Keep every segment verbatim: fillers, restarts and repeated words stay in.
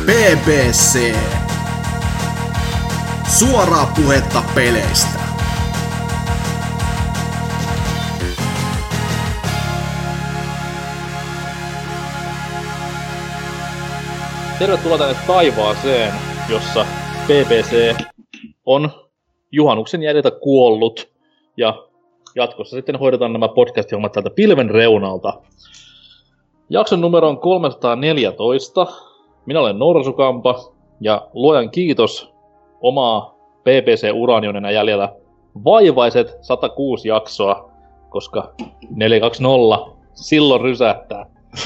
B B C. Suoraa puhetta peleistä. Tervetuloa tänne taivaaseen, jossa B B C on juhannuksen jäljiltä kuollut ja jatkossa sitten hoidetaan nämä podcast-hommat täältä pilven reunalta. Jakson numero on kolmesataaneljätoista. Minä olen Norsukampa ja luojan kiitos omaa B B C-uraani on enää jäljellä vaivaiset sata kuusi jaksoa, koska neljä kaksikymmentä silloin rysähtää.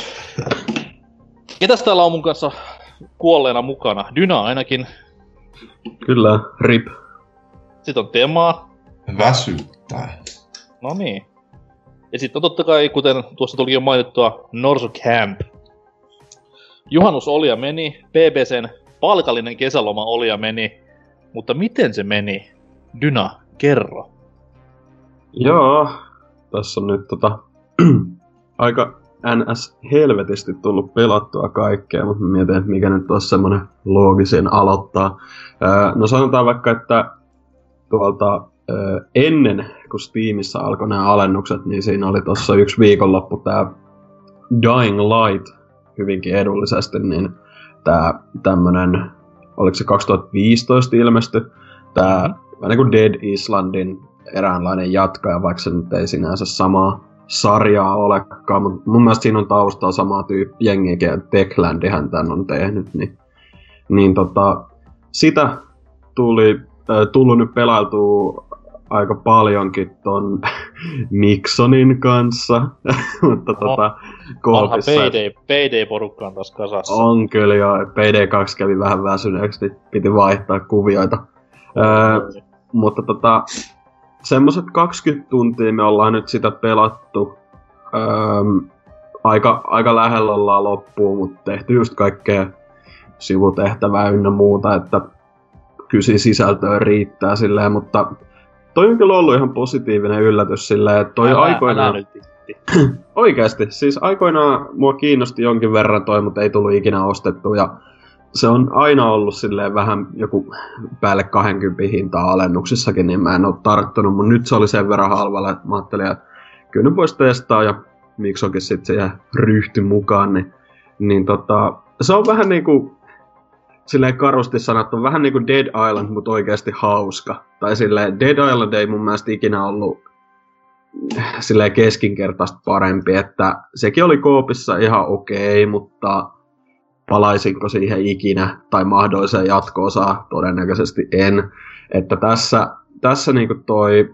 Ketäs täällä on mun kanssa kuolleena mukana? Dyna ainakin. Kyllä, rip. Sitten on Temaa. Väsyttää. No niin. Ja sitten on totta kai, kuten tuossa tuli jo mainittua, Norsu Camp. Juhannus oli ja meni, B B C:n palkallinen kesäloma oli ja meni. Mutta miten se meni? Dyna, kerro. Joo, tässä on nyt tota aika N S helvetisti tullut pelattua kaikkea, mutta mietin, että mikä nyt olisi semmonen loogisin aloittaa. Öö, no sanotaan vaikka, että tuolta öö, ennen kun Steamissa alkoi nämä alennukset, niin siinä oli tossa yksi viikonloppu tää Dying Light hyvinkin edullisesti, niin tää tämmönen, oliko se kaksituhattaviisitoista ilmesty, tää vähän niin kuin Dead Islandin eräänlainen jatkaja, vaikka se nyt ei sinänsä samaa sarjaa olekaan, mutta mun mielestä siinä on taustaa samaa tyyppi jengiäkin, ja Techlandihän tän on tehnyt, niin, niin tota, sitä tuli, äh, tullut nyt pelailtua aika paljonkin ton Nixonin kanssa, mutta tota, koopissa... Onhan P D-porukka on taas kasassa. On kyllä joo, P D kaksi kävi vähän väsyneeksi, niin piti vaihtaa kuvioita. Oh, öö, mutta tota, semmoset kaksikymmentä tuntia me ollaan nyt sitä pelattu. Öö, aika, aika lähellä ollaan loppuun, mutta tehty just kaikkea sivutehtävää ynnä muuta, että kysi sisältöä riittää silleen, mutta toi on kyllä ollut ihan positiivinen yllätys silleen, että toi älä, aikoinaan... Älä Oikeesti, siis aikoinaan mua kiinnosti jonkin verran toi, mutta ei tullut ikinä ostettu ja se on aina ollut silleen vähän joku päälle kaksikymmentä hintaa alennuksissakin, niin mä en oo tarttunut, mutta nyt se oli sen verran halvalla, että mä ajattelin, että kyllä nyt vois testaa ja Miksokin sit se jää ryhty mukaan, niin, niin tota, se on vähän niinku, silleen karusti sanottu, vähän niinku Dead Island, mutta oikeesti hauska. Tai silleen Dead Island ei mun mielestä ikinä ollut silleen keskinkertaista parempi, että sekin oli koopissa ihan okei, mutta palaisinko siihen ikinä tai mahdolliseen jatko-osaan? Todennäköisesti en. Että tässä, tässä niinku toi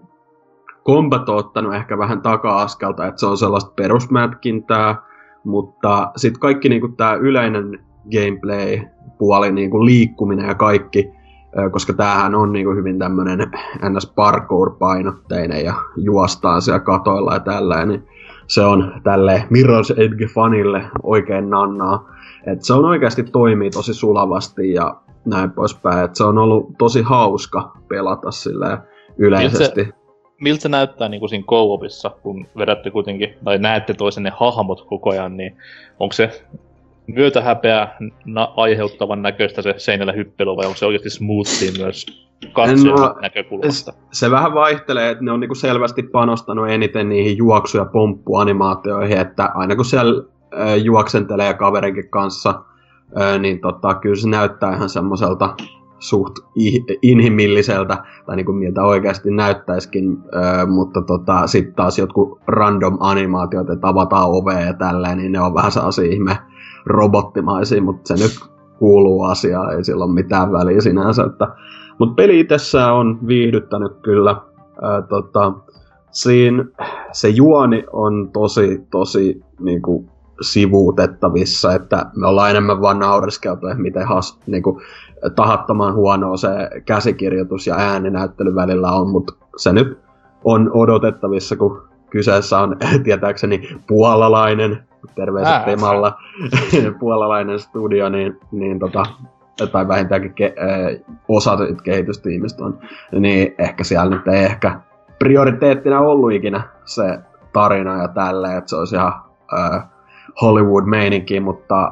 kombat on ottanut ehkä vähän taka-askelta, että se on sellaista perusmätkintää, mutta sitten kaikki niinku tää yleinen gameplay-puoli, niinku liikkuminen ja kaikki, koska tämähän on niinku hyvin tämmönen N S parkour-painotteinen ja juostaan siellä katoilla ja tällä, niin se on tälle Mirror's Edge-fanille oikein nannaa. Et se on oikeasti toimii tosi sulavasti ja näin poispäin. Et se on ollut tosi hauska pelata silleen yleisesti. Miltä se, miltä se näyttää niin kuin siinä co-opissa, kun vedätte kuitenkin, tai näette toisenne hahmot koko ajan, niin onko se myötähäpeä na- aiheuttavan näköistä se seinällä hyppely, vai onko se oikeasti smoothia myös katsojan no, näkökulmasta? Se, se vähän vaihtelee, että ne on niinku selvästi panostanut eniten niihin juoksu- ja pomppuanimaatioihin, että aina kun siellä äh, juoksentelee kaverinkin kanssa, äh, niin tota, kyllä se näyttää ihan semmoiselta suht ih- inhimilliseltä, tai niinku miltä oikeasti näyttäisikin, äh, mutta tota, sitten taas jotkut random animaatiot, että avataan ovea ja tälleen, niin ne on vähän sellaisia ihme robottimaisia, mutta se nyt kuuluu asiaan, ei sillä ole mitään väliä sinänsä. Että... Mutta peli itsessään on viihdyttänyt kyllä. Ää, tota, siinä se juoni on tosi, tosi niinku, sivuutettavissa, että me ollaan enemmän vaan naureskeltu, että miten has, niinku, tahattoman huonoa se käsikirjoitus ja ääninäyttely välillä on, mutta se nyt on odotettavissa, kun kyseessä on tietääkseni puolalainen, terveiset Temalla, puolalainen studio, niin, niin tota, tai vähintäänkin ke, äh, osa kehitystiimistä on, niin ehkä siellä nyt ei ehkä prioriteettina ollut ikinä se tarina ja tälleen, että se olisi ihan äh, Hollywood-meininki, mutta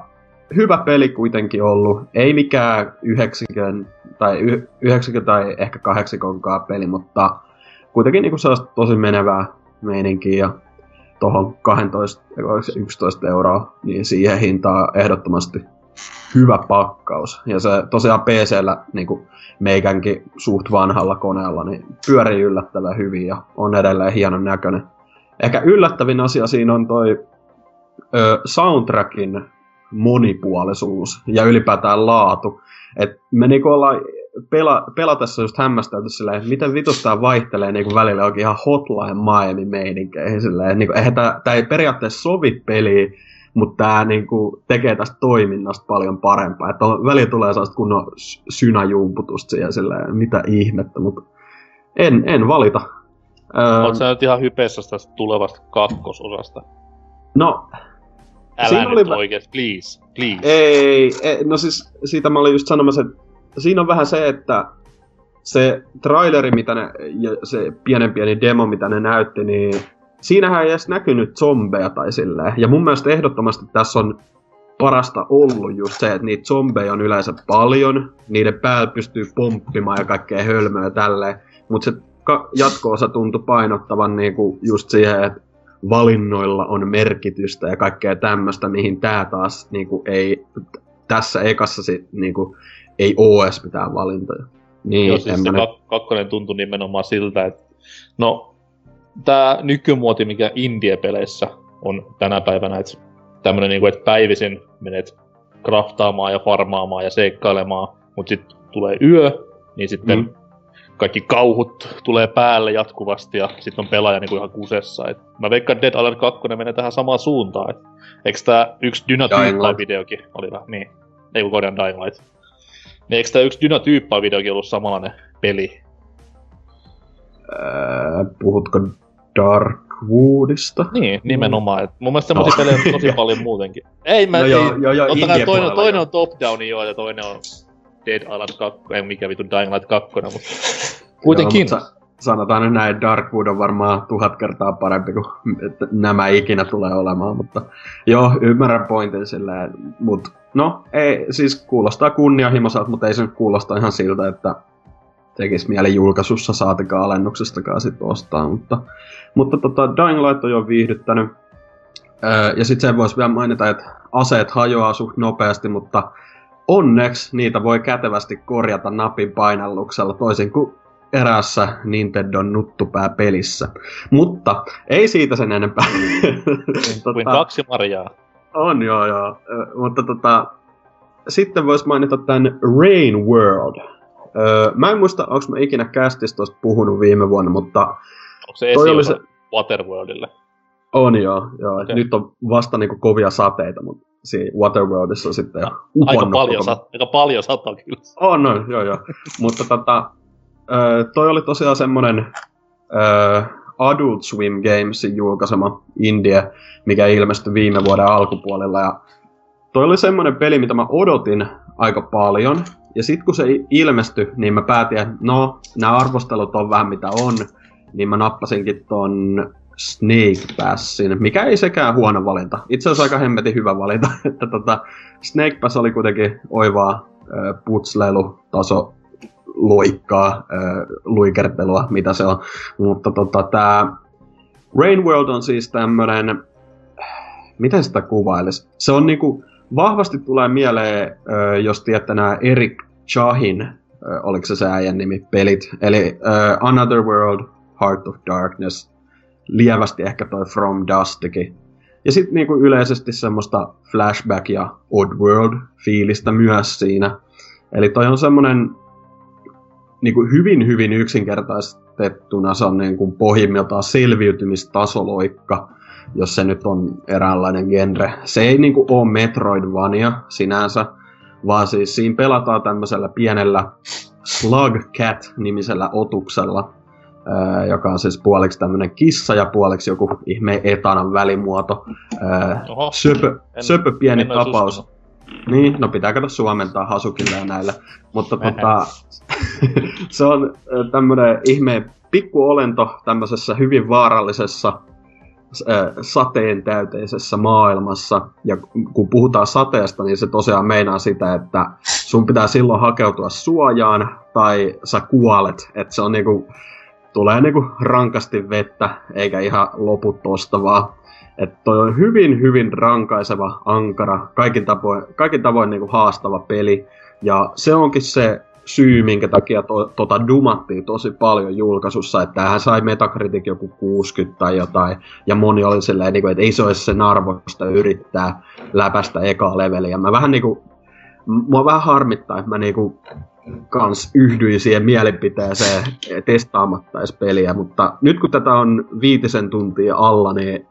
hyvä peli kuitenkin ollut. Ei mikään yhdeksänkymmentä tai, yhdeksänkymmentä tai ehkä kahdeksankymmentä peli, mutta kuitenkin niinku sellaista tosi menevää meininkiä. Ja tohon kaksitoista yksitoista euroa, niin siihen hintaan ehdottomasti hyvä pakkaus. Ja se tosiaan P C:llä niinku meikänkin suht vanhalla koneella niin pyörii yllättävän hyvin ja on edelleen hienon näköinen. Ehkä yllättävin asia siinä on toi ö, soundtrackin monipuolisuus ja ylipäätään laatu. Et me niinku ollaan pela, pelatessa just hämmästelty silleen, että miten vitus tää vaihtelee niinku välillä oikein ihan Hotline Miami meininkiin silleen. Niinku, eihän tää, tää ei periaatteessa sovi peliin, mutta tää niinku tekee tästä toiminnasta paljon parempaa. Että välillä tulee sellaista kunnon synäjumputusta siihen silleen, mitä ihmettä, mutta en, en valita. Oot sä nyt ihan hypeessä tästä tulevasta kakkososasta? No, älä nyt oli... oikeesti, please, please. Ei, ei, no siis siitä mä olin just sanomassa, että siinä on vähän se, että se traileri, mitä ne, ja se pienen pieni demo, mitä ne näytti, niin siinähän ei edes näkynyt zombeja tai silleen. Ja mun mielestä ehdottomasti tässä on parasta ollut just se, että niitä zombeja on yleensä paljon, niiden päällä pystyy pomppimaan ja kaikkea hölmöä tälleen, mutta se jatko-osa tuntui painottavan niinku just siihen, että valinnoilla on merkitystä ja kaikkea tämmöstä, mihin tää taas niinku ei, tässä ekassa sit niinku ei oo edes mitään valintoja. Niin, joo, siis se ne... kak- kakkonen tuntui nimenomaan siltä, että no, tää nykymuoti, mikä indie-peleissä on tänä päivänä, että tämmönen niinku, että päivisin menet craftaamaan ja farmaamaan ja seikkailemaan, mut sit tulee yö, niin sitten mm. kaikki kauhut tulee päälle jatkuvasti ja sit on pelaaja niinku ihan kusessa. Et mä veikkaan, Dead Island kaksi menee tähän samaan suuntaan. Et eiks tää yksi Dynatyyppaa-videokin oli vähän, niin, ei kun korjaan Dying Light. Niin eiks tää yksi Dynatyyppaa-videokin ollut samanlainen peli? Ää, puhutko Darkwoodista? Niin, nimenomaan. Et mun mielestä semmosia no. pelejä on tosi paljon muutenkin. Ei mä no ei, joo, joo, joo, toinen, toinen on top-down joo ja toinen on Dead Island kaksi, ei mikä vitu Dying Light kaksi, mutta kuitenkin. Joo, mutta sanotaan nyt näin, Darkwood on varmaan tuhat kertaa parempi kuin että nämä ikinä tulee olemaan, mutta joo, ymmärrän pointin silleen, mut no, ei, siis kuulostaa kunnianhimoiselta, mutta ei se nyt kuulosta ihan siltä, että tekis mieli julkaisussa saatikaan alennuksestakaan sit ostaa, mutta, mutta tota, Dying Light on jo viihdyttänyt. Öö, ja sit sen vois vielä mainita, että aseet hajoaa suht nopeasti, mutta onneksi niitä voi kätevästi korjata napin painalluksella, toisin kuin eräässä Nintendon nuttupää-pelissä. Mutta ei siitä sen enempää. Kuin tota, kaksi marjaa. On joo joo. Ö, mutta tota, sitten vois mainita tän Rain World. Öö, mä en muista, onko mä ikinä Castista tosta puhunut viime vuonna, mutta onko se esi se... Waterworldille? On joo, joo. Okay. Nyt on vasta niinku kovia sateita, mutta siinä Waterworldissa on sitten jo uponnut. Aika paljon, sat- aika paljon sataa kyllä. On, no, joo joo. Mutta tota, ö, toi oli tosiaan semmonen ö, Adult Swim Gamesin julkaisema indie, mikä ilmestyi viime vuoden alkupuolella. Ja toi oli semmonen peli, mitä mä odotin aika paljon. Ja sit kun se ilmestyi, niin mä päätin, että no, nämä arvostelut on vähän mitä on. Niin mä nappasinkin ton Snake Passin, mikä ei sekään huono valinta. Itse asiassa aika hemmetin hyvä valinta. Että tota, Snake Pass oli kuitenkin oivaa äh, putslelu-taso loikkaa, äh, luikertelua, mitä se on. Mutta tota, tää Rain World on siis tämmönen, miten sitä kuvailisi? Se on niinku, vahvasti tulee mieleen, äh, jos tiedätte nää Eric Chahin, äh, oliko se se äijän nimi, pelit. Eli äh, Another World, Heart of Darkness, lievästi ehkä toi From Dustikin. Ja sit niinku yleisesti semmoista Flashback- ja Oddworld-fiilistä myös siinä. Eli toi on semmonen niinku hyvin hyvin yksinkertaistettuna, se on niinku pohjimmiltaan selviytymistasoloikka, jos se nyt on eräänlainen genre. Se ei niinku oo Metroidvania sinänsä, vaan siis siinä pelataan tämmöisellä pienellä Slug Cat-nimisellä otuksella, Öö, joka on siis puoliksi tämmönen kissa ja puoliksi joku ihmeen etanan välimuoto. Öö, Oho, söpö, en, söpö pieni en tapaus. Uskonut. Niin, no pitää kato suomentaa Hasukille ja näillä. Mutta tota, se on tämmönen ihmeen pikkuolento tämmöisessä hyvin vaarallisessa äh, sateen täyteisessä maailmassa. Ja kun puhutaan sateesta, niin se tosiaan meinaa sitä, että sun pitää silloin hakeutua suojaan tai sä kuolet. Että se on niinku, tulee niinku rankasti vettä, eikä ihan lopu tosta vaan. Että toi on hyvin, hyvin rankaiseva, ankara, kaikin tavoin, kaikin tavoin niinku haastava peli. Ja se onkin se syy, minkä takia to, tota dumattiin tosi paljon julkaisussa, että tämähän sai Metacritic joku kuusikymmentä tai jotain, ja moni oli silleen, niin kuin, että ei se olisi sen arvosta yrittää läpästä ekaa leveliä. Mä vähän niinku, mua vähän harmittaa, että mä niinku kans yhdyin siihen mielipiteeseen testaamatta edes peliä, mutta nyt kun tätä on viitisen tuntia alla, niin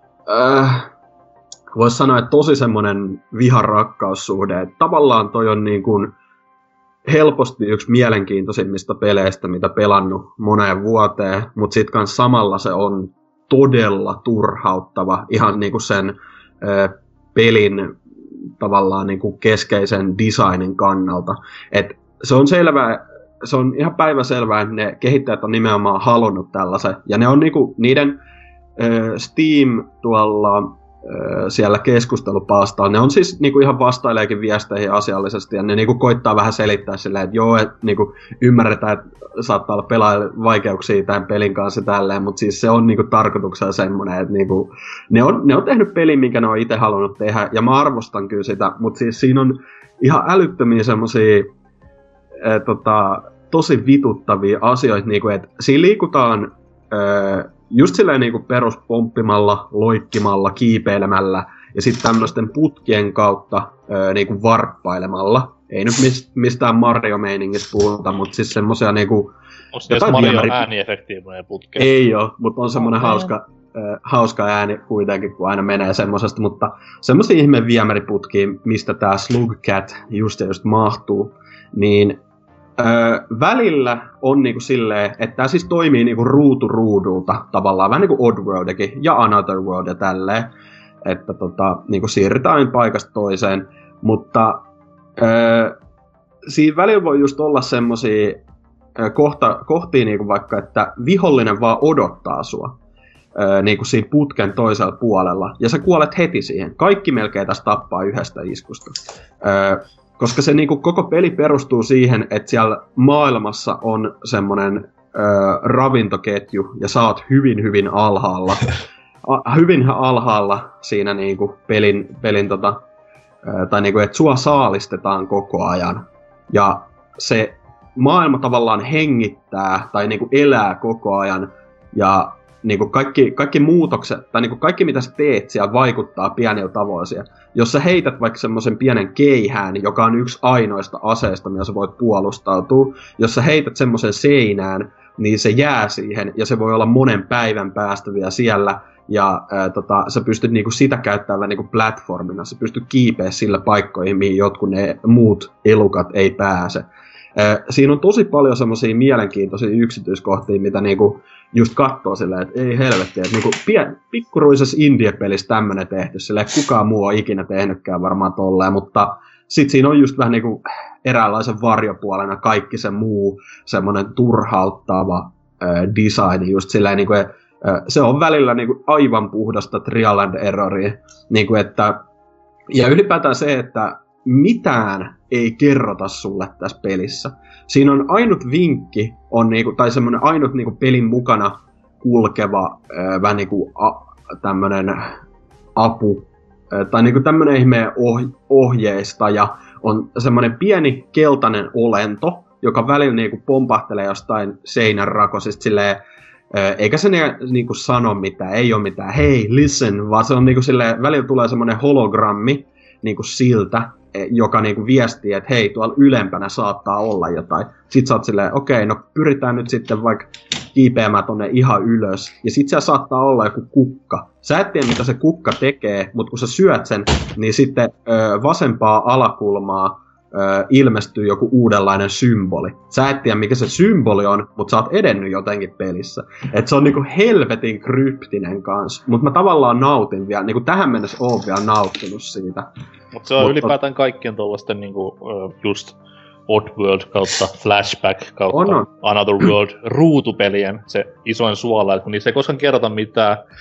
äh, vois sanoa, että tosi semmonen vihan-rakkaussuhde, että tavallaan toi on niin kuin helposti yksi mielenkiintoisimmista peleistä, mitä pelannut moneen vuoteen, mutta sit kans samalla se on todella turhauttava ihan niinku sen ö, pelin tavallaan niinku keskeisen designin kannalta. Et se on selvää, se on ihan päiväselvää, että ne kehittäjät on nimenomaan halunnut tällaisen, ja ne on niinku niiden ö, Steam tuolla siellä keskustelupalstalla. Ne on siis niinku ihan vastaileekin viesteihin asiallisesti ja ne niinku koittaa vähän selittää silleen, että joo, et niinku ymmärretään, että saattaa olla pelaajille vaikeuksia tämän pelin kanssa tälleen, mutta siis se on niinku tarkoituksella semmoinen, että niinku, ne, on, ne on tehnyt pelin, minkä ne on itse halunnut tehdä ja mä arvostan kyllä sitä, mutta siis siinä on ihan älyttömiä semmosia äh, tota, tosi vituttavia asioita, niinku, että siinä liikutaan äh, just silleen niinku peruspomppimalla, loikkimalla, kiipeilemällä ja sitten tämmöisten putkien kautta öö, niinku varppailemalla. Ei nyt mistään Mario-meiningistä puhuta, mutta siis semmosia niinku... Onko se edes Mario ääniefektiä moneen putkeen? Ei oo, mutta on semmonen okay. hauska, äh, hauska ääni kuitenkin, kun aina menee semmosesta, mutta semmosia ihme viemäriputkia, mistä tää Slugcat just ja just mahtuu, niin Öö, välillä on niinku silleen, että tää siis toimii niinku ruutu ruudulta tavallaan, vähän niinku Oddworldikin ja Another World ja tälleen, että tota, niinku siirrytään paikasta toiseen, mutta öö, siinä välillä voi just olla semmosia öö, kohta, kohtia niinku vaikka, että vihollinen vaan odottaa sua öö, niinku siinä putken toisella puolella, ja sä kuolet heti siihen. Kaikki melkein tässä tappaa yhdestä iskusta. Öö, Koska se niinku koko peli perustuu siihen, että siellä maailmassa on semmonen ö, ravintoketju, ja sä oot hyvin hyvin alhaalla. A, hyvin alhaalla siinä niinku pelin, pelin tota, ö, tai niinku, että sua saalistetaan koko ajan. Ja se maailma tavallaan hengittää, tai niinku elää koko ajan, ja niinku kaikki, kaikki muutokset, tai niinku kaikki mitä sä teet siellä vaikuttaa pienillä tavoilla. Jos sä heität vaikka semmoisen pienen keihään, joka on yksi ainoista aseista, millä sä voit puolustautua, jos sä heität semmoisen seinään, niin se jää siihen, ja se voi olla monen päivän päästä vielä siellä, ja ää, tota, sä pystyt niinku sitä käyttämään niinku platformina, sä pystyt kiipeä sillä paikkoihin, mihin jotkut ne muut elukat ei pääse. Ää, siinä on tosi paljon semmosia mielenkiintoisia yksityiskohtia, mitä niinku just kattoo silleen, että ei helvettiä, että niinku pien, pikkuruisessa indie-pelissä tämmönen tehty, silleen kukaan muu on ikinä tehnytkään varmaan tolleen, mutta sit siinä on just vähän niinku eräänlaisen varjopuolena kaikki se muu semmonen turhauttava äh, design, just silleen niinku, äh, se on välillä niinku aivan puhdasta trial and erroria, niinku että, ja ylipäätään se, että mitään ei kerrota sulle tässä pelissä. Siinä on ainut vinkki, on niinku, tai semmoinen ainut niinku pelin mukana kulkeva ää, vähän niinku a, tämmönen apu, ää, tai niinku tämmönen ihmeen oh, ohjeistaja, on semmoinen pieni keltainen olento, joka välillä niinku pompahtelee jostain seinän rakosista silleen, ää, eikä se ne, niinku sano mitään, ei ole mitään, hei, listen, vaan se on niinku silleen, välillä tulee semmoinen hologrammi niinku siltä, joka niinku viestii, että hei, tuolla ylempänä saattaa olla jotain. Sit sä oot silleen, okei, no pyritään nyt sitten vaikka kiipeämään tonne ihan ylös. Ja sit siellä saattaa olla joku kukka. Sä et tiedä, mitä se kukka tekee, mutta kun sä syöt sen, niin sitten ö, vasempaa alakulmaa ö, ilmestyy joku uudenlainen symboli. Sä et tiedä, mikä se symboli on, mutta sä oot edennyt jotenkin pelissä. Et se on niinku helvetin kryptinen kans. Mut mä tavallaan nautin vielä, niinku tähän mennessä oon vielä nauttinut siitä. Mut se on Mut, ylipäätään kaikkien tollasten niinku just Oddworld kautta Flashback kautta on, on. Another World ruutupelien se isoin suola, että kun niissä ei koskaan kerrota mitään,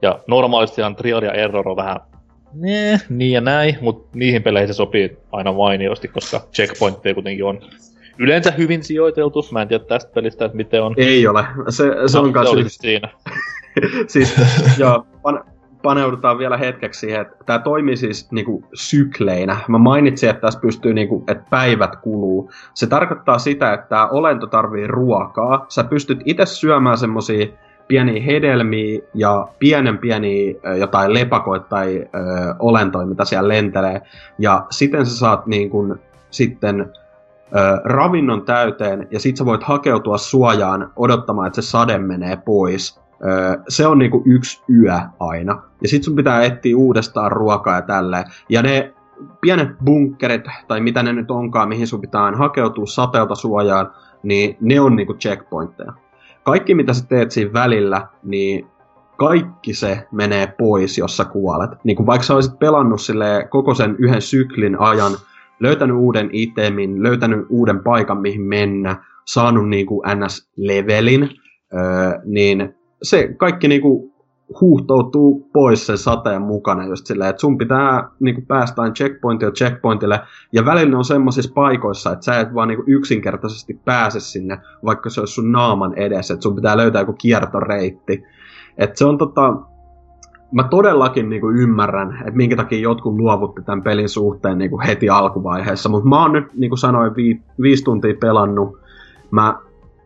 Ja normaalistihan trial ja error on vähän nee, niin ja näin, mutta niihin peleihin se sopii aina mainiosti, koska checkpointteja kuitenkin on yleensä hyvin sijoiteltu. Mä en tiedä tästä pelistä, että miten on. Ei ole. Se, se no, on kanssa... Se oli siinä. Siis, joo, pan, paneudutaan vielä hetkeksi siihen, että tää toimii siis niinku sykleinä. Mä mainitsin, että tässä pystyy niinku, että päivät kuluu. Se tarkoittaa sitä, että tää olento tarvii ruokaa. Sä pystyt itse syömään semmosia pieniä hedelmiä ja pienen pieniä jotain lepakoita tai ö, olentoja, mitä siellä lentelee. Ja siten sä saat niinku, sitten ö, ravinnon täyteen ja sit sä voit hakeutua suojaan odottamaan, että se sade menee pois. Ö, se on niinku yksi yö aina. Ja sit sun pitää etsiä uudestaan ruokaa ja tälleen. Ja ne pienet bunkkerit, tai mitä ne nyt onkaan, mihin sun pitää hakeutua sateelta suojaan, niin ne on niinku checkpointteja. Kaikki mitä sä teet siinä välillä, niin kaikki se menee pois, jos sä kuolet. Niin kuin vaikka sä olisit pelannut silleen koko sen yhden syklin ajan, löytänyt uuden itemin, löytänyt uuden paikan mihin mennä, saanut niinku N S-levelin, öö, niin se kaikki niinku huuhtoutuu pois sen sateen mukana just silleen, että sun pitää niinku päästä aina checkpointille checkpointille, ja välillä on semmosissa paikoissa, että sä et vaan niinku yksinkertaisesti pääse sinne, vaikka se olisi sun naaman edessä, että sun pitää löytää joku kiertoreitti. Että se on tota, mä todellakin niinku ymmärrän, että minkä takia jotkut luovutti tämän pelin suhteen niinku heti alkuvaiheessa, mutta mä oon nyt, niinku sanoin, vi- viisi tuntia pelannut, mä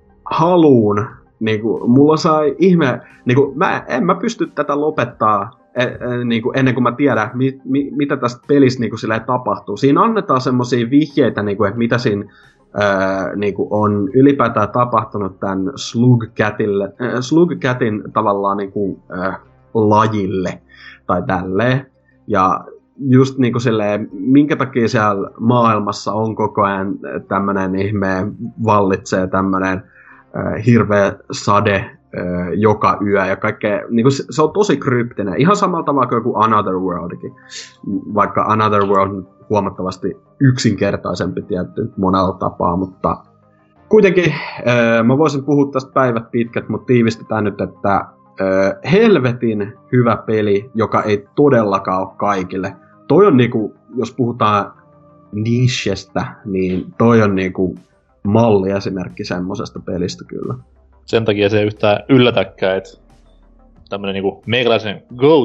haluun niinku, mulla sai ihme, niinku, mä en mä pysty tätä lopettaa e, e, niinku, ennen kuin mä tiedän, mi, mi, mitä tästä pelistä niinku, silleen tapahtuu. Siinä annetaan semmosia vihjeitä, niinku, että mitä siinä ää, niinku, on ylipäätään tapahtunut tämän Slugcatille, äh, Slugcatin tavallaan niinku, äh, lajille tai tälleen. Ja just niinku silleen, minkä takia siellä maailmassa on koko ajan tämmönen ihmeen vallitsee tämmönen Äh, hirveä sade äh, joka yö ja kaikkea, niinku se, se on tosi kryptinen, ihan samalla tavalla kuin joku Another Worldkin, vaikka Another World on huomattavasti yksinkertaisempi tietty monella tapaa, mutta kuitenkin äh, mä voisin puhua tästä päivät pitkät, mutta tiivistetään nyt, että äh, helvetin hyvä peli, joka ei todellakaan ole kaikille. Toi on niinku, jos puhutaan nichestä, niin toi on niinku malliesimerkki semmosesta pelistä kyllä. Sen takia se ei yhtään yllätäkään, että tämmönen niinku meikäläisen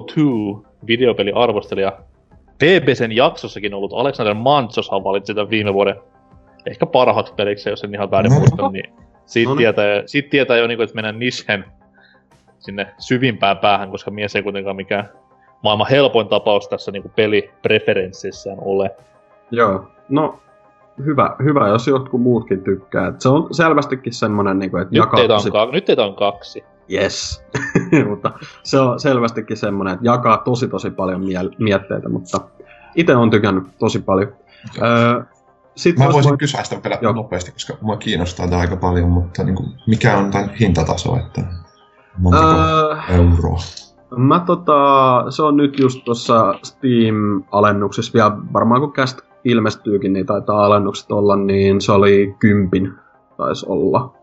go-to-videopeliarvostelija B B C:n jaksossakin ollut Alexander Mantsoshan valitsi tämän viime vuoden ehkä parhaaksi peliksi, jos en ihan väärin muista, niin siitä no, tietää, siitä tietää jo niinku, että mennään nishen sinne syvimpään päähän, koska mies ei kuitenkaan mikään maailman helpoin tapaus tässä niinku pelipreferenssissään ole. Joo, no Hyvä, hyvä, jos jotkut muutkin tykkää. Et se on selvästikin semmonen, niinku, että jakaa... Nyt teitä on, ka- nyt teitä on kaksi. Yes. Mutta se on selvästikin semmonen, että jakaa tosi tosi paljon mie- mietteitä, mutta itse on tykännyt tosi paljon. Öö, sit Mä voisin voi... kysyä sitä vielä Joo. nopeasti, koska mua kiinnostaa tämä aika paljon, mutta niin kuin, mikä on tämän hintataso, että montako öö... euroa? Mä tota, se on nyt just tuossa Steam-alennuksessa vielä varmaan kun kästä ilmestyykin, niin taitaa alennukset olla, niin se oli kympin taisi olla.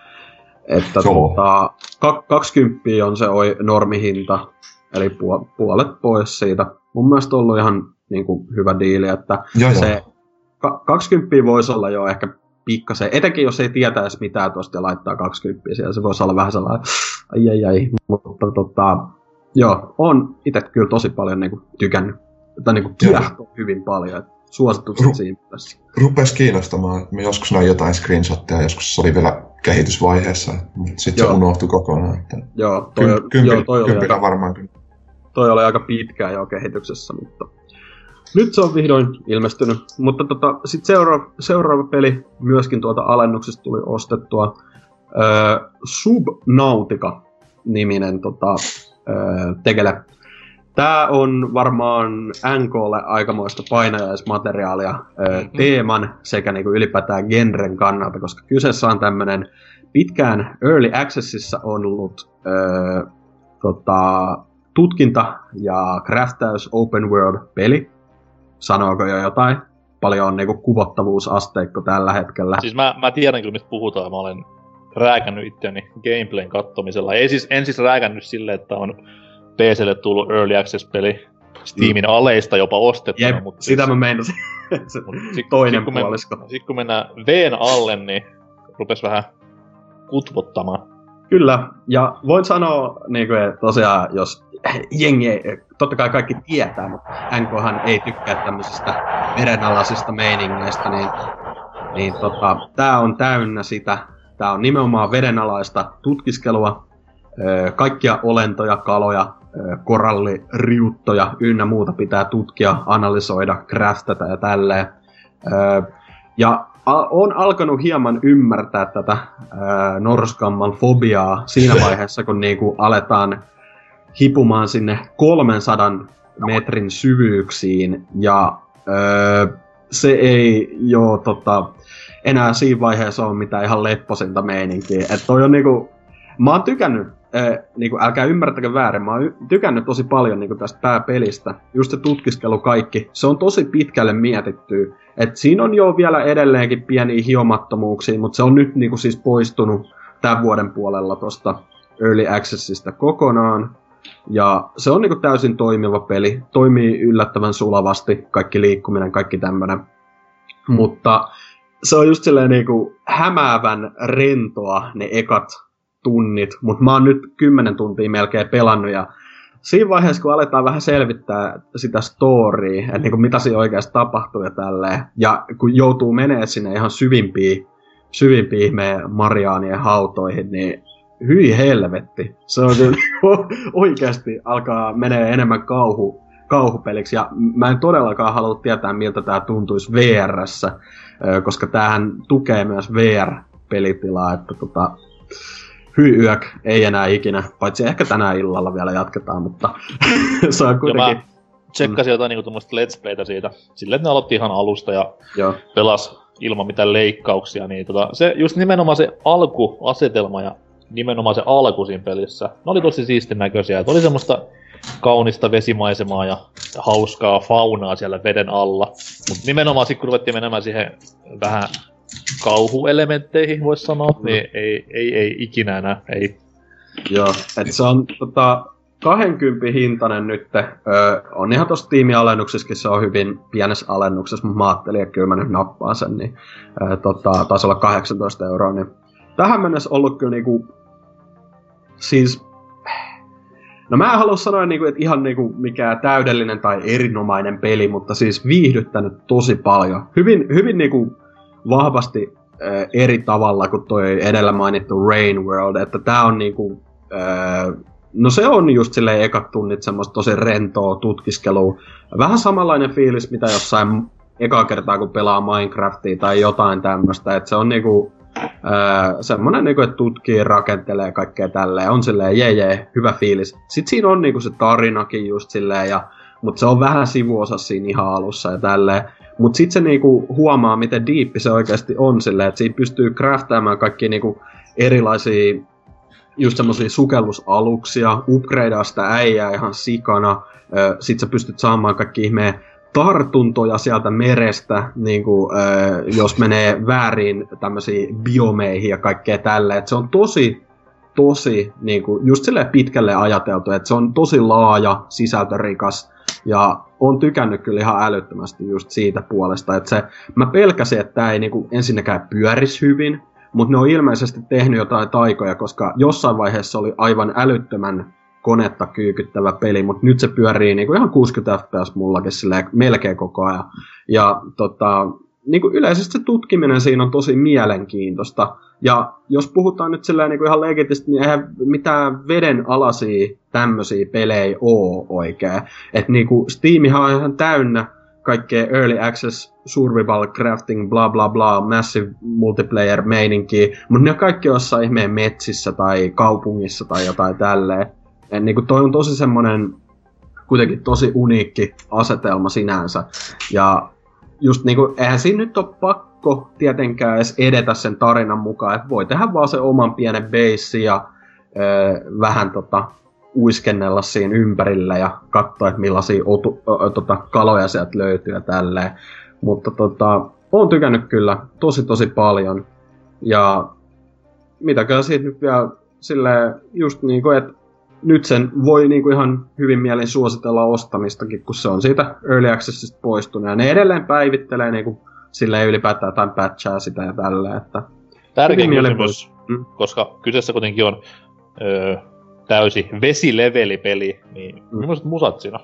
Että tota, kaksikymmentä on se normihinta, eli puolet pois siitä. Mun mielestä on ollut ihan niin kuin, hyvä diili, että joo, se ka- kaksikymmentä voisi olla jo ehkä pikkasen, etenkin jos ei tietäisi mitään tuosta ja laittaa kaksikymmentä siellä, se voisi olla vähän sellainen ai ai ai, mutta tota, joo, on itse kyllä tosi paljon niin kuin, tykännyt, tai niin kuin, kiehtoo hyvin paljon, että suositukset Ru- siinä tässä. Rupes kiinnostamaan, että mä joskus näin jotain screenshotteja, joskus se oli vielä kehitysvaiheessa, mutta sitten se unohtui kokonaan. Että joo, toi, Kym, kympi, joo, toi, oli aika, varmaan kyllä. toi oli aika pitkään jo kehityksessä, mutta nyt se on vihdoin ilmestynyt. Mutta tota, sitten seuraava, seuraava peli myöskin tuolta alennuksesta tuli ostettua. Öö, Subnautica-niminen tota, öö, tekele. Tää on varmaan N K:lle aikamoista painajaismateriaalia mm-hmm. teeman sekä niinku ylipäätään genren kannalta, koska kyseessä on tämmönen pitkään Early Accessissa ollut öö, tota, tutkinta- ja craftaus open world-peli. Sanooko jo jotain? Paljon on niinku kuvottavuusasteikko tällä hetkellä. Siis mä, mä tiedän kyllä mistä puhutaan, mä olen rääkännyt itseäni gameplayn kattomisella. Ei siis, en siis rääkännyt silleen, että on P C:lle tullut Early Access-peli Steamin mm. aleista jopa ostettuna. Jep, mutta sitä mä meinasin. Se sit, toinen sit, puolisko. Sitten kun mennään V:n alle, niin rupes vähän kutvottamaan. Kyllä, ja voin sanoa, niin kuin, että tosiaan, jos jengi ei, totta kai kaikki tietää, mutta N K:han ei tykkää tämmöisistä verenalaisista meiningeistä, niin, niin tota, tää on täynnä sitä. Tää on nimenomaan vedenalaista tutkiskelua, kaikkia olentoja, kaloja, koralliriuttoja ynnä muuta pitää tutkia, analysoida, craftata ja tälleen. Ja on alkanut hieman ymmärtää tätä Norskamman fobiaa siinä vaiheessa, kun niinku aletaan hipumaan sinne kolmensadan metrin syvyyksiin, ja öö, se ei jo tota, enää siinä vaiheessa ole mitään ihan lepposinta meininkiä. Et toi on niinku, mä oon tykännyt, äh, niinku, älkää ymmärtäkö väärin, mä oon tykännyt tosi paljon niinku tästä pääpelistä. Just se tutkiskelu kaikki, se on tosi pitkälle mietitty. Et siinä on jo vielä edelleenkin pieniä hiomattomuuksia, mutta se on nyt niinku siis poistunut tämän vuoden puolella tosta Early Accessista kokonaan. Ja se on niinku täysin toimiva peli, toimii yllättävän sulavasti, kaikki liikkuminen, kaikki tämmönen. Hmm. Mutta se on just silleen niinku hämäävän rentoa ne ekat tunnit, mutta mä oon nyt kymmenen tuntia melkein pelannut, ja siinä vaiheessa kun aletaan vähän selvittää sitä storya, että niinku mitä siinä oikeasti tapahtuu ja tälleen, ja kun joutuu menee sinne ihan syvimpiin, syvimpiin ihmeen Mariaanien hautoihin, niin hyi helvetti. Se on oikeasti alkaa menee enemmän kauhu, kauhupeliksi, ja mä en todellakaan halua tietää, miltä tää tuntuisi V R:ssä, koska tämähän tukee myös V R-pelitilaa, että tota, hyi yök, ei enää ikinä, paitsi ehkä tänään illalla vielä jatketaan, mutta se on kuitenkin... Ja mä tsekkasin jotain niinku tuommoista let's playtä siitä, silleen, että ne aloitti ihan alusta ja Joo. pelas ilman mitään leikkauksia, niin tota, se just nimenomaan se alkuasetelma ja nimenomaan se alku siinä pelissä, ne oli tosi siistin näköisiä, että oli semmoista kaunista vesimaisemaa ja hauskaa faunaa siellä veden alla, mutta nimenomaan sit kun ruvettiin menemään siihen vähän kauhuelementteihin, vois sanoa, mm. niin ei, ei, ei ikinä enää, ei. Joo, et se on tota, kaksikymmentä hintainen nyt, öö, on ihan tossa tiimialennuksessakin, se on hyvin pienessä alennuksessa, mutta mä ajattelin, että kyllä mä nyt nappaan sen, niin öö, tota, taisi olla kahdeksantoista euroa, niin tähän mennessä ollut kyllä niinku, siis, no mä en halua sanoa niinku, että ihan niinku mikään täydellinen tai erinomainen peli, mutta siis viihdyttänyt tosi paljon, hyvin, hyvin niinku vahvasti äh, eri tavalla kuin toi edellä mainittu Rain World, että tää on niinku, äh, no se on just silleen ekat tunnit semmoista tosi rentoa tutkiskelua, vähän samanlainen fiilis mitä jossain ekaa kertaa kun pelaa Minecraftia tai jotain tämmöstä, että se on niinku äh, semmonen niinku, että tutkii, rakentelee kaikkea tälleen, on silleen jee jee, hyvä fiilis. Sitten siinä on niinku se tarinakin just silleen, ja, mut se on vähän sivuosassa siinä ihan alussa ja tälleen. Mut sit se niinku huomaa, miten diippi se oikeesti on silleen, että siinä pystyy craftaamaan kaikki niinku erilaisia just semmosia sukellusaluksia, upgradeaa sitä äijää ihan sikana, sit sä pystyt saamaan kaikki ihmeen tartuntoja sieltä merestä, niinku, jos menee väärin tämmösiin biomeihin ja kaikkea tälleen, että se on tosi, tosi niinku, just silleen pitkälle ajateltu, että se on tosi laaja, sisältörikas, ja on tykännyt kyllä ihan älyttömästi just siitä puolesta, että se, mä pelkäsin, että tää ei niinku ensinnäkään pyörisi hyvin, mutta ne on ilmeisesti tehnyt jotain taikoja, koska jossain vaiheessa oli aivan älyttömän konetta kyykyttävä peli, mutta nyt se pyörii niinku ihan kuusikymmentä F P S mullakin silleen melkein koko ajan. Ja tota, niinku yleisesti se tutkiminen siinä on tosi mielenkiintoista. Ja jos puhutaan nyt silleen niinku ihan legitisti, niin eihän mitään vedenalaisia tämmösiä pelejä oo oikein. Et niinku Steamihan on ihan täynnä kaikkea Early Access, Survival, Crafting, bla bla bla, Massive Multiplayer meininkiä, mutta ne on kaikki jossain ihmeen metsissä tai kaupungissa tai jotain tälleen. Et niinku toi on tosi semmonen, kuitenkin tosi uniikki asetelma sinänsä. Ja just niinku, eihän siinä nyt ole pakko tietenkään edes edetä sen tarinan mukaan, että voi tehdä vaan se oman pienen beissin ja öö, vähän tota uiskennella siinä ympärillä ja katsoa, että millaisia otu, ö, tota, kaloja sieltä löytyy ja tälleen. Mutta tota, oon tykännyt kyllä tosi tosi paljon. Ja mitäkään siitä nyt vielä silleen just niinku, että nyt sen voi niinku ihan hyvin mielin suositella ostamistakin, kun se on siitä Early Accessista poistunut. Ja ne edelleen päivittelee niinku silleen ylipäätään jotain patchaa sitä ja tälleen, että... Tärkeä kysymys, mm. koska kyseessä kuitenkin on öö, täysi vesileveli-peli, niin mm. millaiset musat siinä?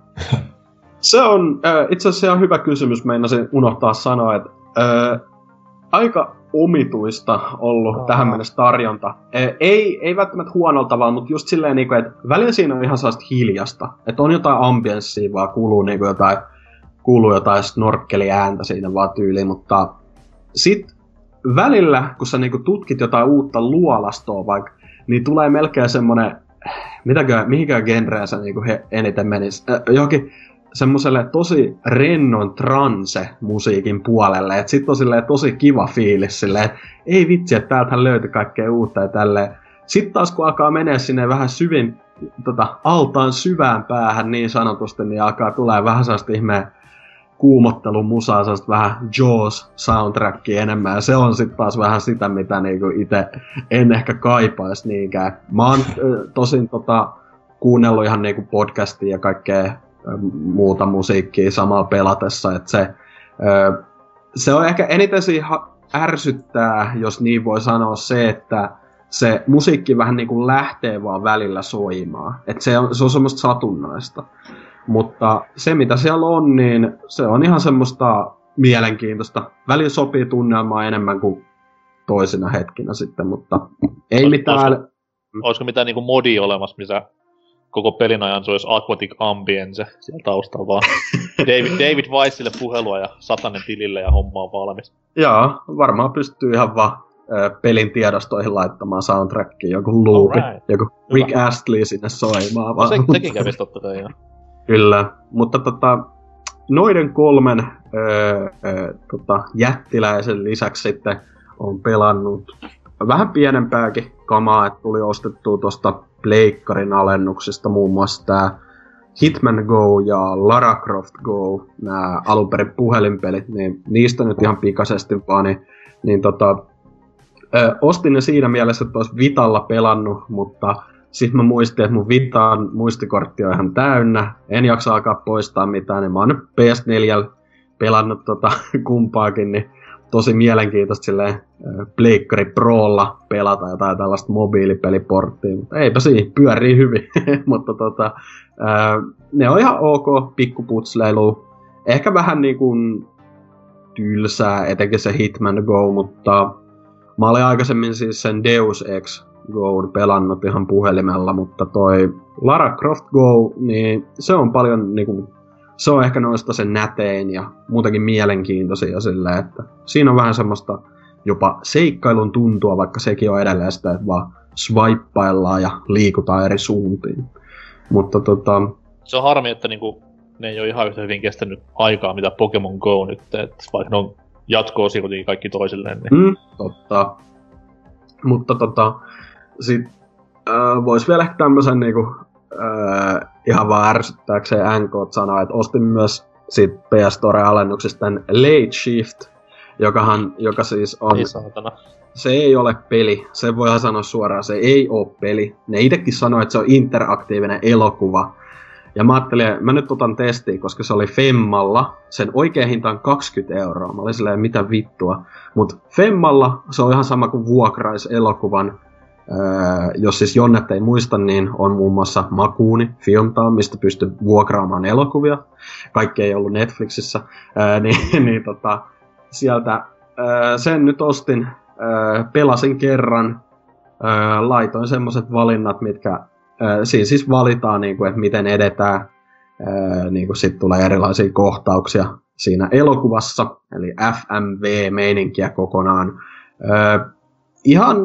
Se on äh, itse asiassa ihan hyvä kysymys, meinasin unohtaa sanoa, että äh, aika omituista ollut Aha. tähän mennessä tarjonta. Äh, ei, ei välttämättä huonolla tavalla, mutta just silleen, niinku, että välillä siinä on ihan sellaista hiljasta. Että on jotain ambienssia, vaan kuuluu, niinku, jotain, kuuluu jotain snorkkeliääntä siinä vaan tyyliin, mutta sit välillä, kun sä niinku tutkit jotain uutta luolastoa vaikka, niin tulee melkein semmonen, mitäkö, mihinkään genreen sä niinku he, eniten menis, äh, johonkin semmoselle tosi rennon transe-musiikin puolelle, et sit on silleen tosi kiva fiilis silleen, et ei vitsi, että täältähän löytyi kaikkea uutta ja tälleen. Sitten taas kun alkaa menee sinne vähän syvin, tota, altaan syvään päähän niin sanotusti, niin alkaa tulee vähän sellaista ihmeen kuumottelun musaa, sellaista vähän Jaws-soundtrackia enemmän, ja se on sitten taas vähän sitä, mitä niinku itse en ehkä kaipaisi niinkään. Mä oon äh, tosin tota, kuunnellut ihan niinku podcastia ja kaikkea äh, muuta musiikkia samalla pelatessa, että se, äh, se on ehkä eniten siinä ärsyttää, jos niin voi sanoa se, että se musiikki vähän niinku lähtee vaan välillä soimaan, että se on, se on semmoista satunnaista. Mutta se, mitä siellä on, niin se on ihan semmoista mielenkiintoista. Välillä sopii tunnelmaa enemmän kuin toisina hetkinä sitten, mutta ei Olis, mitään... Olisiko, olisiko mitään niinku modia olemassa, missä koko pelin ajan se olisi Aquatic Ambience siellä taustalla vaan? David, David Weissille puhelua ja satanen tilille ja homma on valmis. Joo, varmaan pystyy ihan vaan äh, pelin tiedostoihin laittamaan soundtrackiin joku loopi, right. joku Rick Hyvä. Astley sinne soimaan. No, se, sekin kävisi totta kai, joo. Kyllä, mutta tota, noiden kolmen öö, öö, tota, jättiläisen lisäksi sitten on pelannut vähän pienempääkin kamaa, että tuli ostettua tuosta Pleikkarin alennuksista muun muassa tää Hitman Go ja Lara Croft Go, nämä alunperin puhelinpelit, niin niistä nyt ihan pikaisesti vaan, niin, niin tota, öö, ostin ne siinä mielessä, että olisi Vitalla pelannut, mutta sitten mä muistin, että mun Vitan muistikortti on ihan täynnä. En jaksa alkaa poistaa mitään, niin mä oon P S neljä pelannut tota kumpaakin, niin tosi mielenkiintoista silleen Pleikkari Prolla pelata jotain tällaista mobiilipeliporttia. Mutta eipä siinä, pyörii hyvin. Mutta tota, ää, ne on ihan ok pikkuputsleilu. Ehkä vähän niin kuin tylsää, etenkin se Hitman Go, mutta mä olin aikaisemmin siis sen Deus Ex Go pelannut ihan puhelimella, mutta toi Lara Croft Go, niin se on paljon niinku, se on ehkä noista sen nätein ja muutenkin mielenkiintoisia silleen, että siinä on vähän semmoista jopa seikkailun tuntua, vaikka sekin on edelleen sitä, että vaan swipeaillaan ja liikutaan eri suuntiin. Mutta tota... Se on harmi, että niinku, ne ei ole ihan yhtä hyvin kestänyt aikaa, mitä Pokemon Go nyt, että vaikka ne on jatko-osia kuitenkin kaikki toisilleen. Niin... Mm, totta. Mutta tota... Sitten äh, vois vielä ehkä tämmösen niinku, äh, ihan vaan ärsyttääkseen N K sanoa, että ostin myös siitä P S Store-alennuksesta tän Late Shift, jokahan, joka siis on... Ei saatana. Se ei ole peli, se voidaan sanoa suoraan, se ei oo peli. Ne itekin sanoo, että se on interaktiivinen elokuva. Ja mä ajattelin, mä nyt otan testiin, koska se oli Femmalla. Sen oikea hinta on kaksikymmentä euroa. Mä olin silleen, mitä vittua. Mut Femmalla se on ihan sama kuin vuokrais elokuvan. Öö, jos siis Jonnet ei muista, niin on muun muassa Makuuni, Fiontaa, mistä pystyy vuokraamaan elokuvia. Kaikki ei ollut Netflixissä. Öö, niin, niin tota, sieltä öö, sen nyt ostin, öö, pelasin kerran, öö, laitoin semmoset valinnat, mitkä öö, siis, siis valitaan, niin kuin, että miten edetään. Öö, niin kuin sit tulee erilaisia kohtauksia siinä elokuvassa, eli F M V-meininkiä kokonaan. Öö, ihan...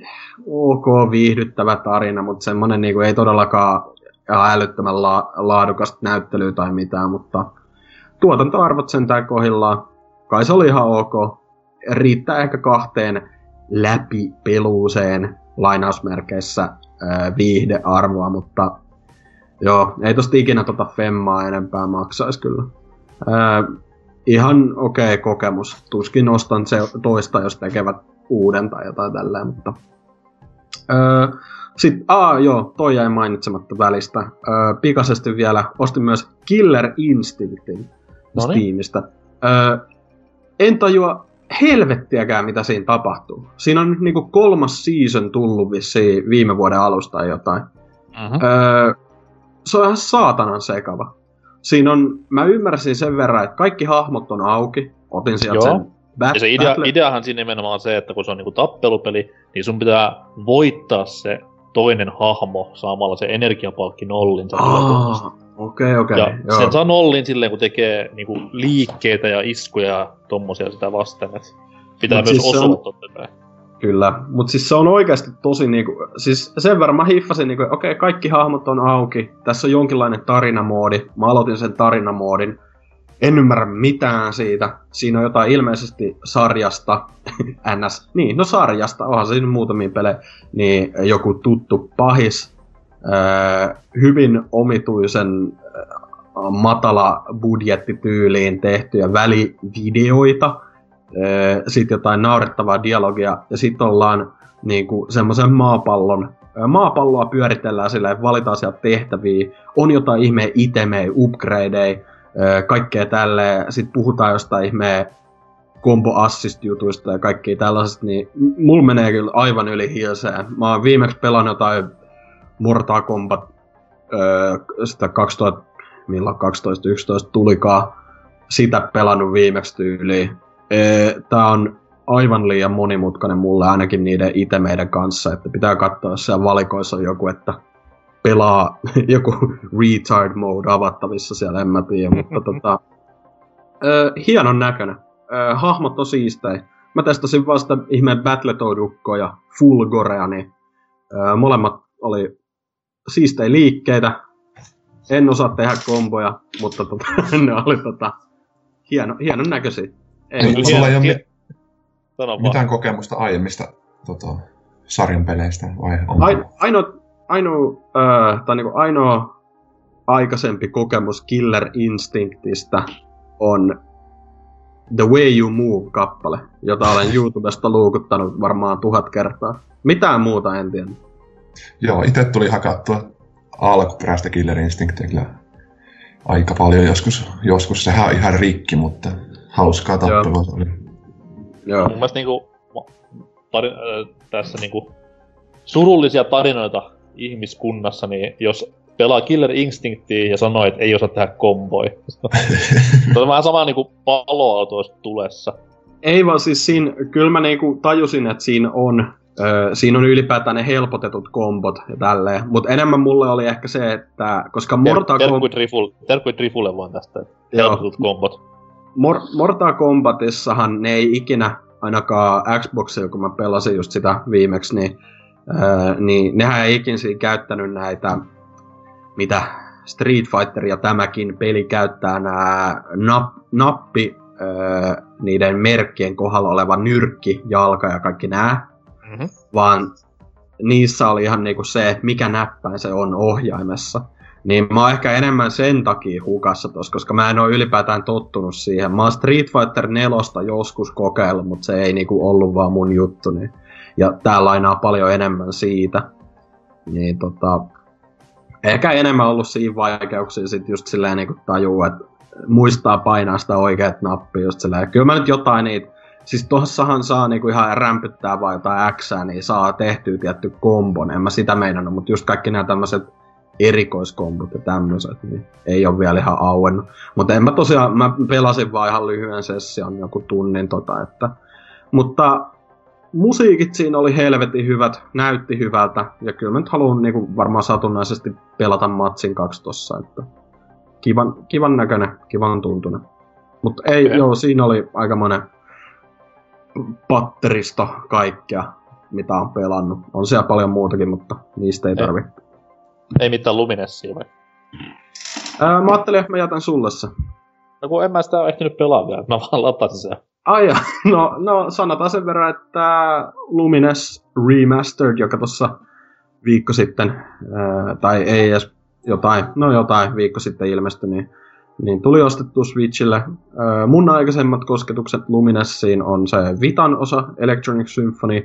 ok viihdyttävä tarina, mutta semmonen niinku ei todellakaan ihan älyttömän la- laadukasta näyttelyä tai mitään, mutta tuotantoarvot sentään kohdillaan. Kai se oli ihan ok. Riittää ehkä kahteen läpipeluuseen lainausmerkeissä ää, viihdearvoa, mutta joo, ei tosta ikinä tota femmaa enempää maksaisi kyllä. Ää, ihan okei okay kokemus. Tuskin ostan se toista, jos tekevät uuden tai jotain tälleen, mutta Öö, Sitten, aa joo, toi jäi mainitsematta välistä. Öö, pikaisesti vielä ostin myös Killer Instinctin Steamista. Öö, en tajua helvettiäkään, mitä siinä tapahtuu. Siinä on nyt niinku kolmas season tullut vissiin viime vuoden alusta tai jotain. Uh-huh. Öö, se on ihan saatanan sekava. Siinä on, mä ymmärsin sen verran, että kaikki hahmot on auki. Otin sieltä sen bat- ja se idea, ideahan siinä nimenomaan on se, että kun se on niinku tappelupeli, niin sun pitää voittaa se toinen hahmo saamalla se energiapalkki nollin. Okei, okei. Ja joo. Sen saa nollin silleen, kun tekee niinku liikkeitä ja iskuja ja tommosia sitä vasten. Et pitää mut myös siis osua on... totta kai. Kyllä, mut siis se on oikeasti tosi niinku... Siis sen verran mä hiffasin niinku, okei, okay, kaikki hahmot on auki. Tässä on jonkinlainen tarinamoodi. Mä aloitin sen tarinamoodin. En ymmärrä mitään siitä. Siinä on jotain ilmeisesti sarjasta. Ns. Niin, no sarjasta. Onhan siinä muutamia pelejä. Niin joku tuttu pahis. Öö, hyvin omituisen matala budjettityyliin tehtyjä välivideoita. Öö, sitten jotain naurettavaa dialogia. Ja sitten ollaan niinku semmoisen maapallon. Maapalloa pyöritellään silleen, valitaan sieltä tehtäviä. On jotain ihmeen itemejä, upgradeja. Kaikkea tälleen, sit puhutaan jostain ihmeen combo assist jutuista ja kaikkea tällaisesta, niin mulla menee kyllä aivan yli hilseen. Mä oon viimeksi pelannut jotain Mortal Kombat öö, sitä kaksituhatta, milloin kaksitoista yksitoista tulikaan, sitä pelannut viimeksi tyyliin. Öö, tää on aivan liian monimutkainen mulle ainakin niiden itemeiden kanssa, että pitää katsoa, jos siellä valikoissa on joku, että pelaa joku retard mode avattavissa siellä, en mä tiedä, mutta tota... Ö, hienon näköinen. Ö, hahmot on siistejä. Mä testasin vasta ihmeen Battletoad-ukkoa ja Fulgorea, niin ö, molemmat oli siistejä liikkeitä. En osaa tehdä komboja, mutta tota, ne oli tota... Hieno, hienon näköisiä. Ei, sulla ei ole mi- mitään kokemusta aiemmista tota, sarjan peleistä, vai onko? Ai, ainoa... Ainoa, äh, tai niinku ainoa aikaisempi kokemus Killer Instinctista on The Way You Move-kappale, jota olen YouTubesta luukuttanut varmaan tuhat kertaa. Mitään muuta en tiedä. Joo, itse tuli hakattua alkuperäistä Killer Instinctia kyllä aika paljon joskus. Joskus sehän on ihan rikki, mutta hauskaa tappelua se oli. Joo. Mun mielestä niinku, tarin, äh, tässä niinku surullisia tarinoita ihmiskunnassa, niin jos pelaa Killer Instinctia ja sanoo, että ei osaa tehdä komboja. Tämä on vähän sama niinku paloautoista tulessa. Ei vaan siis siinä, kyllä mä niinku tajusin, että siinä on, ö, siinä on ylipäätään ne helpotetut kombot ja tälleen. Mut enemmän mulle oli ehkä se, että koska Mortal Kombat... Terkkuit Rifulle vaan tästä, helpotetut kombot. Mor- Mortal Kombatissahan ne ei ikinä, ainakaan Xboxilla, kun mä pelasin just sitä viimeksi, niin Öö, niin nehän ei ikin siinä käyttänyt näitä, mitä Street Fighter ja tämäkin peli käyttää nää nap, nappi, öö, niiden merkkien kohdalla oleva nyrkki, jalka ja kaikki nää. Mm-hmm. Vaan niissä oli ihan niinku se, mikä näppäin se on ohjaimessa. Niin mä oon ehkä enemmän sen takia hukassa tossa, koska mä en oo ylipäätään tottunut siihen. Mä oon Street Fighter neljä joskus kokeillut, mutta se ei niinku ollut vaan mun juttu. Niin. Ja tää lainaa paljon enemmän siitä. Niin tota... Ehkä enemmän ollut siinä vaikeuksia sit just silleen niinku tajuu, että muistaa painaa sitä oikeet nappia just silleen. Kyllä mä nyt jotain niitä... Siis tossahan saa niinku ihan rämpyttää vaan jotain Xää, niin saa tehtyä tietty kombon. En mä sitä meinannut, mutta just kaikki nää tämmöset erikoiskombot ja tämmöset, niin ei oo vielä ihan auennut. Mutta en mä tosiaan, mä pelasin vaan ihan lyhyen session, joku tunnin tota, että... Mutta... Musiikit siinä oli helvetin hyvät, näytti hyvältä, ja kyllä mä nyt haluan niinku varmaan satunnaisesti pelata matsin kaksi tossa, että kivan, kivan näköinen, kivan tuntunen. Mutta ei, okay. Joo, siinä oli aikamoinen patteristo kaikkea, mitä on pelannut. On siellä paljon muutakin, mutta niistä ei tarvi. Ei, ei mitään Luminessia vai? Ää, mä ajattelin, että mä jätän sulle se. No kun en mä sitä ehtinyt pelaa vielä, mä vaan latasin sen. Ai ja, no, no sanotaan sen verran, että Lumines Remastered, joka tossa viikko sitten, ää, tai ei edes jotain, no jotain viikko sitten ilmestyi, niin, niin tuli ostettu Switchille. Ää, mun aikaisemmat kosketukset Luminessiin on se Vitan osa, Electronic Symphony,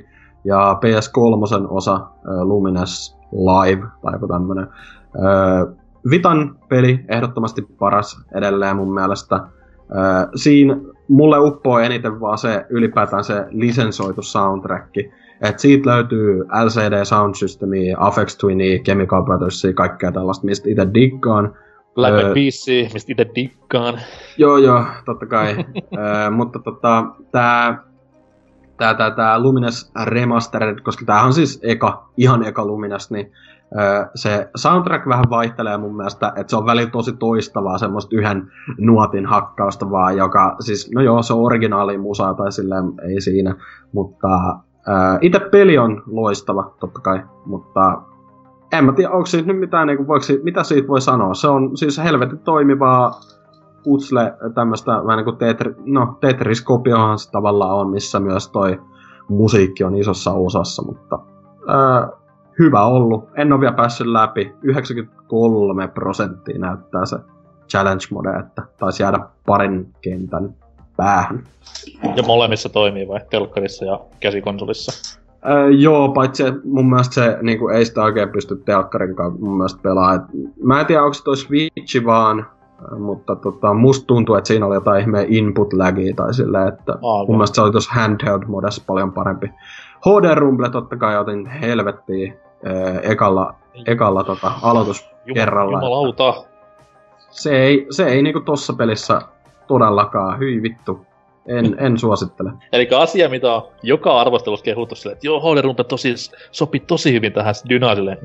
ja P S kolme osa äh, Lumines Live tai joku tämmönen. Äh, Vitan peli ehdottomasti paras edelleen mun mielestä. Äh, siinä mulle uppoo eniten vaan se ylipäätään se lisensoitu soundtracki. Et siitä löytyy L C D Sound Systemia, Aphex Twinia, Chemical Brothersia, kaikkea tällaista, mistä itse diggaan. Black öö, P C, mistä itse diggaan. Joo joo, totta kai. öö, mutta tota, tää, tää, tää, tää Lumines Remastered, koska tää on siis eka, ihan eka Lumines, niin öö, se soundtrack vähän vaihtelee mun mielestä, että se on välillä tosi toistavaa, semmoista yhden nuotin hakkausta vaan, joka siis, no joo, se on originaali musaa tai silleen, ei siinä, mutta öö, itse peli on loistava, totta kai, mutta en mä tiedä, onko siitä nyt mitään, niin voiko siitä, mitä siitä voi sanoa. Se on siis helvetin toimivaa putsle, tämmöstä vähän niin kuin Tetri, no, Tetris-kopiohan se tavallaan on, missä myös toi musiikki on isossa osassa, mutta ää, hyvä ollut. En ole vielä päässyt läpi. yhdeksänkymmentäkolme prosenttia näyttää se challenge mode, että taisi jäädä parin kentän päähän. Ja molemmissa toimii vai? Telkkarissa ja käsikonsolissa? Öö, joo, paitsi mun mielestä se niinku, ei sitä oikein pysty telkkarin kanssa mun mielestä pelaa. Et, mä en tiedä, onko se toi Switchi vaan, mutta tota, musta tuntuu, että siinä oli jotain ihmeen input lagia tai silleen, että Aa, mun mielestä se oli tuossa handheld-modessa paljon parempi. H D-rumble totta kai otin helvettiin öö, ekalla, ekalla tota, aloituskerralla. Jumalauta! Se ei, se ei niinku tossa pelissä todellakaan, hyi vittu. En, en suosittele. Eli asia, mitä on joka arvostelussa kehuttu silleen, että joo, H D-rumble tosi, sopii tosi hyvin tähän dynaasille.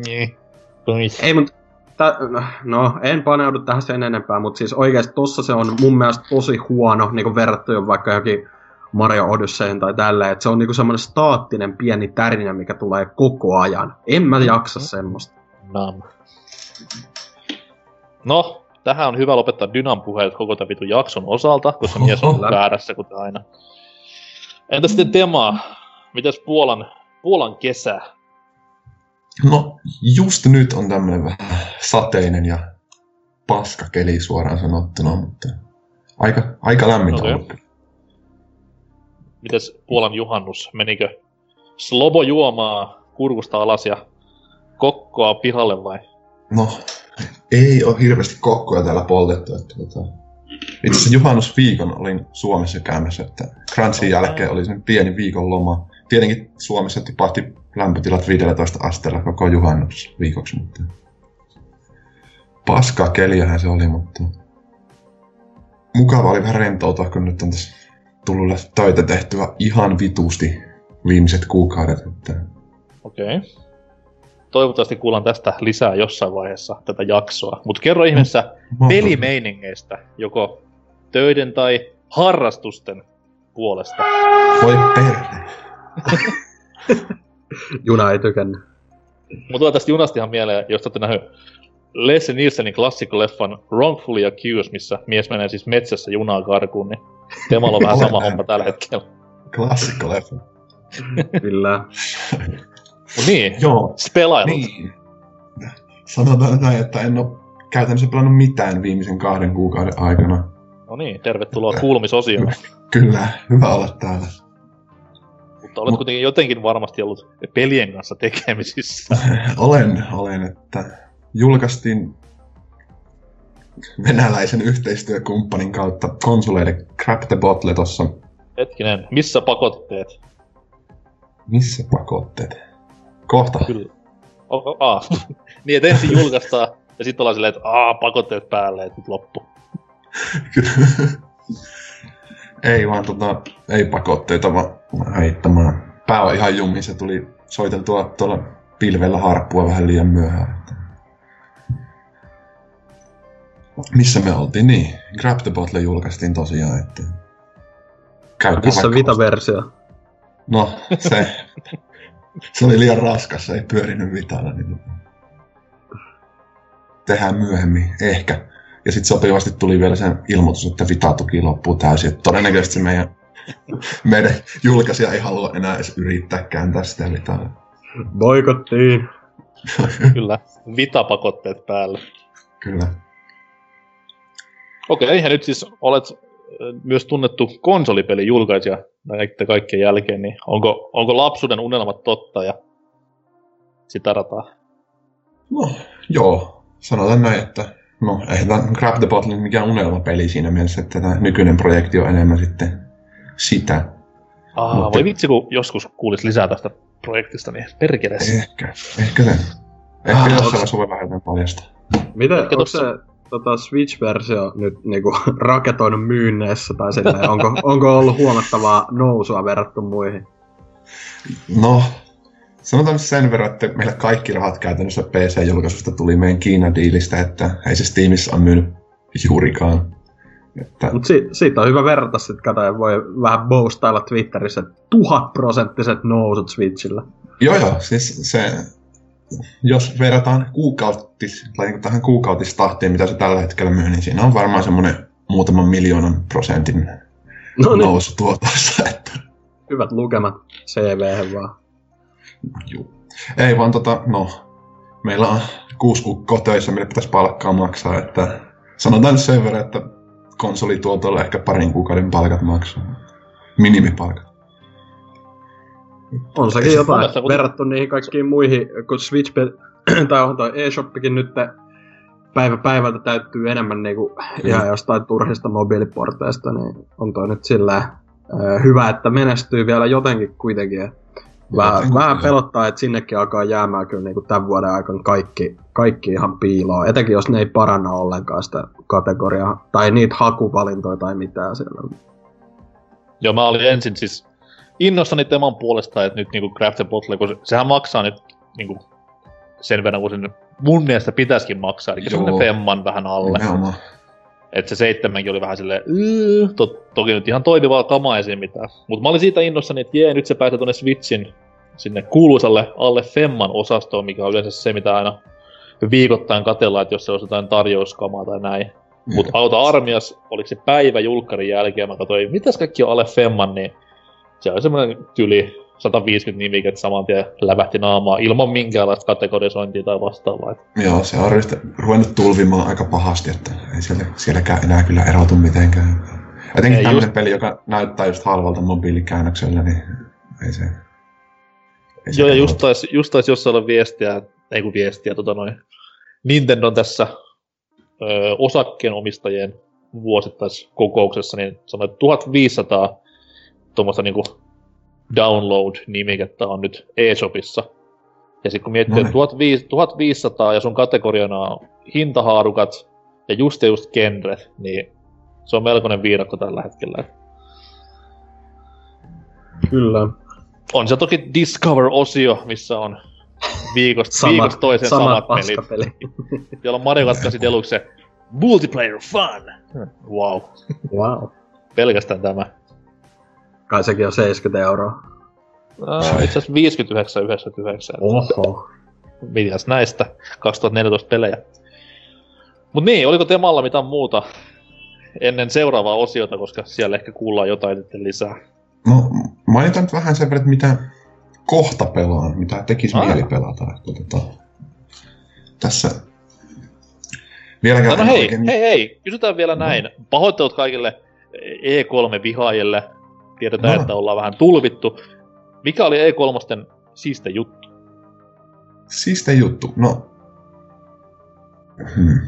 Ei, mut tä, no, en paneudu tähän sen enempää, mutta siis oikeesti tossa se on mun mielestä tosi huono, niinku verrattuna jo vaikka johonkin Mario Odysseyin tai tälleen, että se on niinku semmonen staattinen pieni tärinä, mikä tulee koko ajan. En mä jaksa semmoista. Nam. No, tähän on hyvä lopettaa Dynan puheet koko tämän vitun jakson osalta, koska mies on väärässä kuten aina. Entä sitten Tema? Mitäs Puolan, Puolan kesä? No, just nyt on tämmönen vähän sateinen ja paskakeli suoraan sanottuna, mutta aika, aika lämmin okay. ollut. Mitäs Puolan juhannus? Menikö slobo juomaa kurkusta alas ja kokkoa pihalle vai? No, ei ole hirveästi kokkoja täällä poltettu. Että, että, itse asiassa juhannusviikon olin Suomessa käymässä, että Crunchyn jälkeen oli sen pieni viikon loma. Tietenkin Suomessa tipahti lämpötilat viisitoista asteella koko juhannusviikoksi, mutta paskaa keliähän se oli, mutta mukava oli vähän rentoutua, kun nyt on tässä tullut töitä tehtyä ihan vitusti viimeiset kuukaudet. Että okei. Okay. Toivottavasti kuullaan tästä lisää jossain vaiheessa tätä jaksoa. Mutta kerro ihmeessä mm. pelimeiningeistä, joko töiden tai harrastusten puolesta. Voi perre. Juna ei tykännyt. Mut tulee tästä junasta ihan mieleen, jos olette nähnyt Leslie Nielsenin klassikoleffan Wrongfully Accused, missä mies menee siis metsässä junaa karkuun, niin Temalla on vähän sama homma tällä hetkellä. Klassikkoleffa. Kyllä. Mut niin, joo, spelailut. Niin. Sanotaan näin, että en oo käytännössä pelannut mitään viimeisen kahden kuukauden aikana. No niin, tervetuloa kuulumisosioon. Kyllä, hyvä olla täällä. Mutta olet Mut... kuitenkin jotenkin varmasti ollut pelien kanssa tekemisissä. olen, olen, että julkaistiin venäläisen yhteistyökumppanin kautta konsoleille Grab the Bottle tossa. Hetkinen, missä pakotteet? Missä pakotteet? Kohta. Kyllä. Oh, ah. Niin, et ensin julkaistaan ja sit ollaan silleen, että aah, pakotteet päälle, et nyt loppu. Kyllä. Ei vaan tota, ei pakotteita vaan heittämään. Pää on ihan jummin, se tuli soiteltua tuolla pilvellä harppua vähän liian myöhään. Missä me oltiin? Niin, Grab the Bottle julkaistiin tosiaan, että missä Vita-versio? No, se, se oli liian raskas, se ei pyörinyt Vitalla, niin tehdään myöhemmin, ehkä. Ja sitten sopivasti tuli vielä sen ilmoitus, että Vita-tuki loppuu täysin. Että todennäköisesti meidän, meidän julkaisija ei halua enää edes yrittää kääntää sitä Vitalla. Boikottiin. Kyllä, Vita-pakotteet päälle. Kyllä. Okei, ja nyt siis olet myös tunnettu konsolipelijulkaisija näiden kaikkien jälkeen, niin onko, onko lapsuuden unelmat totta ja sitä rataa? No, joo. Sanotaan näin, että no, eihän tämä Grab the Bottle mikään unelmapeli siinä mielessä, että tämä nykyinen projekti on enemmän sitten sitä. Aa, mutta... voi vitsi, kun joskus kuulisi lisää tästä projektista, niin perkeleessä. Ehkä, ehkä sen. Ehkä ah, jossain vaiheessa voi vähemmän paljastaa. Miten, onko tossa... se tota, Switch-versio nyt niinku raketoinut myynneissä, tai silleen, onko, onko ollut huomattavaa nousua verrattuna muihin? No, sanotaan sen verran, että meillä kaikki rahat käytännössä P C-julkaisusta tuli meidän Kiina-diilistä, että ei se Steamissa on myynyt juurikaan. Että... Mutta si- siitä on hyvä verrata sitten, kato, ja voi vähän boostailla Twitterissä, että tuhatprosenttiset nousut Switchillä. Joo joo, siis se, jos verrataan kuukautis, tai niin tähän kuukautistahtiin, mitä se tällä hetkellä myy, niin siinä on varmaan semmoinen muutaman miljoonan prosentin no niin. nousu tuotossa. Että... Hyvät lukemat C V:hen vaan. Joo. Ei vaan tota, no, meillä on kuusi kukkoa töissä, mille pitäisi palkkaa maksaa, että sanotaan nyt sen verran, että konsolituotolle ehkä parin kuukauden palkat maksaa. Minimipalkat. On sekin jotain verrattu niihin kaikkiin muihin, kun Switch tai on toi eShoppikin nyt päivä päivältä täyttyy enemmän niinku mm. ihan jostain turhista mobiiliporteista, niin on toi nyt sillä äh, hyvä, että menestyy vielä jotenkin kuitenkin. Vähän, vähän pelottaa, että sinnekin alkaa jäämään kyllä niinku tämän vuoden aikana kaikki, kaikki ihan piiloon. Etenkin jos ne ei paranna ollenkaan sitä kategoriaa, tai niitä hakuvalintoja tai mitään siellä. Joo, mä olin ensin siis innossani teman puolesta, että nyt niinku Grab the Bottle, kun sehän maksaa nyt niinku sen verran, kun sen mun mielestä pitäisikin maksaa, eli semmonen femman vähän alle. Nimenomaan. Että se seitsemänkin oli vähän silleen, to, toki nyt ihan toimivaa kamaa ei siinä mitään. Mut mä olin siitä innossani, että jee, nyt se pääsee tonne Switchin sinne kuuluisalle alle femman osastoon, mikä on yleensä se, mitä aina viikoittain katsellaan, että jos se olisi jotain tarjouskamaa tai näin. Mm. Mut auta armias, oliko se päivä julkkarin jälkeen, mä katsoin, mitäs kaikki on alle femman, niin se oli semmoinen tyli sata viisikymmentä nimikettä saman tien lävähti naamaa ilman minkäänlaista kategorisointia tai vastaavaa. Joo, se on ruvennut tulvimaan aika pahasti, että ei siellä, sielläkään enää kyllä erotu mitenkään. Etenkin ei tämmöinen just... peli, joka näyttää just halvalta mobiilikäännöksellä, niin ei se... Ei se Joo, ja just taisi just tais jossain olla viestiä, ei kun viestiä, tota noin, Nintendon tässä ö, osakkeenomistajien vuosittaiskokouksessa, niin sanoi, että tuhatviisisataa tuommoista niinku download-nimikettä on nyt eShopissa. Ja sit kun miettii, että tuhatviisisataa ja sun kategoriana on hintahaarukat ja just ja just genret, niin se on melkoinen viidakko tällä hetkellä. Kyllä. On se toki Discover-osio, missä on viikosta, samat, viikosta toiseen samat, samat pelit. Peli. Jolla on Mario Kart kahdeksan Deluxe Multiplayer Fun! Wow. Wow. Pelkästään tämä. Kai sekin on seitsemänkymmentä euroa. No, itse asiassa viisikymmentäyhdeksän yhdeksänkymmentäyhdeksän. Oho. Mitäs näistä? kaksituhattaneljätoista pelejä. Mut niin, oliko Temalla mitään muuta ennen seuraavaa osiota, koska siellä ehkä kuullaan jotain sitten lisää? No, mainitaan nyt vähän sen verran, että mitä kohta pelaan, mitä tekisi ah. mieli pelata. Että, tota, tässä vieläkään... No hei, oikein... hei, hei, kysytään vielä no. näin. Pahoittelut kaikille E kolme-vihaajille. Tiedetään, no. että ollaan vähän tulvittu. Mikä oli E kolme siiste juttu? Siiste juttu? No... Hmm.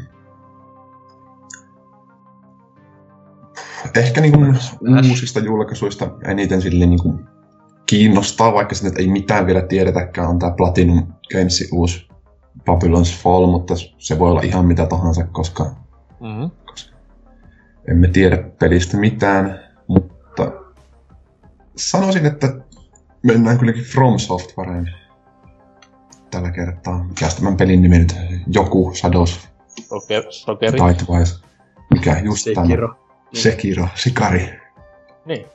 Ehkä niin kuin uusista julkaisuista eniten silleen niin kuin kiinnostaa, vaikka sitä ei mitään vielä tiedetäkään, on tää Platinum Gamesin uusi Babylon's Fall, mutta se voi olla ihan mitä tahansa, koska, mm-hmm. koska emme tiedä pelistä mitään, mutta sanoisin, että mennään kylläkin From Softwareen tällä kertaa. Mikäs tämän pelin nimi nyt? Joku Shadows Sokeri. Tightwise. Mikä just Sekiro. Tämä? Sekiro, Sikari. Niin.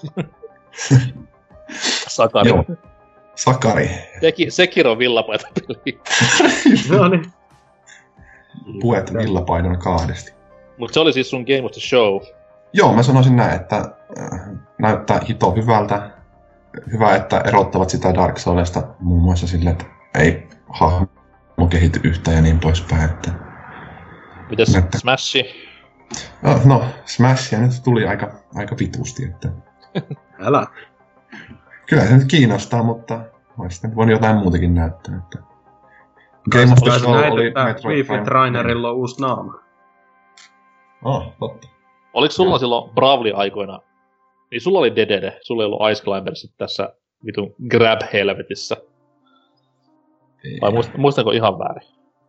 Sakari. Joo, Sakari. Seki, Sekiro villapaita peli. No niin. Puet villapaidan kahdesti. Mut se oli siis sun Game of the Show. Joo, mä sanoisin näin, että äh, näyttää hito hyvältä. Hyvä, että erottavat sitä Dark Soulsista muun muassa sille, että ei hahmo kehity yhtään ja niin poispäin. Että... Mites näyttä... Smashi? No, no Smashia nyt tuli aika, aika vitusti, että... Älä. Kyllä se nyt kiinnostaa, mutta olisi sitten voinut jotain muutakin näyttää. Että... Game of Kai sä Thrones näit, oli että Metroid Wii Fit Prime. Rainerilla on uusi naama. Ah, totta. Oliko sulla silloin Bravely-aikoina, niin sulla oli Dedede, sulla ei ollut Ice Climbersit tässä vitun Grab-helvetissä. Ei, Vai muist, muistanko ihan väärin?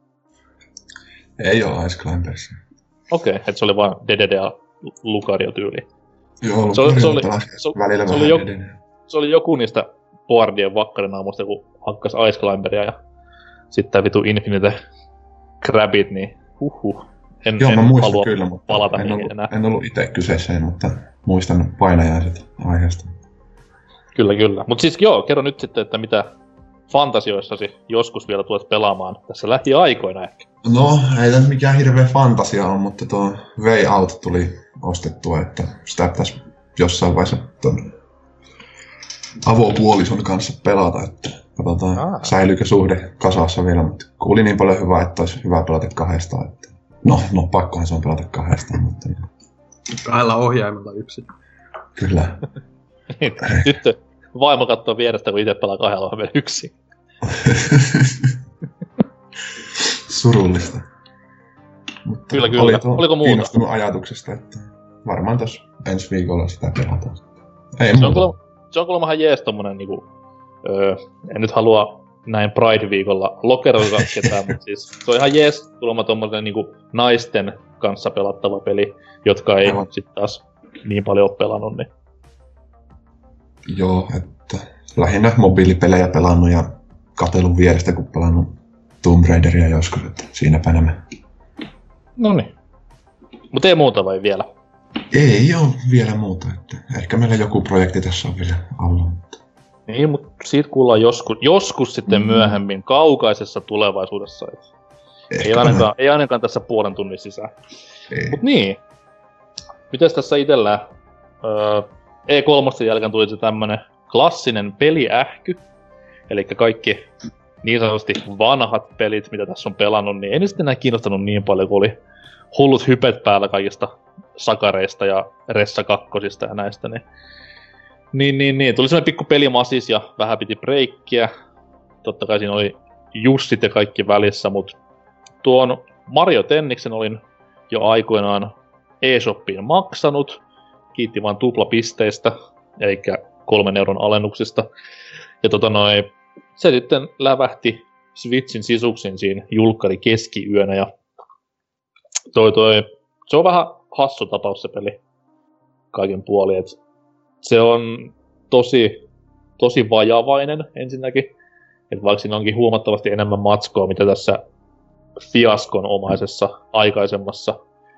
ei ole Ice Climbers. Okei, okay, että se oli vaan Dedede ja Lucario tyyli. Joo, Se oli- se oli- pelasi se- välillä se vähän oli jo- edelleen. Se oli joku niistä boardien vakkarinaamoista, kun hakkas Ice Climberia ja sitten tää vitu Infinite Crabit, niin huhhuh. En, Joo, en mä muistan halua kyllä, mutta palata en niihin ollut, enää. en ollut itse kyseessä, mutta muistan painajaiset aiheesta. Kyllä, kyllä. Mut siis joo, kerro nyt sitten, että mitä fantasioissasi joskus vielä tulet pelaamaan tässä lähiaikoina ehkä. No, ei tämä mikään hirveä fantasia on, mutta tuo Way Out tuli ostettua, että sitä pitäisi jossain vaiheessa ton avopuolison kanssa pelata, että katsotaan Aa. säilyykö suhde kasassa vielä, mutta kuuli niin paljon hyvää, että olisi hyvä pelata kahdestaan, että no, no pakkohan se on pelata kahdestaan, mutta Kahdella ohjaimella yksin. kyllä. Nyt vaimo kattoo vierestä, kun itse pelaa kahdella ohjelmalla yksin. Surullista. Mutta Kyllä, kyllä. oli tuo Oliko muuta? kiinnostunut ajatuksesta, että varmaan tuossa ensi viikolla sitä pelataan. Ei Se on, muuta. kuulemma, se on kuulemma ihan jees tommonen niinku, öö, en nyt halua näin Pride-viikolla lokeroida ketään, mutta siis se on ihan jees kuulemma tommonen niinku naisten kanssa pelattava peli, jotka ei Aivan. sit taas niin paljon oo pelannut, niin Joo, että lähinnä mobiilipelejä pelannut ja katsellut vierestä, kun pelannut Tomb Raideria joskus, että siinäpä nämä. noniin. Mut ei muuta vai vielä? Ei oo vielä muuta, että ehkä meillä joku projekti tässä on vielä alla. Mutta... Niin, mut siitä kuullaan joskus, joskus sitten Mm. myöhemmin, kaukaisessa tulevaisuudessa. Et ei, Ehkä ainakaan, ei ainakaan tässä puolen tunnin sisään. ei. Mut niin. Mites tässä itellä öö, E kolme jälkeen tuli se tämmönen klassinen peliähky. Elikkä kaikki niin sanotusti vanhat pelit, mitä tässä on pelannut, niin ei ne sitten enää kiinnostanut niin paljon, kun oli hullut hypet päällä kaikista sakareista ja Ressa kakkosista ja näistä. Niin, niin, niin, niin. Tuli semmoinen pikku pelimasis ja vähän piti breikkiä. Totta kai siinä oli Jussit ja kaikki välissä, mut tuon Mario Tenniksen olin jo aikoinaan eShopiin maksanut. Kiitti vaan tuplapisteistä, eli kolmen euron alennuksista. Ja tota noin, se sitten lävähti Switchin sisuksin siinä julkkari keskiyönä. Ja toi toi, se on vähän hassu tapaus se peli kaiken puolin. Et se on tosi, tosi vajavainen ensinnäkin. Et vaikka siinä onkin huomattavasti enemmän matskoa, mitä tässä fiaskon omaisessa aikaisemmassa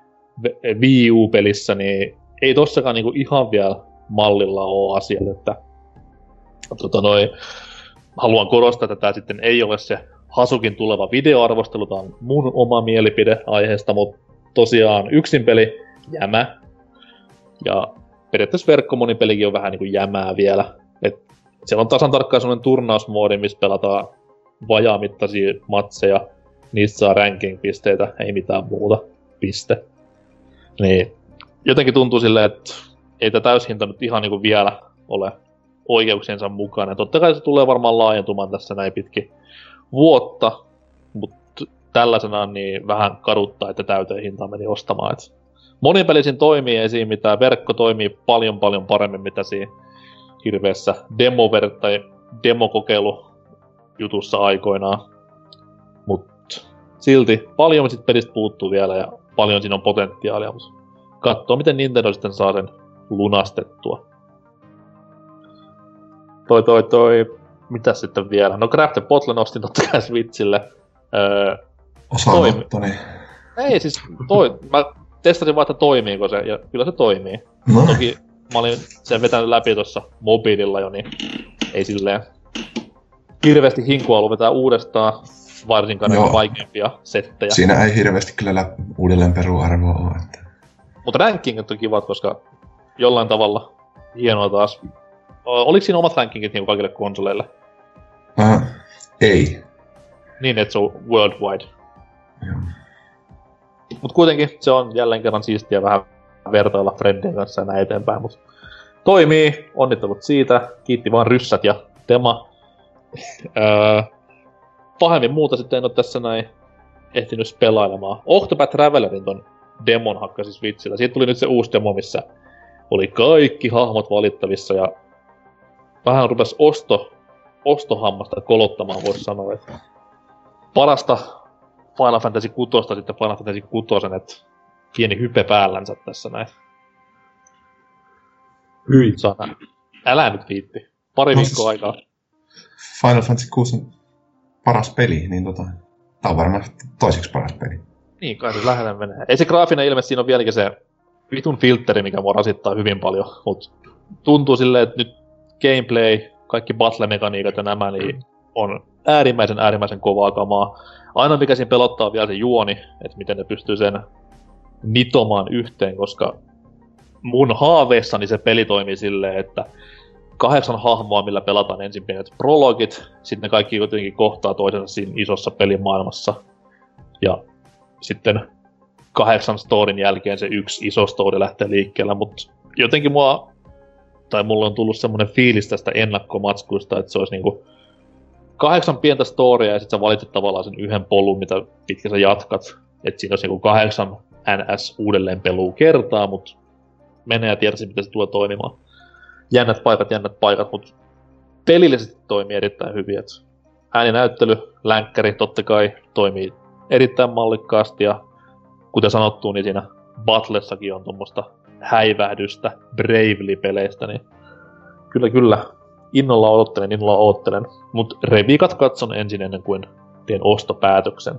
Wii U-pelissä, niin ei tossakaan niinku ihan vielä mallilla oo asiat, että tota noi, haluan korostaa, että tää sitten ei ole se Hasukin tuleva videoarvostelu, tää on mun oma mielipide aiheesta, mutta tosiaan yksin peli jämä, ja periaatteessa verkkomonipelikin on vähän niinku jämää vielä, et siellä on tasan tarkkaan semmonen turnausmoodi, missä pelataan vajaamittaisia matseja, niistä saa ranking-pisteitä, ei mitään muuta, piste. Niin jotenkin tuntuu silleen, että ei tämä täyshinta nyt ihan niinku vielä ole oikeuksiensa mukana. Totta kai se tulee varmaan laajentumaan tässä näin pitkin vuotta, mutta tällaisenaan niin vähän kaduttaa, että täyteen hintaan meni ostamaan. Et monipelisin toimii esiin, mitä verkko toimii paljon paljon paremmin, mitä siinä hirveässä demover- tai demokokeilujutussa aikoinaan. Mut silti paljon sit pelistä puuttuu vielä ja paljon siinä on potentiaalia, mutta katsoo miten Nintendo sitten saa sen lunastettua. Toi toi toi, mitäs sitten vielä? No Crafted Bottle ostin totta kai Switchille. Öö, Osanottoni. ei siis, toi, mä testasin vaan, että toimiiko se, ja kyllä se toimii. No, Toki mä olin sen vetänyt läpi tuossa mobiililla jo, niin ei silleen hirveästi hinkua ollut vetää uudestaan, varsinkaan näitä Joo. vaikeimpia settejä. siinä ei hirveästi kyllä lä- uudelleen peruarvoa ole. Että... Mutta rankingit on kivat, koska jollain tavalla hienoa taas. O- Oliko siinä omat rankingit niin kaikille konsoleille? Uh, ei. Niin, että se on worldwide. Joo. Mut kuitenkin se on jälleen kerran siistiä vähän vertailla friendien kanssa ja näin eteenpäin. Mut toimii, onnittelut siitä, kiitti vaan ryssät ja Tema. öö, pahemmin muuta sitten en oo tässä näin ehtinyt pelailemaan. Octopath Travelerin ton demon hakkasi Switchillä. Siitä tuli nyt se uusi demo, missä oli kaikki hahmot valittavissa ja vähän rupes osto, ostohammasta kolottamaan, voisi sanoa, että parasta Final Fantasy kuusi sitten Final Fantasy kuusi, että pieni hype päällänsä tässä näin. Hyi. Sana. Älä nyt viitti. Pari No, viikkoa siis- aikaa. Final Fantasy kuusi on paras peli, niin tota, tää on varmaan toiseksi paras peli. Niin, kai se lähellä menee. Ei se graafinen ilme, siinä on vieläkin se vitun filtteri, mikä mua rasittaa hyvin paljon. Mut tuntuu silleen, että nyt gameplay, kaikki battle-mekaniikat ja nämä, niin on äärimmäisen äärimmäisen kovaa kamaa. Aina mikä siinä pelottaa on vielä se juoni, että miten ne pystyy sen nitomaan yhteen, koska mun haaveissani se peli toimii silleen, että kahdeksan hahmoa, millä pelataan ensin pienet prologit, sitten ne kaikki jotenkin kohtaa toisensa siinä isossa pelimaailmassa. Ja sitten kahdeksan storin jälkeen se yksi iso story lähtee liikkeelle, mutta jotenkin mua, tai mulle on tullut semmonen fiilis tästä ennakkomatskuista, että se olisi niinku kahdeksan pientä storya ja sit sä valitset tavallaan sen yhden polun, mitä pitkä sä jatkat. Että siinä olisi niinku kahdeksan N S uudelleen peluu kertaa, mut menee ja tiedäsi, miten se tulee toimimaan. Jännät paikat, jännät paikat, mut pelillisesti toimii erittäin hyvin. Et ääninäyttely, länkkäri totta kai toimii erittäin mallikkaasti ja kuten sanottu, niin siinä Battlessakin on tuommoista häivähdystä Bravely-peleistä, niin kyllä kyllä innolla odottelen, innolla odottelen, mut revikat katson ensin ennen kuin teen ostopäätöksen.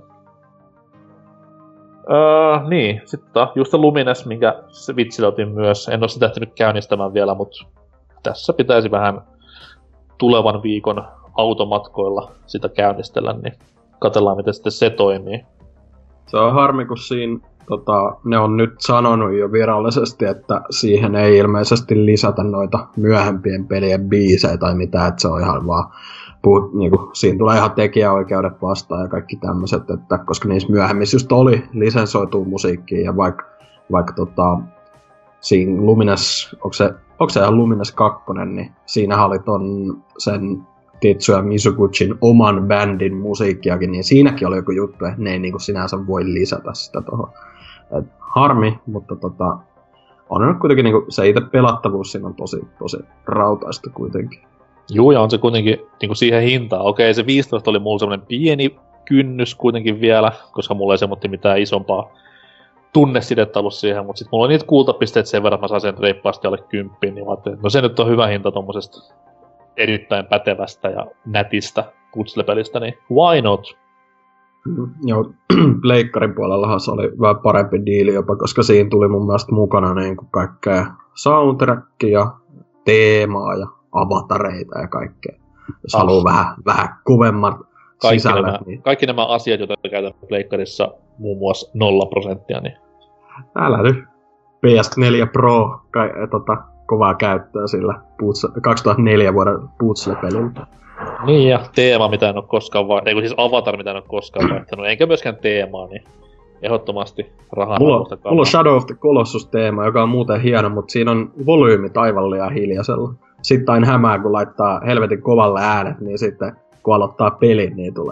Öö, niin, sitten taas just se Lumines, minkä Switchillä otin myös, en oo sitä ehtinyt käynnistämään vielä, mut tässä pitäisi vähän tulevan viikon automatkoilla sitä käynnistellä, niin katsellaan miten sitten se toimii. Se on harmi, kun siinä tota, ne on nyt sanonut jo virallisesti, että siihen ei ilmeisesti lisätä noita myöhempien pelien biisejä tai mitään, että se on ihan vaan, puhut, niinku, siinä tulee ihan tekijäoikeudet vastaan ja kaikki tämmöiset, että koska niissä myöhemmissä just oli lisensoitua musiikkia ja vaikka, vaikka tota, siinä Lumines, onko se, onko se ihan Lumines kaksi, niin siinähän oli ton sen Tetsuya Mizuguchin oman bändin musiikkiakin, niin siinäkin oli joku juttu, että ne ei niinku sinänsä voi lisätä sitä tohon. Et harmi, mutta tota, on nyt kuitenkin niinku, se itse pelattavuus siinä on tosi, tosi rautaista kuitenkin. Juu, ja on se kuitenkin niinku siihen hintaan. Okei, se viisitoista oli mulla semmonen pieni kynnys kuitenkin vielä, koska mulla ei semmoinen mitään isompaa tunnesidettä ollut siihen, mutta sit mulla oli niitä kultapisteitä sen verran, että mä sain sen reippaasti alle kymppiin, niin mä ajattelin, että no se nyt on hyvä hinta tommosesta erittäin pätevästä ja nätistä puzzle-pelistä, niin why not? Mm, joo, Pleikkarin puolellahan se oli vähän parempi diili jopa, koska siinä tuli mun mielestä mukana niin kuin kaikkea soundtrackia, teemaa ja avatareita ja kaikkea. Jos ah. haluaa vähän, vähän kovemmat kaikki sisällöt. Nämä, niin... Kaikki nämä asiat, joita käytän Pleikkarissa, muun muassa nolla prosenttia, niin... Älä nyt. P S neljä Pro, kai, tota, kovaa käyttöä sillä putsle, kaksituhattaneljä vuoden puzzle-pelillä. Niin, ja teema, mitä en oo koskaan vaihtanut, eikö siis avatar, mitä en oo koskaan vaihtanut, enkä myöskään teemaa, niin ehdottomasti rahaa. Mulla, mulla on Shadow of the Colossus-teema, joka on muuten hieno, mutta siinä on volyymi aivan liian hiljaisella. Sitten aina hämää, kun laittaa helvetin kovalle äänet, niin sitten kun aloittaa pelin, niin tulee...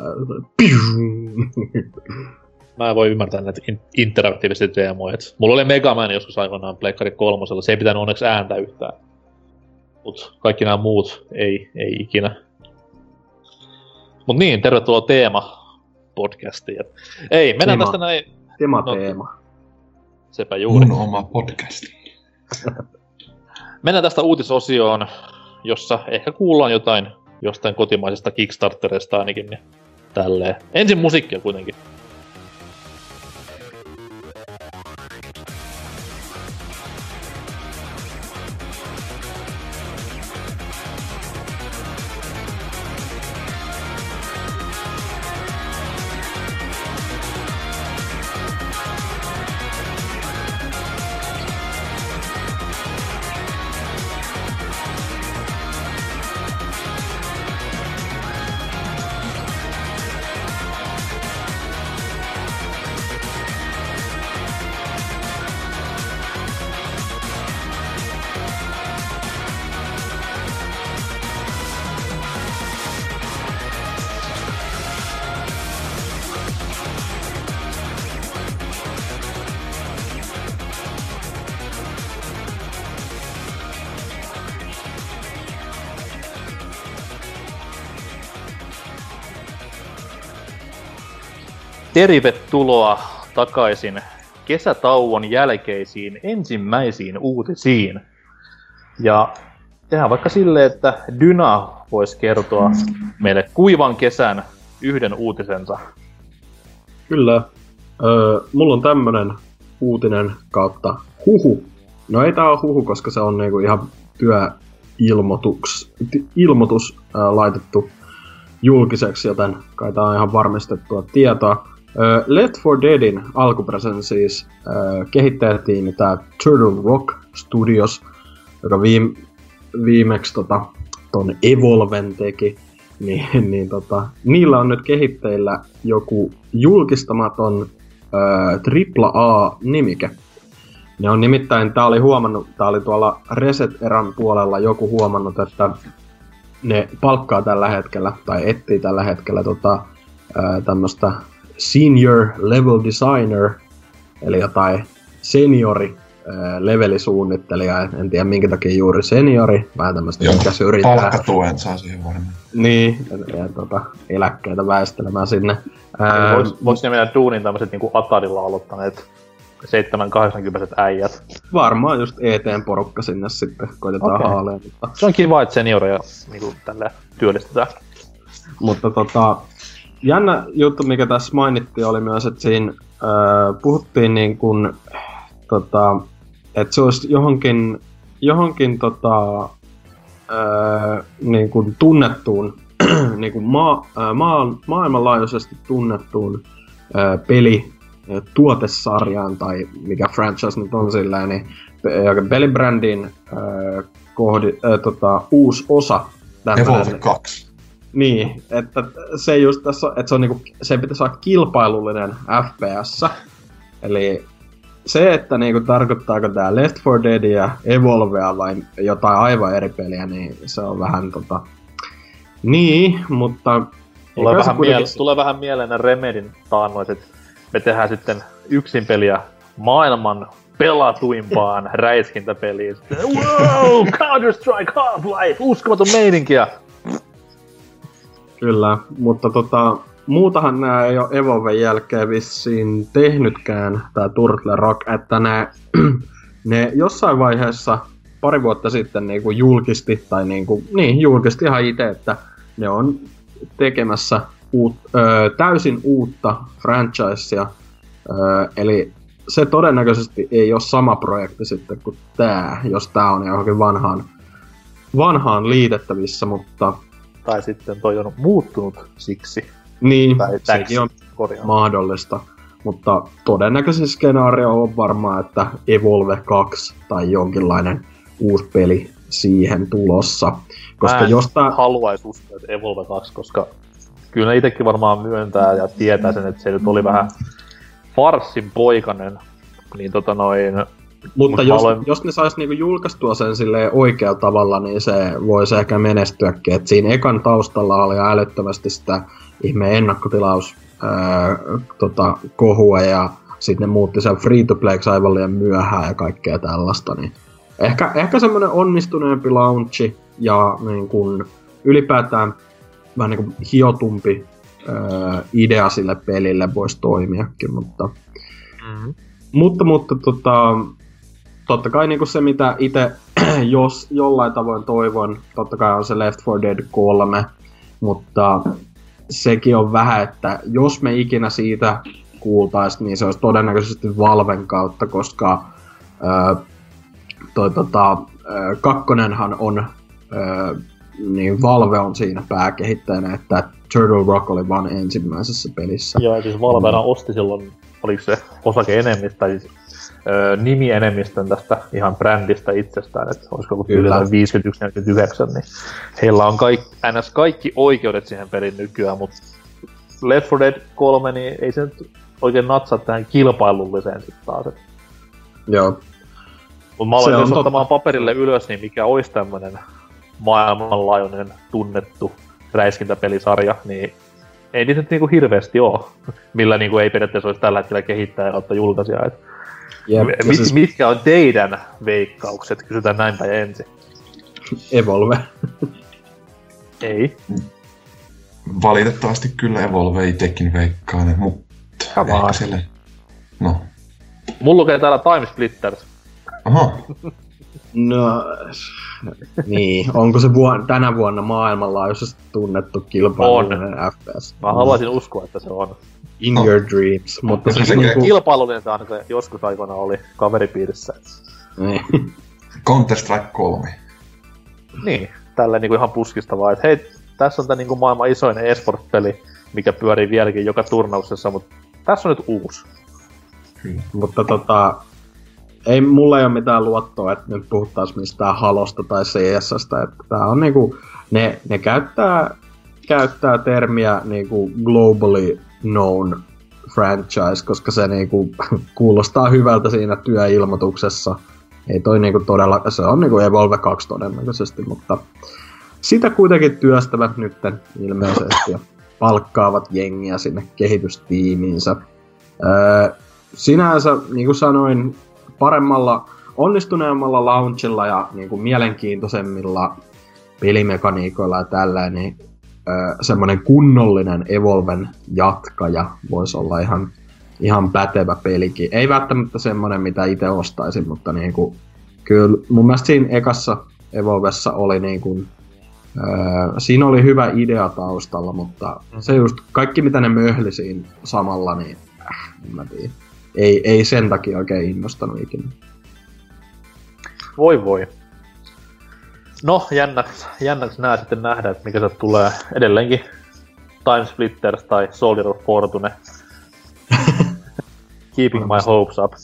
Mä en voi ymmärtää näitä in- interaktiivisia teemoja. Mulla oli Mega Man joskus aikoinaan Pleikkari kolmosella, se ei pitänyt onneksi ääntä yhtään. Mut kaikki nämä muut ei, ei ikinä. Mut niin, tervetuloa Teema-podcastiin. Ei, mennään Teema. tästä näin... Tema-teema. No, sepä juuri. Mun oma podcasti. Mennään tästä uutisosioon, jossa ehkä kuullaan jotain jostain kotimaisesta Kickstarterista ainakin, niin tälleen. Ensin musiikkia kuitenkin. Tervetuloa takaisin kesätauon jälkeisiin ensimmäisiin uutisiin. Ja tehdään vaikka silleen, että Dyna voisi kertoa meille kuivan kesän yhden uutisensa. Kyllä. Öö, mulla on tämmönen uutinen kautta huhu. No ei tää oo huhu, koska se on niinku ihan työilmoitus ilmoitus, ää, laitettu julkiseksi, joten kai tää on ihan varmistettua tietoa. Öö, Left four Deadin alkuperäisen siis öö, kehittäjätiimi tää Turtle Rock Studios, joka viime, viimeksi tota, ton Evolven teki, niin, niin tota, niillä on nyt kehitteillä joku julkistamaton öö, tripla A-nimike. Ne on nimittäin, tää oli huomannut, tää oli tuolla Reset-erän puolella joku huomannut, että ne palkkaa tällä hetkellä, tai etsii tällä hetkellä tota, öö, tämmöstä senior level designer, eli jotain seniori levelisuunnittelija, en tiedä minkä takia juuri seniori, vähän tämmöstä mikä se yrittää. Palkkatuen saa siihen varmaan. Niin, ja, ja tota, eläkkeitä väistelemään sinne. Voisi vois ne mennä duuniin tämmöset niinku Atadilla aloittaneet seitsemän kahdeksankymmentä äijät. Varmaan just E T:n porukka sinne sitten koitetaan okay. Haaleen. Mutta... Se on kiva, että senioreja niinku tälleen työllistetään. Mutta tota, jännä juttu, mikä tässä mainittiin, oli myös, että siinä äh, puhuttiin niin kuin tota, että se olisi johonkin, johonkin tota, ää, niin kuin tunnettuun, niin kuin maa, ää, maa, maailmanlaajuisesti tunnettuun ää, peli tuotesarjaan tai mikä franchise nyt on sillä, niin pelibrändin ää, kohdi, ää, tota, uusi osa. Evolve kaksi. Niin, että se just tässä, että se on niinku, se pitäisi olla kilpailullinen F P S. Eli se, että niinku tarkoittaako tää Left four Deadia, Evolvea vai jotain aivan eri peliä, niin se on vähän tota... Niin, mutta... Tulee vähän, kuitenkin... miele- tulee vähän mieleen ne Remedin taannoiset. Me tehdään sitten yksin peliä maailman pelatuimpaan räiskintäpeliin. Wow, Counter-Strike, Half-Life, uskomaton meininkiä! Kyllä, mutta tota... Muutahan nää ei oo Evolven jälkeen vissiin tehnytkään, tää Turtle Rock, että ne, ne jossain vaiheessa pari vuotta sitten niinku julkisti, tai niinku, niin julkisti ihan ite, että ne on tekemässä uut, ö, täysin uutta franchisea, ö, eli se todennäköisesti ei oo sama projekti sitten kuin tää, jos tää on johonkin vanhaan, vanhaan liitettävissä, mutta... Tai sitten toi on muuttunut siksi. Niin, sekin on korjaa. Mahdollista, mutta todennäköisesti skenaario on varmaan, että Evolve kaksi tai jonkinlainen uusi peli siihen tulossa. Koska mä en jos tää... haluais uskoa, että Evolve kaksi, koska kyllä ne itekin varmaan myöntää ja tietää sen, että se nyt oli vähän farssin poikainen, niin tota noin... Mutta jos, olen... jos ne sais niinku julkaistua sen silleen oikealla tavalla, niin se voisi ehkä menestyäkin. Et siinä ekan taustalla oli älyttömästi sitä ihmeen ennakkotilaus ää, tota, kohua ja sitten ne muutti sen free-to-playksi aivan liian myöhään ja kaikkea tällaista. Niin ehkä, ehkä semmonen onnistuneempi launchi ja niin kun, ylipäätään vähän niin kuin hiotumpi ää, idea sille pelille voisi toimiakin, mutta... Mm-hmm. Mutta, mutta tota... Totta kai niinku se, mitä itse jos jollain tavoin toivon, totta kai on se Left four Dead kolme, mutta sekin on vähän, että jos me ikinä siitä kuultais, niin se olisi todennäköisesti Valven kautta, koska ää, toi, tota, ää, kakkonenhan on, ää, niin Valve on siinä pääkehittäjänä, että Turtle Rock oli vaan ensimmäisessä pelissä. Joo, siis Valvena mm. osti silloin, oliko se osake-enemmistö, tai siis Öö, nimienemmistön tästä ihan brändistä itsestään, että olisiko ollut yli viisikymmentäyksi neljäkymmentäyhdeksän, niin heillä on kaik, ns. Kaikki oikeudet siihen pelin nykyään, mutta Left four Dead kolme, niin ei se nyt oikein natsaa tähän kilpailulliseen sit taas. Joo. Mut mä aloin jos ottamaan paperille ylös, niin mikä olisi tämmönen maailmanlaajuinen tunnettu räiskintäpelisarja, niin ei niitä nyt niinku hirveesti oo, millä niinku ei periaatteessa olisi tällä hetkellä kehittää kautta julkaisia. Jep, Mit, siis... Mitkä on teidän veikkaukset? Kysytään näin päin ensin. Evolve. Ei. Valitettavasti kyllä Evolve itsekin veikkaan, mutta Come on. Sille... No. Mulla lukee täällä Time Splitters. Aha. No, niin. Onko se vuonna, tänä vuonna maailmanlaajuisesti tunnettu kilpailullinen F P S? Mä haluaisin uskoa, että se on. In oh. your dreams. Mutta se siis niinku... Kilpailullinen se ainakin joskus aikana oli kaveripiirissä. Niin. Counter-Strike kolme. Niin, tälleen niinku ihan puskista vaan, että hei, tässä on tää niinku maailman isoin esport-peli, mikä pyörii vieläkin joka turnauksessa, mutta tässä on nyt uusi. Hmm. Mutta tota, ei mulla ei ole mitään luottoa, että nyt puhuttais mistään Halosta tai C S:stä, että tää on niinku, ne, ne käyttää, käyttää termiä niinku globally known franchise, koska se niinku kuulostaa hyvältä siinä työilmoituksessa. Ei toi niinku todella, se on niinku Evolve kaksi todennäköisesti, mutta sitä kuitenkin työstävät nytten ilmeisesti ja palkkaavat jengiä sinne kehitystiimiinsä. Öö, sinänsä, niin kuin sanoin, paremmalla, onnistuneemmalla launchilla ja niin kuin mielenkiintoisemmilla pelimekaniikoilla ja tällä, niin öö, semmonen kunnollinen Evolven jatkaja voisi olla ihan, ihan pätevä pelikin. Ei välttämättä semmonen, mitä itse ostaisin, mutta niin kuin, kyllä mun mielestä siinä ekassa Evolvessa oli niin kuin, öö, siinä oli hyvä idea taustalla, mutta se just kaikki mitä ne möhli siinä samalla, niin äh, en mä tiedä. Ei, ei sen takia oikein innostanut ikinä. Voi voi. No, jännäks, jännäks nää sitten nähdä, että mikä se tulee edelleenkin Time Splitters tai Soldier of Fortune. Keeping my hopes up.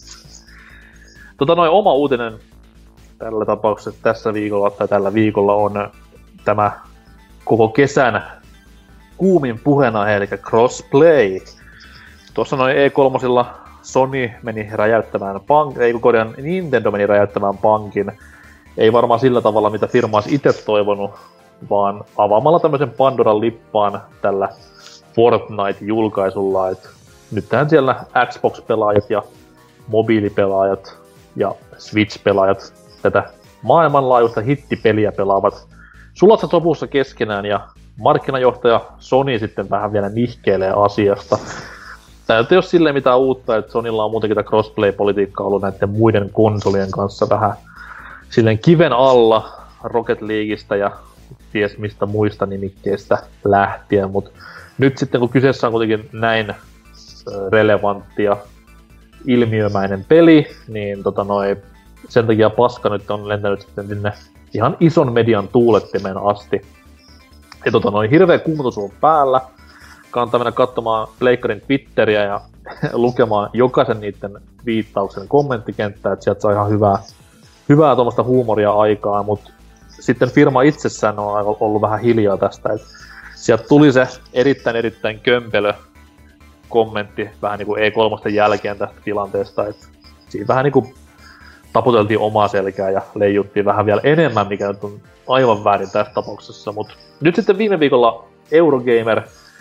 Tota noin oma uutinen tällä tapauksessa tässä viikolla tai tällä viikolla on tämä koko kesän kuumin puheenaihe, eli crossplay. Tuossa noin E kolme Sony meni räjäyttämään pank, ei korjaan, Nintendo meni räjäyttämään pankin. Ei varmaan sillä tavalla, mitä firma olisi itse toivonut, vaan avaamalla tämmöisen Pandoran lippaan tällä Fortnite-julkaisulla. Et nythän siellä Xbox-pelaajat ja mobiilipelaajat ja Switch-pelaajat tätä maailmanlaajuista hittipeliä pelaavat sulassa sopussa keskenään, ja markkinajohtaja Sony sitten vähän vielä nihkeilee asiasta. Tää ei ole silleen mitään uutta, että Sonylla on muutenkin tämä crossplay-politiikka ollut näiden muiden konsolien kanssa vähän silleen kiven alla Rocket Leagueista ja ties mistä muista nimikkeistä lähtien, mutta nyt sitten kun kyseessä on kuitenkin näin relevantti ja ilmiömäinen peli, niin tota noi, sen takia paska nyt on lentänyt sitten sinne ihan ison median tuulettimeen asti. Ja tota noin, hirveä kuumutus on päällä. Kannattaa mennä katsomaan Pleikkarin Twitteriä ja lukemaan jokaisen niiden viittauksen kommenttikenttää, että sieltä saa ihan hyvää, hyvää tuommoista huumoria aikaan, mutta sitten firma itsessään on ollut vähän hiljaa tästä, että sieltä tuli se erittäin erittäin kömpelö kommentti vähän niinku E kolme jälkeen tästä tilanteesta, että siinä vähän niinku taputeltiin omaa selkää ja leijuttiin vähän vielä enemmän, mikä nyt on aivan väärin tässä tapauksessa, mutta nyt sitten viime viikolla Eurogamer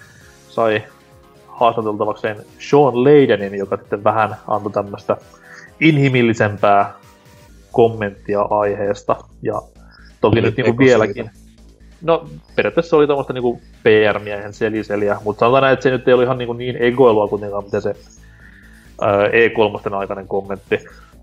sai haastateltavakseen Sean Laydenin, joka sitten vähän antoi tämmöistä inhimillisempää kommenttia aiheesta, ja toki eli nyt niinku vieläkin. No, periaatteessa oli tommoista niinku P R-miehen seliseliä, mutta sanotaan näin, että se nyt ei ollut ihan niinku niin egoilua kuitenkaan, mitä se ää, E kolme aikainen kommentti.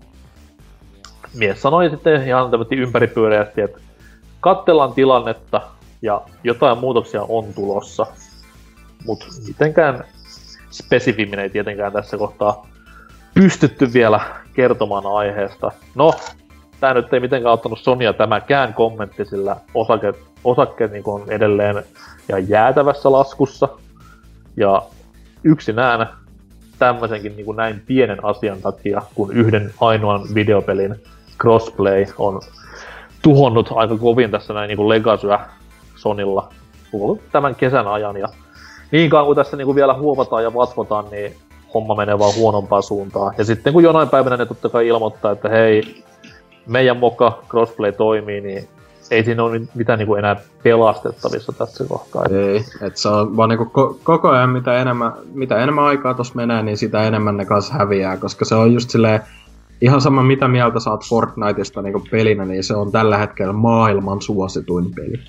Mies sanoi sitten ihan tämmöisesti ympäripyöreästi, että katsellaan tilannetta ja jotain muutoksia on tulossa, mutta mitenkään spesifimmin ei tietenkään tässä kohtaa pystytty vielä kertomaan aiheesta. No, tää nyt ei mitenkään ottanut Sonya tämäkään kommentti, sillä osake, osakkeet niin on edelleen ja jäätävässä laskussa. Ja yksinään tämmöisenkin niin näin pienen asian takia, kun yhden ainoan videopelin crossplay on tuhonnut aika kovin tässä näin niin legasyä Sonylla koko tämän kesän ajan. Ja niin kauan kuin tässä niin vielä huomataan ja vatvotaan, niin homma menee vaan huonompaan suuntaan. Ja sitten kun jonain päivänä ne totta kai ilmoittaa, että hei, meidän moka crossplay toimii, niin ei siinä ole mitään niinku enää pelastettavissa tässä kohtaa. Ei, et se on vaan niinku ko- koko ajan mitä enemmän, mitä enemmän aikaa tossa menee, niin sitä enemmän ne kanssa häviää, koska se on just silleen, ihan sama mitä mieltä saat Fortniteista niinku pelinä, niin se on tällä hetkellä maailman suosituin peli.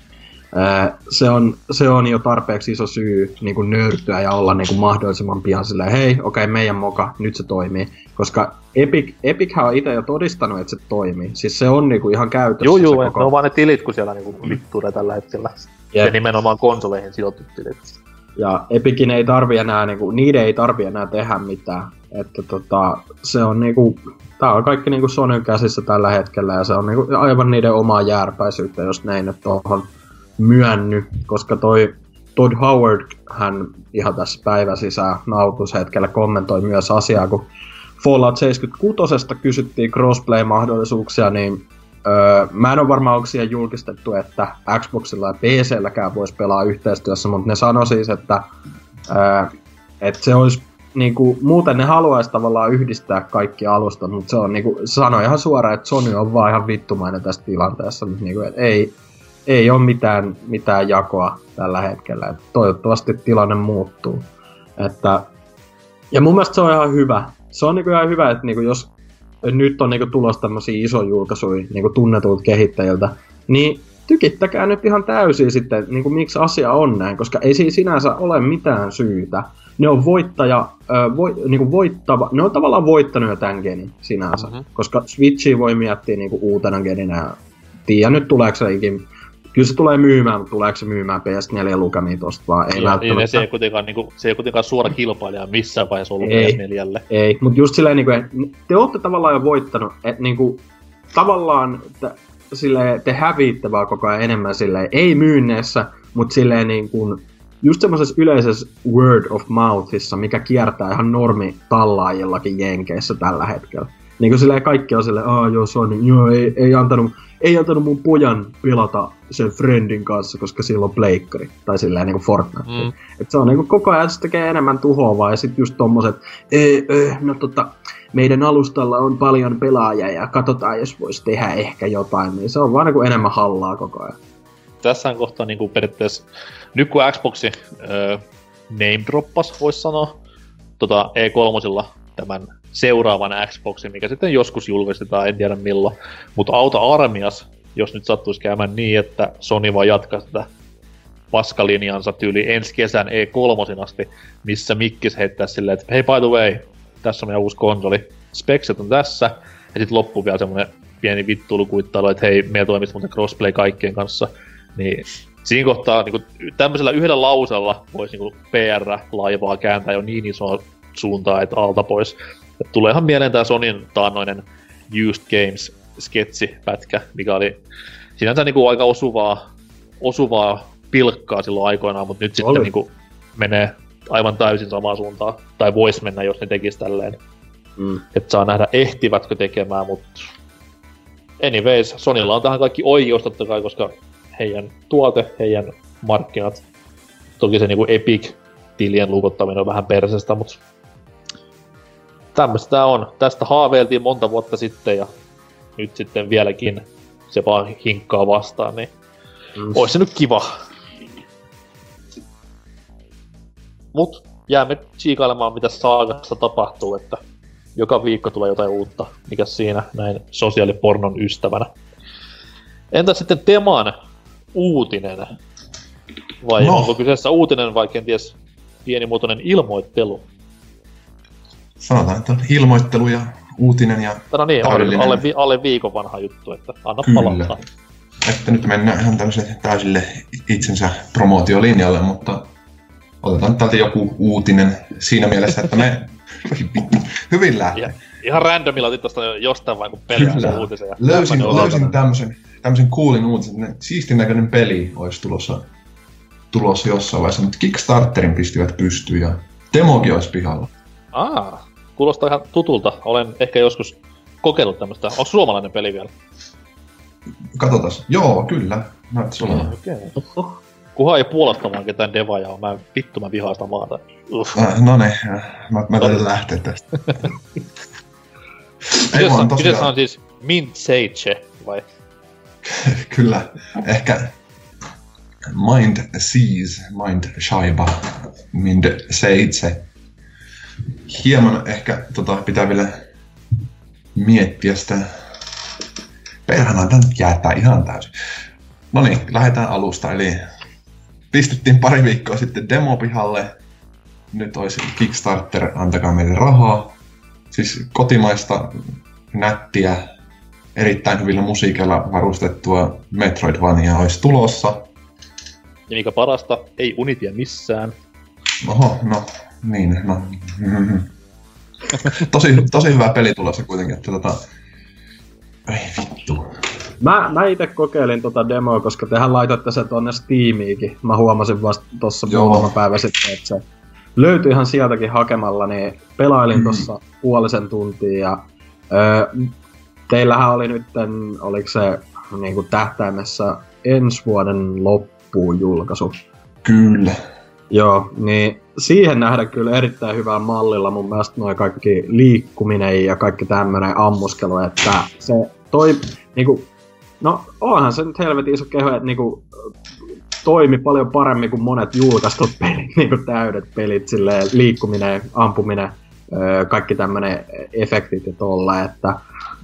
Se on, se on jo tarpeeksi iso syy niin kuin nöyrtyä ja olla niin kuin mahdollisimman pian silleen, hei, okei, okay, meidän moka, nyt se toimii. Koska Epic, Epichän on itse jo todistanut, että se toimii. Siis se on niin kuin ihan käytössä. Joo, joo, koko... ne on vaan ne tilit, kun siellä niin vittuulee tällä hetkellä. Yep. Ja nimenomaan konsoleihin sidotut tilit. Ja Epicin ei tarvi enää, niin kuin, niiden ei tarvi enää tehdä mitään. Että tota, se on niinku, tää on kaikki niinku Sonyn käsissä tällä hetkellä ja se on niinku aivan niiden omaa järpäisyyttä, jos ne ei nyt tohon myönny, koska toi Todd Howard, hän ihan tässä päiväsisään nautushetkellä kommentoi myös asiaa, kun Fallout seitsemänkymmentäkuusi kysyttiin crossplay-mahdollisuuksia, niin öö, mä en ole varma, onko siihen julkistettu, että Xboxilla ja P C:lläkään voisi pelaa yhteistyössä, mutta ne sanoi siis, että, öö, että se olisi niinku, muuten ne haluaisi tavallaan yhdistää kaikki alustat, mutta se on niinku, sanoi ihan suoraan, että Sony on vaan ihan vittumainen tässä tilanteessa, mutta niinku, et ei, ei ole mitään, mitään jakoa tällä hetkellä, et toivottavasti tilanne muuttuu. Että, ja mun mielestä se on ihan hyvä. Se on niinku ihan hyvä, että niinku, jos nyt on niinku tulossa tämmösiä isoja julkaisuja niinku tunnetulta kehittäjiltä, niin tykittäkää nyt ihan täysin sitten, niinku, miksi asia on näin, koska ei siinä sinänsä ole mitään syytä. Ne on voittaja, äh, vo, niinku voittava, ne on tavallaan voittanut jo tämän genin sinänsä, mm-hmm. koska Switchia voi miettiä niinku uutena geninä ja tiedä nyt tuleeko se ikin, kyllä se tulee myymään, mutta tuleeko se myymään P S neljä lukemia tosta vaan, ei ja, välttämättä. Niin, se ei kuitenkaan, niinku, se ei kuitenkaan suora kilpailija missään vaiheessa ollut ei, P S neljälle. Ei, mutta just silleen, niinku, te ootte tavallaan jo voittanut, että niinku, tavallaan te, silleen, te häviitte vaan koko ajan enemmän silleen, ei myynneessä, mutta silleen niin kuin, just semmosessa yleisessä word of mouthissa, mikä kiertää ihan normi tallaajillakin Jenkeissä tällä hetkellä. Niin kuin silleen kaikki on silleen, aah joo Sony, joo ei, ei, antanut, ei antanut mun pojan pelata sen friendin kanssa, koska sillä on pleikkari. Tai silleen niinku Fortnite. Mm. Et se on niinku koko ajan se tekee enemmän tuhoavaa ja sit just tommoset, ee, ee, no tota, meidän alustalla on paljon pelaajia ja katsotaan jos vois tehdä ehkä jotain, niin se on vaan niinku enemmän hallaa koko ajan. Tässähän kohtaa niinku periaatteessa, nyt kun Xboxi öö, name droppas, vois sanoa, tota E kolme tämän seuraavan Xboxin, mikä sitten joskus julkistetaan, en tiedä milloin. Mutta auta armias, jos nyt sattuisi käymään niin, että Sony vaan jatkaa tätä paskalinjansa tyyli ensi kesän E kolme asti, missä Mikkis heittää silleen, että hei by the way, tässä on meidän uusi konsoli, spekset on tässä, ja sitten loppuu vielä semmonen pieni vittuilukuittailu, että hei, meillä toimisi muuten crossplay kaikkien kanssa, niin siinä kohtaa niin tämmöisellä yhdellä lausella voisi niin P R-laivaa kääntää jo niin isoa suuntaan, että alta pois. Et tulee ihan mieleen tää Sonyn taannoinen Used Games-sketsipätkä, mikä oli sinänsä niinku aika osuvaa, osuvaa pilkkaa silloin aikoinaan, mutta nyt oli. Sitten niinku menee aivan täysin samaan suuntaan. Tai vois mennä, jos ne tekis tälleen. Mm. Et saa nähdä, ehtivätkö tekemään, mutta anyways, Sonylla on tähän kaikki oikeus totta kai, koska heidän tuote, heidän markkinat. Toki se niinku Epic-tilien lukottaminen on vähän persestä, mutta tämmöstä tää on. Tästä haaveiltiin monta vuotta sitten ja nyt sitten vieläkin se vaan hinkkaa vastaan, niin mm. ois se nyt kiva. Mut jäämme tsiikailemaan mitä Saagassa tapahtuu, että joka viikko tulee jotain uutta, mikä siinä näin sosiaalipornon ystävänä. Entä sitten Teman uutinen? Vai no. Onko kyseessä uutinen vai kenties pienimuotoinen ilmoittelu? Sanotaan, että on ilmoittelu ja uutinen ja no niin, täydellinen. Alle, vi- alle viikon vanha juttu, että anna palata. Että nyt mennään ihan tämmöiselle täysille itsensä promootiolinjalle, mutta otetaan täältä joku uutinen siinä mielessä, että me hyvin lähtee. Ja, ihan randomilla otit tosta jostain vain kun pelkästään uutisen. Ja löysin löysin tämmösen, tämmösen coolin uutisen, siistin näköinen peli olisi tulossa, tulossa jossain vaiheessa, mutta Kickstarterin pistivät pystyyn ja demokin olisi pihalla. Aa, kuulostaa ihan tutulta. Olen ehkä joskus kokeillut tämmöstä. Onko suomalainen peli vielä? Katsotaan. Joo, kyllä. Näyttäis olevan. Okei. Okay. Kuhan ei puolustamaan ketään devaajaa. Mä vittu mä vihaan sitä maata. Äh, no niin, mä, mä taidan lähteä tästä. Kyseessä tosiaan... on siis Mint Sage, vai? Kyllä, ehkä Mind Seas, Mind Shaiba, Mind Sage. Hieman ehkä tota, pitää vielä miettiä sitä. Perhana, tän nyt jäättää ihan täysin. No niin, lähdetään alusta. Eli pistettiin pari viikkoa sitten demopihalle. Nyt olisi Kickstarter, antakaa meille rahaa. Siis kotimaista, nättiä, erittäin hyvillä musiikilla varustettua Metroidvania olisi tulossa. Ja mikä parasta, ei Unitia missään. Oho, no niin, no. Mm-hmm. Tosi, tosi hyvä peli tulossa kuitenkin, että tota... Ei vittu. Mä, mä ite kokeilin tota demoa, koska tehän laitatte se tonne Steamiinkin. Mä huomasin vasta tossa muutama päivä sitten, että se löytyi ihan sieltäkin hakemalla, niin pelailin mm. tossa puolisen tuntia ja öö, teillähän oli nytten, oliko se niinku tähtäimessä ensi vuoden loppuun julkaisu? Kyllä. Joo, niin siihen nähdään kyllä erittäin hyvällä mallilla mun mielestä noi kaikki liikkuminen ja kaikki tämmönen ammuskelu, että se toi niinku, no onhan se nyt helvetin iso keho, että niinku toimi paljon paremmin kuin monet julkaistut pelit, niinku täydet pelit, silleen liikkuminen, ampuminen, kaikki tämmönen efektit ja tolla, että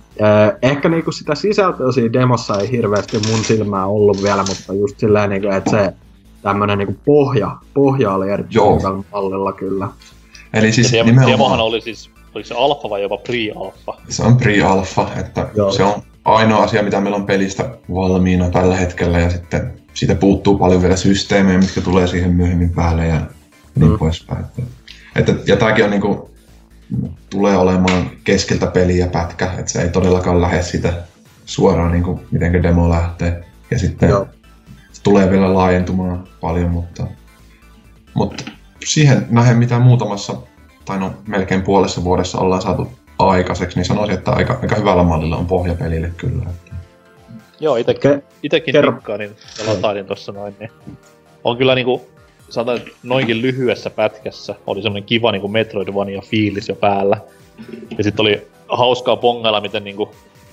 ehkä niinku sitä sisältöä siinä demossa ei hirveästi mun silmää ollut vielä, mutta just silleen niinku, että se tämmönen niinku pohja, pohja oli erittäin hyvällä mallilla kyllä. Eli siis ja nimenomaan... Demohan oli siis, oliko se alfa vai jopa pre-alfa? Se on pre-alfa, että Joo. se on ainoa asia, mitä meillä on pelistä valmiina tällä hetkellä, ja sitten siitä puuttuu paljon vielä systeemejä, mitkä tulee siihen myöhemmin päälle ja niin mm. poispäin. Että, että, ja tääkin on niinku, tulee olemaan keskeltä peliä pätkä, että se ei todellakaan lähde siitä suoraan niinku, mitenkä demo lähtee. Ja sitten Joo. se tulee vielä laajentumaan paljon, mutta, mutta siihen nähden mitä muutamassa, tai no melkein puolessa vuodessa ollaan saatu aikaiseksi, niin sanoisin, että aika, aika hyvällä mallilla on pohja pelille kyllä. Joo, itekin, Ke- itekin tikkaan, niin latailin tossa noin, niin on kyllä niinku, sanotaan, noinkin lyhyessä pätkässä oli semmonen kiva niinku Metroidvania fiilis jo päällä. Ja sit oli hauskaa pongailla, miten niinku,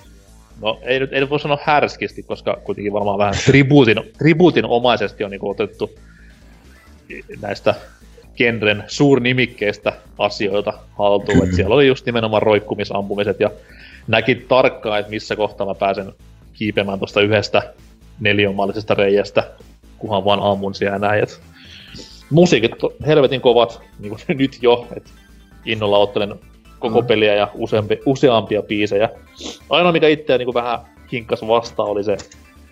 no ei nyt, ei nyt voi sanoa härskisti, koska kuitenkin varmaan vähän tribuutin, tribuutin omaisesti on niinku otettu näistä genren suurnimikkeistä asioita haltuun. Et siellä oli just nimenomaan roikkumisampumiset ja näki tarkkaan, että missä kohtaa mä pääsen kiipeämään tuosta yhdestä neliömallisesta reiästä, kunhan vaan ammun siellä näin. Et musiikit on helvetin kovat, niin kuin nyt jo, että innolla ottelen koko mm. peliä ja useampi, useampia biisejä. Ainoa mikä itseä niin vähän hinkkas vastaan oli se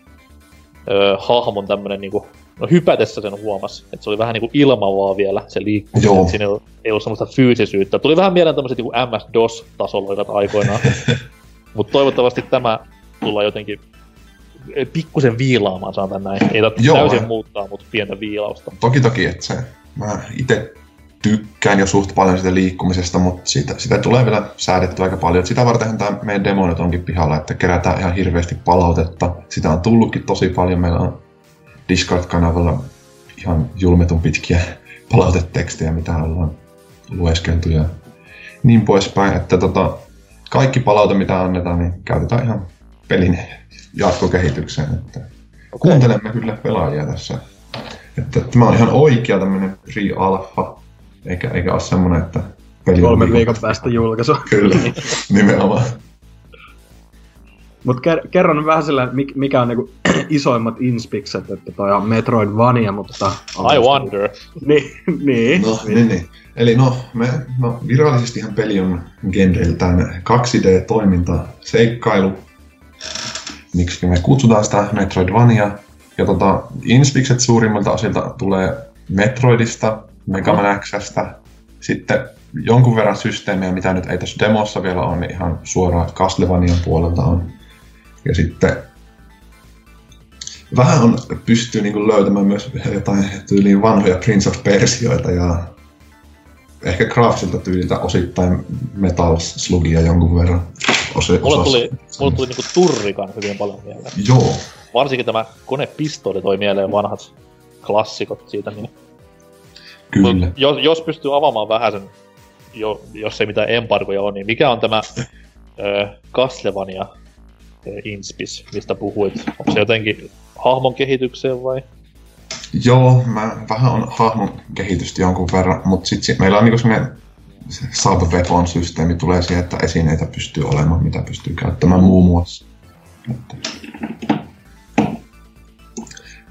öö, hahmon tämmönen niinku, no hypätessä sen huomas, että se oli vähän niinku ilmavaa vielä se liikkuminen, että siinä ei ollut semmoista fyysisyyttä. Tuli vähän mieleen tämmöset niinku M S-DOS-tasolla olivat aikoinaan. Mut toivottavasti tämä tullaan jotenkin pikkusen viilaamaan, saatan näin. Ei tarvitse täysin muuttaa, mutta pientä viilausta. Toki toki, että se, mä ite tykkään jo suht paljon sitä liikkumisesta, mutta sitä, sitä tulee vielä säädettyä aika paljon. Sitä vartenhan tää meidän demo nyt onkin pihalla, että kerätään ihan hirveästi palautetta. Sitä on tullutkin tosi paljon. Meillä on Discord-kanavalla ihan julmetun pitkiä palautetekstejä, mitä ollaan lueskeltu ja niin poispäin. Että tota, kaikki palaute, mitä annetaan, niin käytetään ihan pelin jatkokehitykseen. Että okay. Kuuntelemme kyllä pelaajia tässä. Että tämä on ihan oikea tämmönen pre-alpha, eikä, eikä ole semmonen, että peli on kolmen viikon päästä julkaisu. Kyllä, nimenomaan. Mut ker- kerron vähän sillä, mikä on niinku isoimmat inspikset, että toi on Metroidvania, mutta... I wonder. Niin, niin. No, niin, niin. Eli no, me, no, virallisestihan peli on genreltään kaksi D-toiminta, seikkailu. Miksi me kutsutaan sitä Metroidvania. Ja tota, inspikset suurimmalta osilta tulee Metroidista, Mega Man X:stä, sitten jonkun verran systeemejä, mitä nyt ei tässä demossa vielä ole, niin ihan suoraan Castlevanian puolelta on. Ja sitten vähän on, pystyy niinku löytämään myös jotain tyyliin vanhoja Prince of Persioita ja ehkä graafisilta tyyliltä osittain Metal Slugia jonkun verran. Osi, mulle tuli, mulle tuli niinku Turrikan hyvin paljon mieleen. Joo. Varsinkin tämä konepistooli toi mieleen vanhat klassikot siitä. Niin. Kyllä. Jos, jos pystyy avaamaan vähän sen, jo, jos ei mitään embargoja ole, niin mikä on tämä ö, Castlevania inspis, mistä puhuit? Onko se jotenkin hahmon kehitykseen vai? Joo, mä vähän on hahmon kehitystä jonkun verran, mutta sit, sit meillä on niinku semmonen sub-weapon-systeemi tulee siihen, että esineitä pystyy olemaan, mitä pystyy käyttämään muun muassa.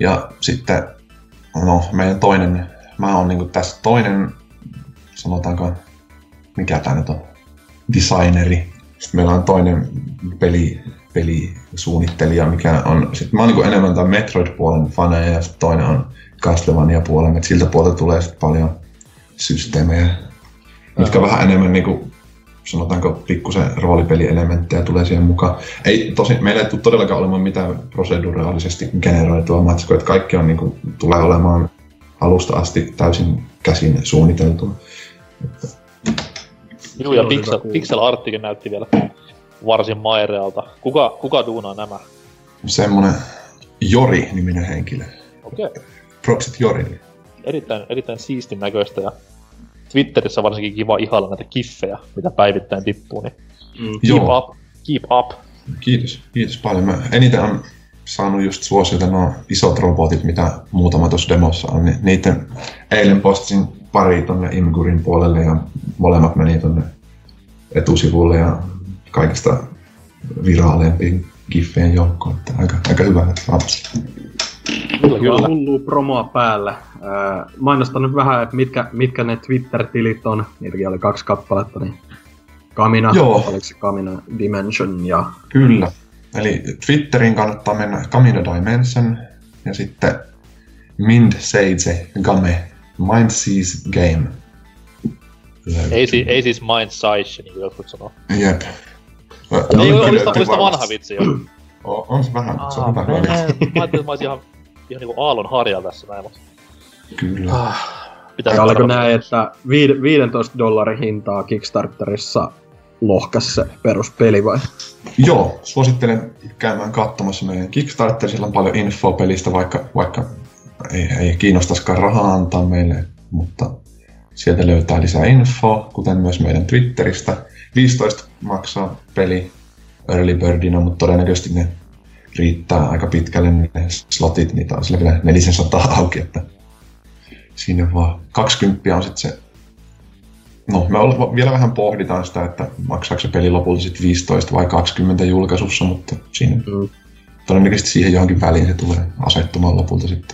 Ja sitten, no meidän toinen, mä oon niinku tässä toinen, sanotaanko, mikä tää nyt on, designeri. Sitten meillä on toinen peli, pelisuunnittelija, mikä on, sit mä oon niinku enemmän tämän Metroid-puolen faneja ja sitten toinen on Castlevania-puolen, että siltä puolelta tulee sitten paljon systeemejä, mitkä uh-huh. vähän enemmän niinku, sanotaanko pikkusen roolipelielementtejä tulee siihen mukaan. Ei, tosi, meillä ei tule todellakaan olemaan mitään proseduraalisesti generoitua matskoa, että kaikki on, niinku, tulee olemaan alusta asti täysin käsin suunniteltua. Joo, ja Pixel, Pixel Arttikin näytti vielä varsin mairealta. Kuka, kuka duunaa nämä? Semmonen Jori-niminen henkilö. Okei. Okay. Propsit Jorille. Erittäin, erittäin siistin näköistä ja Twitterissä varsinkin kiva ihailla näitä kiffejä, mitä päivittäin tippuu, niin mm. keep Joo. up, keep up. Kiitos, kiitos paljon. Mä eniten on saanut just suosiota nuo isot robotit, mitä muutama tuossa demossa on, niin niiden eilen postasin pari tonne Imgurin puolelle ja molemmat meni tonne etusivulle ja kaikista viraalempiin giffien joukkoon, että aika, aika hyvä, että lapsi. Kyllä, kyllä. Hullua promoa päällä. Äh, mainostan nyt vähän, että mitkä, mitkä ne Twitter-tilit on. Niitäkin oli kaksi kappaletta, niin Kamina, Joo. oliko se Kamina Dimension ja... Kyllä. Eli Twitterin kannattaa mennä Kamina Dimension ja sitten Mind Seitse Game. Mind Sees Game. Ei, si- ei siis Mind Size, niin kuin jotkut sanoo. Jep. Ei, olista, olista vanha vitsi jo. On, on se vähän, Aa, se on hyvä hyvä vitsi. Mä ajattelin, että mä olisin ihan, ihan niinku aallon harjaa tässä näin, mutta... Kyllä. Ah, pitää ja oliko näin, että viisitoista dollarin hintaa Kickstarterissa lohkas se peruspeli vai? Joo, suosittelen käymään katsomassa meidän Kickstarter, sillä on paljon infoa pelistä, vaikka, vaikka ei, ei kiinnostaisikaan rahaa antaa meille, mutta sieltä löytää lisää infoa, kuten myös meidän Twitteristä. viisitoista maksaa peli early birdina, mutta todennäköisesti ne riittää aika pitkälle ne slotit, niitä on sillä vielä neljäsataa auki, että siinä vaan kaksikymmentä on sitten se. No, me vielä vähän pohditaan sitä, että maksaako se peli lopulta sitten viisitoista vai kaksikymmentä julkaisussa, mutta siinä mm. todennäköisesti siihen johonkin väliin se tulee asettumaan lopulta sitten.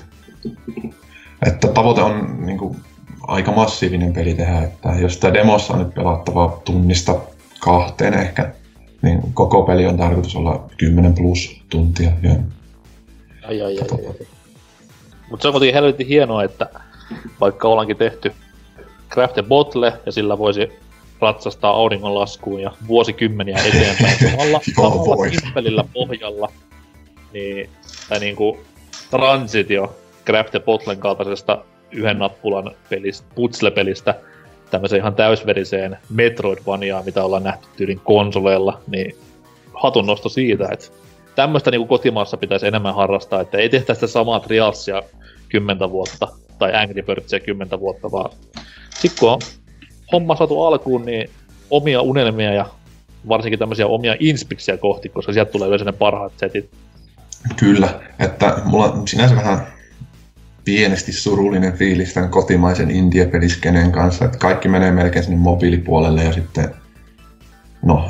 Että tavoite on niin kuin, aika massiivinen peli tehdä, että jos sitä demossa on nyt pelattavaa tunnista kahteen ehkä, niin koko peli on tarkoitus olla kymmenen plus tuntia. Ja ai, ai, ai, ai, ai. Mutta se on kuitenkin helvetin hienoa, että vaikka ollaankin tehty Craft a Bottle ja sillä voisi ratsastaa auringonlaskuun ja vuosikymmeniä eteenpäin samalla, samalla simppelillä pohjalla, niin, tai niinku transitio Craft a Bottlen kaltaisesta yhden nappulan pelistä, puzzle-pelistä tämmöiseen ihan täysveriseen Metroidvaniaan, mitä ollaan nähty tyylin konsoleilla, niin hatunnosto siitä, että tämmöistä niinku kotimaassa pitäisi enemmän harrastaa, että ei tehtäisi sitä samaa Trialsia kymmentä vuotta, tai Angry Birdsia kymmentä vuotta, vaan sitten kun on homma saatu alkuun, niin omia unelmia ja varsinkin tämmöisiä omia inspiksiä kohti, koska sieltä tulee yleensä ne parhaat setit. Kyllä, että mulla on sinänsä vähän pienesti surullinen fiilis tämän kotimaisen indie-peliskeneen kanssa, että kaikki menee melkein sinne mobiilipuolelle ja sitten, no,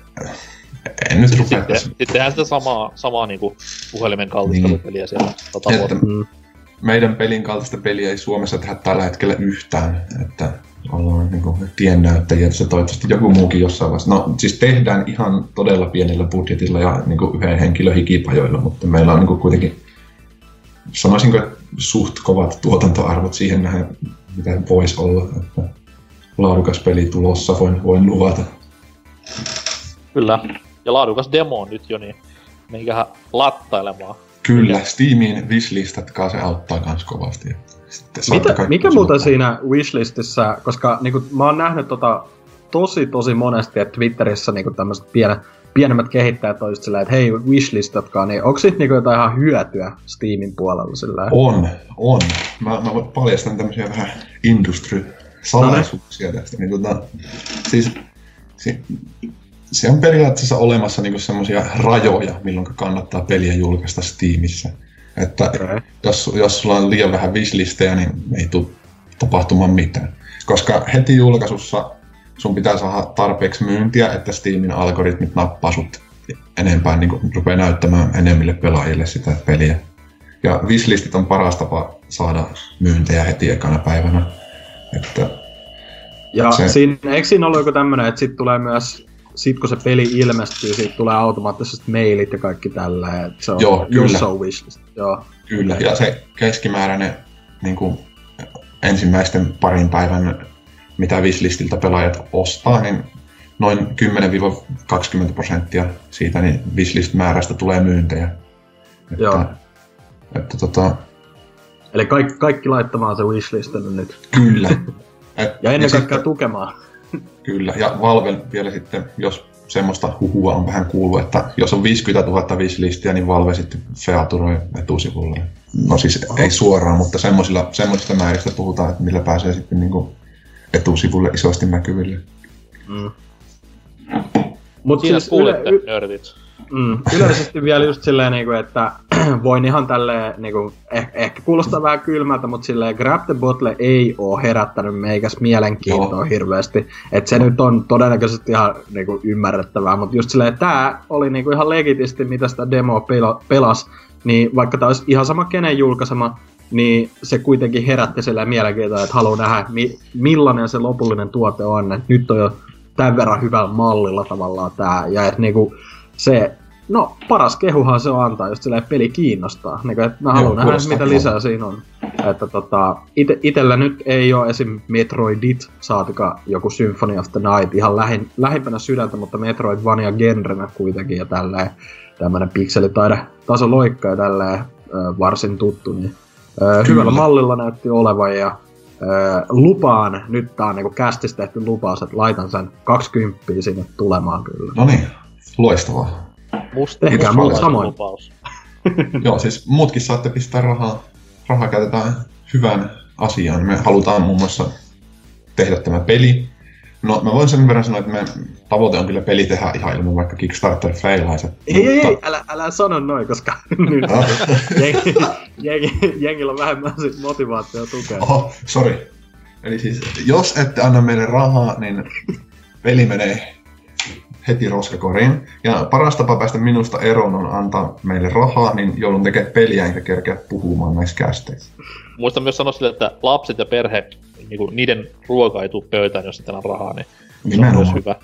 en nyt rupea tässä. Sitten tehdään sitä samaa, samaa niinku puhelimen kaltaista niin. Peliä siellä tota että meidän pelin kaltaista peliä ei Suomessa tehdä tällä hetkellä yhtään, että ollaan niinku tiennäyttäjiä, että se toivottavasti joku muukin jossain vaiheessa. No siis tehdään ihan todella pienellä budjetilla ja niinku yhden henkilön hikipajoilla, mutta meillä on niinku kuitenkin, sanoisinko, että suht kovat tuotantoarvot siihen nähden, mitä voisi olla, että laadukas peli tulossa, voin, voin luvata. Kyllä, ja laadukas demo on nyt jo, niin meikähän lattailemaan. Kyllä, Steamiin wishlistatkaa, se auttaa kans kovasti. Mitä, mikä muuta siinä wishlistissä, koska niinku, mä oon nähnyt tota tosi tosi monesti, että Twitterissä niinku tämmöset pienet, pienemmät kehittäjät on just sillä, että hei wishlistatkaa, niin onko siitä niinku jotain ihan hyötyä Steamin puolella sillä? On, on. Mä, mä paljastan tämmösiä vähän industry-salaisuuksia tästä. Niin, tota, siis, si, se on periaatteessa olemassa niinku semmosia rajoja, milloin kannattaa peliä julkaista Steamissa. Että okay. jos, jos sulla on liian vähän wishlistejä, niin ei tule tapahtumaan mitään. Koska heti julkaisussa sun pitää saada tarpeeksi myyntiä, että Steamin algoritmit nappaa sut enempää, niin rupeaa näyttämään enemmille pelaajille sitä peliä. Ja wishlistit on paras tapa saada myyntejä heti ekana päivänä. Että ja se... siinä, eikö siinä ollut joku tämmönen, että sit tulee myös, sit kun se peli ilmestyy, siitä tulee automaattisesti mailit ja kaikki tälleen, että se on, Joo, kyllä. on wishlist. Joo. Kyllä, ja se keskimääräinen niin kuin ensimmäisten parin päivän, mitä wishlistiltä pelaajat ostaa, niin noin kymmenen kaksikymmentä prosenttia siitä niin wishlist-määrästä tulee myyntejä. Että, Joo. Että, tota... Eli kaikki, kaikki laittamaan se wishlistille nyt. Kyllä. Et, ja ennen ja kaikkea sitten, tukemaan. Kyllä, ja Valve vielä sitten, jos semmoista huhua on vähän kuullut, että jos on viisikymmentätuhatta wishlistiä, niin Valve sitten featuroi etusivulle. No siis Oho. ei suoraan, mutta semmoisista määristä puhutaan, että millä pääsee sitten niinku etusivulle isosti näkyville. Mm. Mut siinä siis kuulette, yle- nördit. Mm, yleisesti vielä just silleen, niinku, että voin ihan tälleen, niinku, eh- ehkä kuulostaa vähän kylmältä, mutta silleen Grab the Bottle ei oo herättänyt meikäs mielenkiintoa Joo. hirveästi. Että se nyt on todennäköisesti ihan niinku, ymmärrettävää, mutta just silleen, tää oli niinku, ihan legitisti, mitä sitä demoa pela- pelas, niin vaikka tää olisi ihan sama kenen julkaisema, niin se kuitenkin herätti silleen mielenkiintoa, että haluaa nähdä, mi- millainen se lopullinen tuote on. Et nyt on jo tämän verran hyvällä mallilla tavallaan tää, ja että niinku, se, no paras kehuhan se on antaa, just silleen peli kiinnostaa. Niin, että mä haluan nähdä, mitä kyllä. lisää siinä on. Että tota, ite, itellä nyt ei ole esim. Metroidit, saatika joku Symphony of the Night, ihan lähin, lähimpänä sydäntä, mutta Metroidvania genrenä kuitenkin, ja tälleen tämmönen pikselitaide taso loikka ja tälleen varsin tuttu, niin ö, hyvällä mallilla näytti olevan, ja ö, lupaan, nyt tää on niinku kästis tehty lupaus, että laitan sen kaksikymmentä sinne tulemaan kyllä. No niin. Loistavaa. Musta tehkää muut samoin. Lupaus. Joo, siis muutkin saatte pistää rahaa. Rahaa käytetään hyvään asiaan. Me halutaan muun muassa tehdä tämä peli. No, mä voin sen verran sanoa, että meidän tavoite on kyllä peli tehdä ihan ilman vaikka Kickstarter failaisi. Ei, mutta... ei, ei, älä, älä sano noin, koska nyt jengi, jengi, jengillä on vähemmän motivaatio tukea. Oho, sori. Eli siis, jos ette anna meille rahaa, niin peli menee heti roskakoriin. Ja paras tapa päästä minusta eroon on antaa meille rahaa, niin joudun tekemään peliä enkä kerkeä puhumaan näissä kästeissä. Muistan myös sanoa sille, että lapset ja perhe, niinku, niiden ruoka ei tule pöytään, jos sitten on rahaa, niin se on myös hyvä.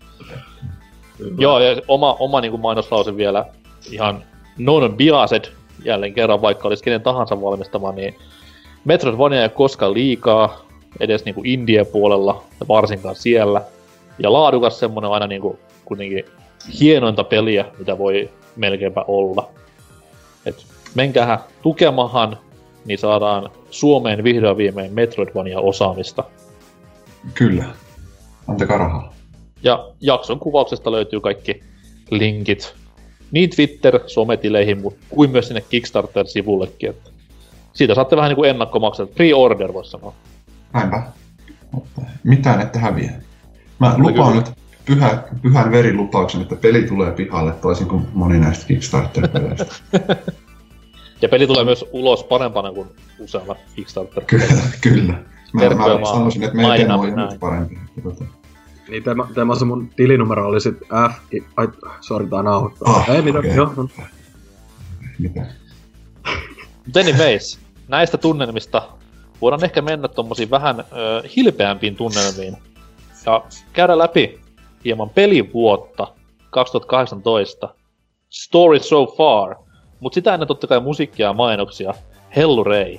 hyvä. Joo, ja oma, oma niin kuin mainoslause vielä ihan non-biased jälleen kerran, vaikka olisi kenen tahansa valmistama, niin Metroidvania ei ole koskaan liikaa, edes niin kuin indie-puolella, ja varsinkaan siellä. Ja laadukas semmonen aina niinku kuitenkin hienointa peliä, mitä voi melkeinpä olla. Et menkäähän tukemahan, niin saadaan Suomeen vihdoin viimein Metroidvania-osaamista. Kyllä. Antakaa rahaa. Ja jakson kuvauksesta löytyy kaikki linkit niin Twitter, sometileihin, kuin myös sinne Kickstarter-sivullekin. Et siitä saatte vähän niinku ennakkomaksaa. Pre-order voisi sanoa. Näinpä. Mitään ette häviä. Mä lupaan nyt pyhä, pyhän verilupauksen, että peli tulee pihalle toisin kuin moni näistä Kickstarter-peleistä. Ja peli tulee myös ulos parempana kuin useammat Kickstarter. Kyllä, kyllä. Mä, mä sanoisin, että meidän demo on nyt parempi. Niin tämä, tämä se mun tilinumero oli sit F... Ai, sori, tää nauhoittaa. Ah, Ei mitä, okay. joo. No. Mitä? But anyways, näistä tunnelmista voidaan ehkä mennä tommosiin vähän ö, hilpeämpiin tunnelmiin. Ja käydä läpi hieman pelivuotta kaksituhattakahdeksantoista. Story so far. Mut sitä ennen totta kai musiikkia ja mainoksia. Hellurei.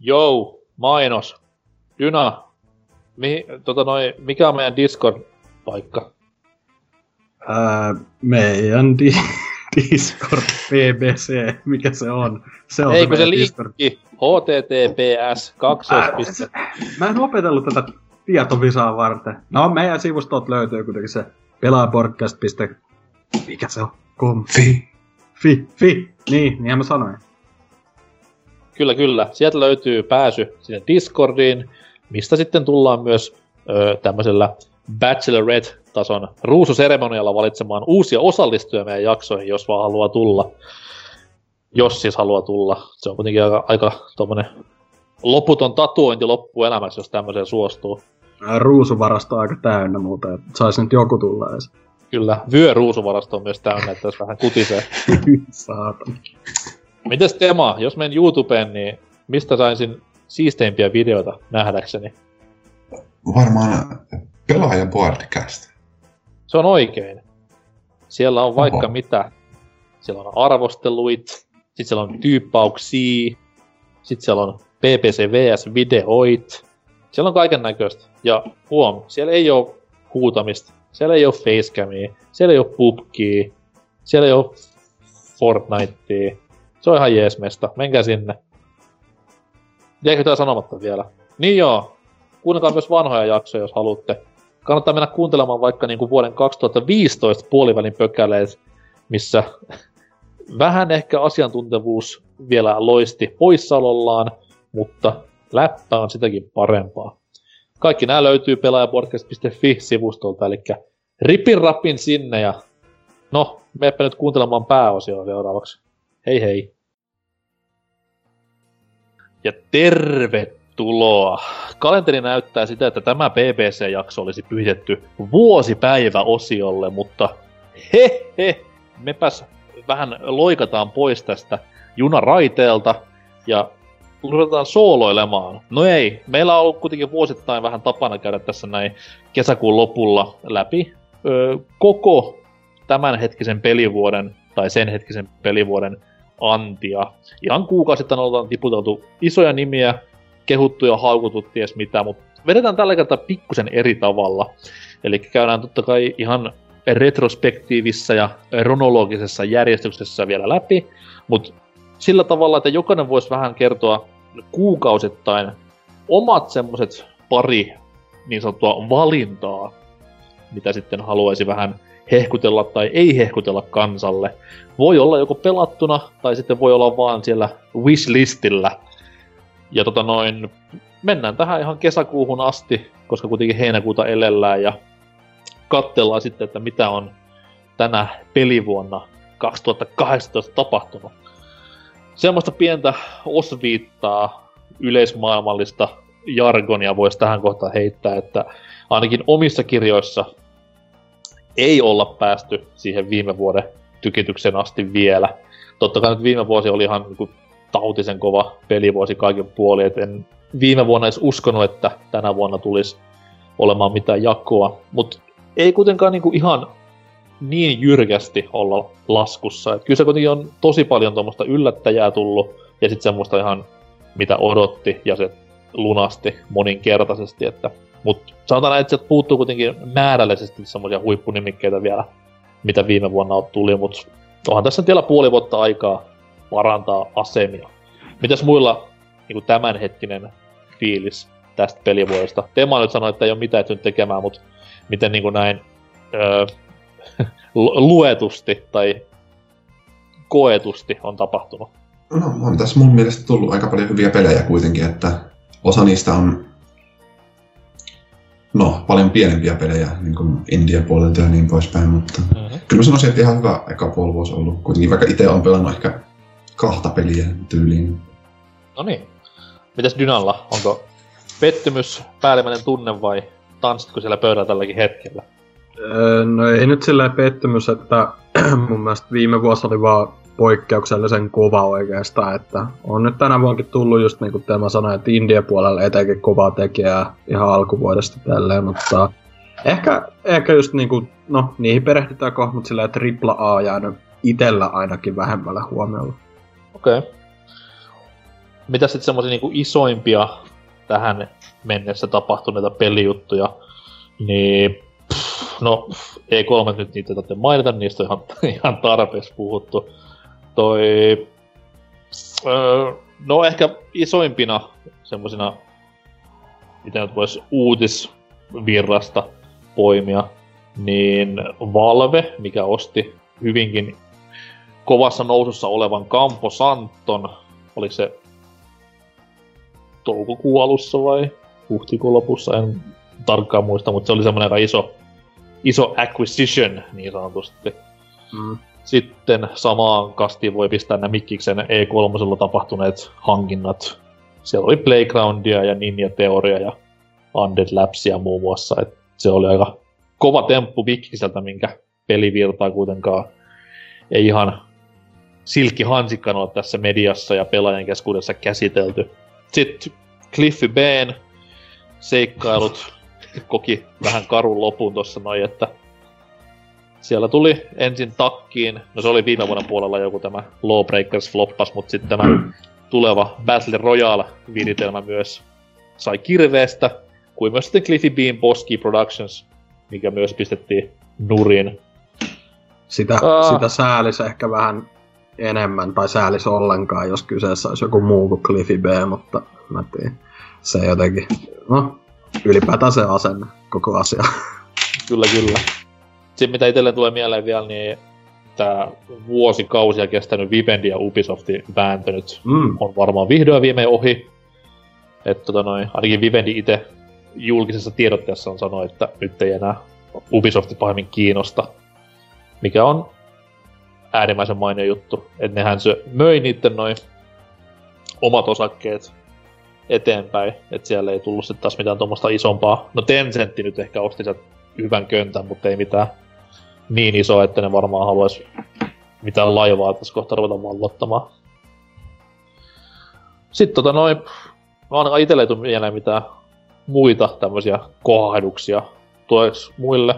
Jou, mainos. Dyna, mi, tota noi, mikä on meidän Discord-paikka? Ää, meidän di- Discord P B C, mikä se on? Se on Eikö se, se linkki? H T T P S kaksoispiste. Mä en opetellut tätä tietovisaa varten. No, meidän sivustot löytyy kuitenkin se pelaajapodcast. Mikä se on? Com. Fi. Fi. Fi. Niin, niinhän mä sanoin. Kyllä, kyllä. Sieltä löytyy pääsy sinne Discordiin, mistä sitten tullaan myös ö, tämmöisellä Bachelorette-tason ruususeremonialla valitsemaan uusia osallistujia meidän jaksoihin, jos vaan haluaa tulla. Jos siis haluaa tulla. Se on kuitenkin aika, aika tommonen loputon tatuointi loppuelämässä, jos tämmöiseen suostuu. Ruusuvarasto on aika täynnä muuta, että sais nyt joku tulla edes. Kyllä, vyöruusuvarasto on myös täynnä, että jos vähän kutisee. Saatana. Mites Tema, jos menen YouTubeen, niin mistä saisin siisteimpiä videoita nähdäkseni? Varmaan pelaajan podcast. Se on oikein. Siellä on vaikka Oho. mitä. Siellä on arvosteluit, sit siellä on tyyppauksia, sit siellä on P P C V S-videoit. Siellä on kaiken näköistä. Ja huom, siellä ei oo huutamista, siellä ei oo facecamia, siellä ei oo pubgia, siellä ei oo Fortnitea. Se on ihan jees mesta, menkää sinne. Jäikö tää sanomatta vielä? Niin joo, kuunnelkaa myös vanhoja jaksoja, jos haluatte. Kannattaa mennä kuuntelemaan vaikka niinku vuoden kaksituhattaviisitoista puolivälin pökäleet, missä vähän ehkä asiantuntevuus vielä loisti poissaolollaan, mutta läppä on sitäkin parempaa. Kaikki nämä löytyy pelaajapodcast piste fi-sivustolta, eli ripin rapin sinne ja no, meepä nyt kuuntelemaan pääosioon seuraavaksi. Hei hei! Ja tervetuloa! Kalenteri näyttää sitä, että tämä B B C-jakso olisi pyhitetty vuosipäiväosiolle, mutta he he, mepäs vähän loikataan pois tästä junaraiteelta ja ruvetaan sooloilemaan. No ei, meillä on ollut kuitenkin vuosittain vähän tapana käydä tässä näin kesäkuun lopulla läpi öö, koko tämänhetkisen pelivuoden tai sen hetkisen pelivuoden antia. Ihan kuukausittain ollaan tiputeltu isoja nimiä, kehuttu ja haukuttu ties mitä, mutta vedetään tällä kertaa pikkusen eri tavalla. Eli käydään totta kai ihan retrospektiivissä ja kronologisessa järjestyksessä vielä läpi, mutta sillä tavalla, että jokainen voisi vähän kertoa kuukausittain omat semmoset pari niin sanottua valintaa, mitä sitten haluaisi vähän hehkutella tai ei hehkutella kansalle. Voi olla joko pelattuna, tai sitten voi olla vaan siellä wishlistillä. Ja tota noin, mennään tähän ihan kesäkuuhun asti, koska kuitenkin heinäkuuta elellään, ja katsellaan sitten, että mitä on tänä pelivuonna kaksituhattakahdeksantoista tapahtunut. Semmoista pientä osviittaa yleismaailmallista jargonia voisi tähän kohtaan heittää, että ainakin omissa kirjoissa ei olla päästy siihen viime vuoden tykityksen asti vielä. Totta kai nyt viime vuosi oli ihan niin kuin tautisen kova pelivuosi kaiken puolin, et en viime vuonna edes uskonut, että tänä vuonna tulisi olemaan mitään jakoa, mutta ei kuitenkaan niin kuin ihan niin jyrkästi olla laskussa. Et kyllä se kuitenkin on tosi paljon tuommoista yllättäjää tullut ja sitten semmoista ihan mitä odotti ja se lunasti moninkertaisesti, että mutta sanotaan näin, että sieltä puuttuu kuitenkin määrällisesti semmoisia huippunimikkeitä vielä, mitä viime vuonna tuli, mutta onhan tässä vielä puoli vuotta aikaa parantaa asemia. Mitäs muilla niin tämänhetkinen fiilis tästä pelivuodesta? Tema nyt sanoi, että ei ole mitään nyt tekemään, mutta miten niin näin öö, luetusti tai koetusti on tapahtunut? No, on tässä mun mielestä tullut aika paljon hyviä pelejä kuitenkin, että osa niistä on no, paljon pienempiä pelejä, niin kuin Indian puolelta ja niin poispäin, mutta mm-hmm. kyllä mä sanoisin, että ihan hyvä eka puoli vuosi ollut kuitenkin, vaikka itse on pelannut ehkä kahta peliä tyyliin. No niin. Mitäs Dynalla? Onko pettymys päällimmäinen tunne vai tanssitko siellä pöydällä tälläkin hetkellä? Öö, no ei nyt silleen pettymys, että mun mielestä viime vuosi oli vaan poikkeuksellisen kova oikeastaan, että on nyt tänä vuonnakin tullut just niin kuin Teema sanoi, että India puolella etenkin kovaa tekijää ihan alkuvuodesta tälleen, mutta ehkä, ehkä just niinku, no niihin perehdytään kohta, mutta silleen tripla A jäänyt itellä ainakin vähemmällä huomiolla. Okei. Okay. mitä sitten semmosia niinku isoimpia tähän mennessä tapahtuneita pelijuttuja, niin pff, no E kolme nyt niitä täytyy mainita, niistä on ihan, ihan tarpeeksi puhuttu. Toi, öö, no ehkä isoimpina semmosina, miten nyt vois uutisvirrasta poimia, niin Valve, mikä osti hyvinkin kovassa nousussa olevan Campo Santon, oliko se toukokuun alussa vai huhtikuun lopussa, en tarkkaan muista, mutta se oli semmoinen aika iso, iso acquisition niin sanotusti. Mm. Sitten samaan kastiin voi pistää nämä Mikkiksen E kolme tapahtuneet hankinnat. Siellä oli Playgroundia ja Ninja Theoria ja Undead Labsia muun muassa. Et se oli aika kova temppu Mikkikseltä, minkä pelivirtaa kuitenkaan ei ihan silkkihansikkaan ole tässä mediassa ja pelaajien keskuudessa käsitelty. Sitten Cliffy B:n seikkailut koki vähän karun lopun tossa noin, että siellä tuli ensin takkiin, no se oli viime vuoden puolella joku tämä Lawbreakers floppas, mutta sitten tämä tuleva Battle Royale-viritelmä myös sai kirveestä, kuin myös sitten Cliffy B:n Boss Key Productions, mikä myös pistettiin nurin. Sitä, uh. sitä säälisi ehkä vähän enemmän, tai säälisi ollenkaan, jos kyseessä olisi joku muu kuin Cliffy B, mutta mä tiedän, se jotenkin, no, ylipäätään se asenne koko asia. Kyllä, kyllä. Sitten mitä itselleen tulee mieleen vielä, niin tää vuosikausia kestänyt Vivendi ja Ubisoftin vääntö nyt mm. on varmaan vihdoin viimein ohi. Että tota noin, ainakin Vivendi itse julkisessa tiedotteessa on sanonut, että nyt ei enää Ubisofti pahemmin kiinnosta. Mikä on äärimmäisen mainio juttu. Että nehän se möi niitten noin omat osakkeet eteenpäin. Että siellä ei tullut sit taas mitään tuommoista isompaa. No Tencentti nyt ehkä osti sieltä hyvän köntän, mutta ei mitään niin isoa, että ne varmaan haluais mitään laivaa tässä kohta ruveta vallottamaan. Sitten tota noin, ainakaan itelle ei tule mieleen mitään muita tämmösiä kohahduksia. Tuleeks muille?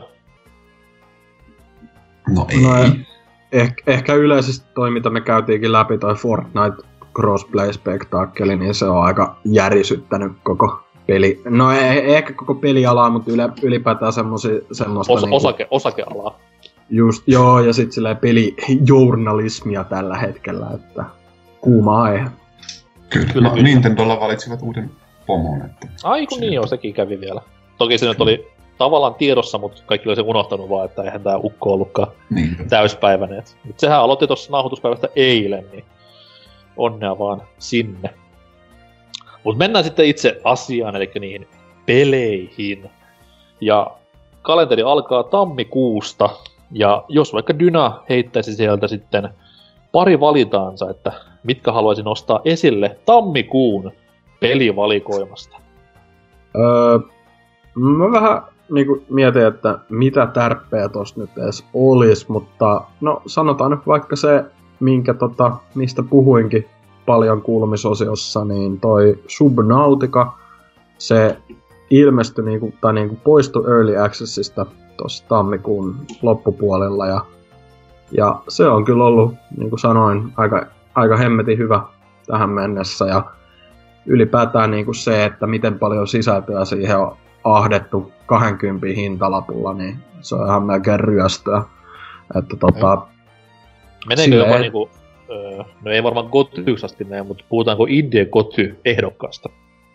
No ei. No, ehkä, ehkä yleisesti toi, mitä me käytiinkin läpi, toi Fortnite crossplay-spektaakkeli, niin se on aika järisyttänyt koko peli. No ei ehkä koko pelialaa, mutta yle, ylipäätään semmosia, semmoista... Os, niinku, osake, osakealaa. Just, joo, ja sit silleen pelijournalismia tällä hetkellä, että kuuma aihe. Kyllä, kyllä, kyllä. Nintendolla valitsivat uuden pomon, että... Ai kun niin joo, sekin kävi vielä. Toki se nyt oli tavallaan tiedossa, mutta kaikki oli se unohtanut vaan, että eihän tää ukko ollutkaan niin täyspäiväinen. Mut sehän aloitti tossa nauhoituspäivästä eilen, niin onnea vaan sinne. Mut mennään sitten itse asiaan, eli niihin peleihin. Ja kalenteri alkaa tammikuusta, ja jos vaikka Dyna heittäisi sieltä sitten pari valitaansa, että mitkä haluaisin nostaa esille tammikuun pelivalikoimasta. Öö, mä vähän niinku mietin, että mitä tärppejä tossa nyt edes olis, mutta no sanotaan nyt vaikka se, minkä tota, mistä puhuinkin paljon kuulumisosiossa, niin toi Subnautica, se ilmestyi niinku, tai niinku poistui Early Accessista tossa tammikuun loppupuolella, ja, ja se on kyllä ollut, niin kuin sanoin, aika, aika hemmetin hyvä tähän mennessä, ja ylipäätään niinku se, että miten paljon sisältöä siihen on ahdettu kaksikymmentä hintalapulla, niin se on ihan melkein ryöstöä. Että tota... Meneekö jopa ei... niinku, öö, no ei varmaan Gotyks asti mene, mutta puhutaanko Indie Goty-ehdokkaasta?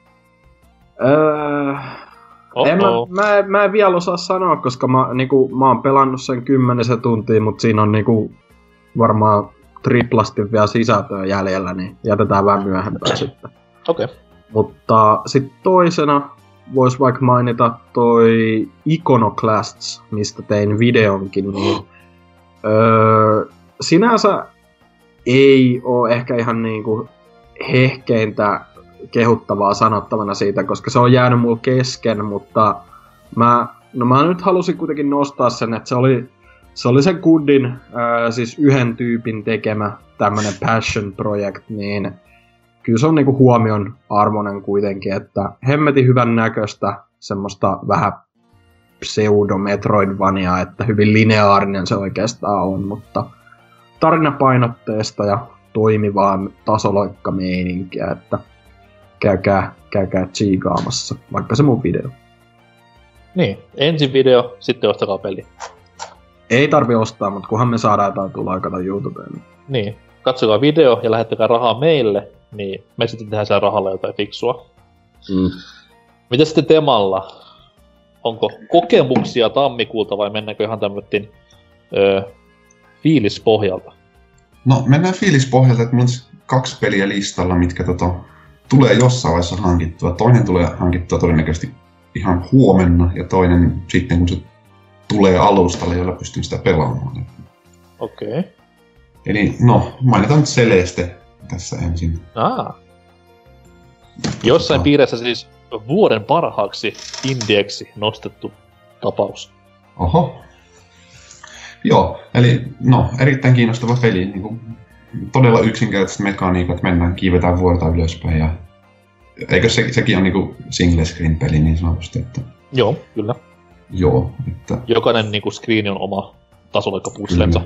Öö... En mä, mä, mä en vielä osaa sanoa, koska mä, niinku, mä oon pelannut sen kymmenisen tuntia, mutta siinä on niinku varmaan triplasti vielä sisältöä jäljellä, niin jätetään vähän myöhempään sitten. Okei. Okay. Mutta sitten toisena vois vaikka mainita toi Iconoclasts, mistä tein videonkin, niin öö, sinänsä ei oo ehkä ihan niinku hehkeintä kehuttavaa sanottavana siitä, koska se on jäänyt mulla kesken, mutta mä, no mä nyt halusin kuitenkin nostaa sen, että se oli, se oli sen Goodin, ää, siis yhden tyypin tekemä tämmönen passion project, niin kyllä se on niinku huomion arvoinen kuitenkin, että hemmetin hyvän näköistä semmoista vähän pseudo-metroidvania, että hyvin lineaarinen se oikeastaan on, mutta tarinapainotteista ja toimivaa tasoloikkameininkiä, että käykää, käykää tsiikaamassa, vaikka se mun video. Niin, ensin video, sitten ostakaa peli. Ei tarvi ostaa, mutta kunhan me saadaan jotain tuloa kato YouTubeen. Niin. niin, katsokaa video ja lähettäkää rahaa meille, niin me sitten tehdään siellä rahalla jotain fiksua. Mm. Mitä sitten temalla? Onko kokemuksia tammikuulta vai mennäänkö ihan tämmöttiin öö, fiilispohjalta? No mennään fiilispohjalta, että meillä on kaksi peliä listalla, mitkä tota, tulee jossain vaiheessa hankittua. Toinen tulee hankittua todennäköisesti ihan huomenna ja toinen sitten kun se tulee alustalle, jolla pystyy sitä pelaamaan. Okei. Okay. Eli no, mainitaan nyt Celeste tässä ensin. Aa. Jossain tota... piirissä siis vuoden parhaaksi indieksi nostettu tapaus. Oho. Joo, eli no, erittäin kiinnostava peli. Niin kuin, todella yksinkertaiset mekaniikat, mennään, kiivetään vuorta ylöspäin. Ja... Eikö se, sekin on niinku single screen peli niin sanotusti? Että... Joo, kyllä. Joo, että... Jokainen niinku screen on oma tasoloikkapusslensa.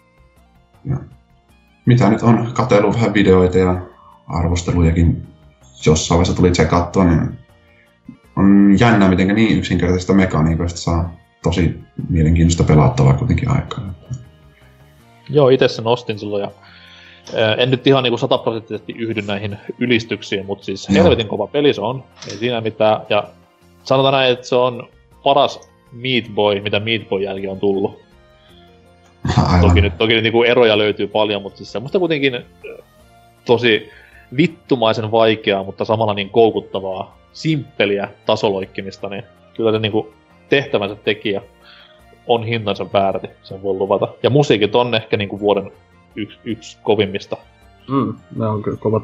Mitä nyt on katsellut vähän videoita ja arvostelujakin jossain vaiheessa tuli tsekattua, niin on jännä, miten niin yksinkertaisista mekaniikoista saa tosi mielenkiintoista pelattavaa kuitenkin aikaa. Joo, itse sen ostin silloin ja ää, en nyt ihan niinku sataprosenttisesti yhdy näihin ylistyksiin, mutta siis Joo. helvetin kova peli se on, ei siinä mitään. Ja sanotaan näin, että se on paras Meat Boy, mitä Meat Boy jälkeen on tullut. Aivan. Toki nyt, toki nyt niinku eroja löytyy paljon, mutta siis semmoista kuitenkin tosi vittumaisen vaikeaa, mutta samalla niin koukuttavaa, simppeliä tasoloikkimista, niin kyllä se niinku tehtävänsä tekijä on hintansa väärti, sen voi luvata. Ja musiikit on ehkä niinku vuoden yksi yks kovimmista. Mm, ne on kyllä kovat.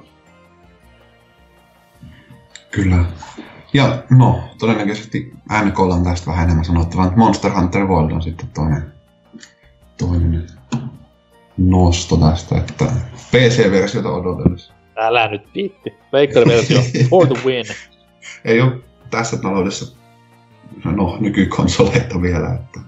Kyllä. Ja no, todennäköisesti N K:lla on tästä vähän enemmän sanottavaa. Monster Hunter World on sitten toinen, toinen nosto tästä, että P C-versiota odotellessa. Älä nyt viitti. Veikkari-versio for the win. Ei oo tässä taloudessa no, nykykonsoleita vielä, että...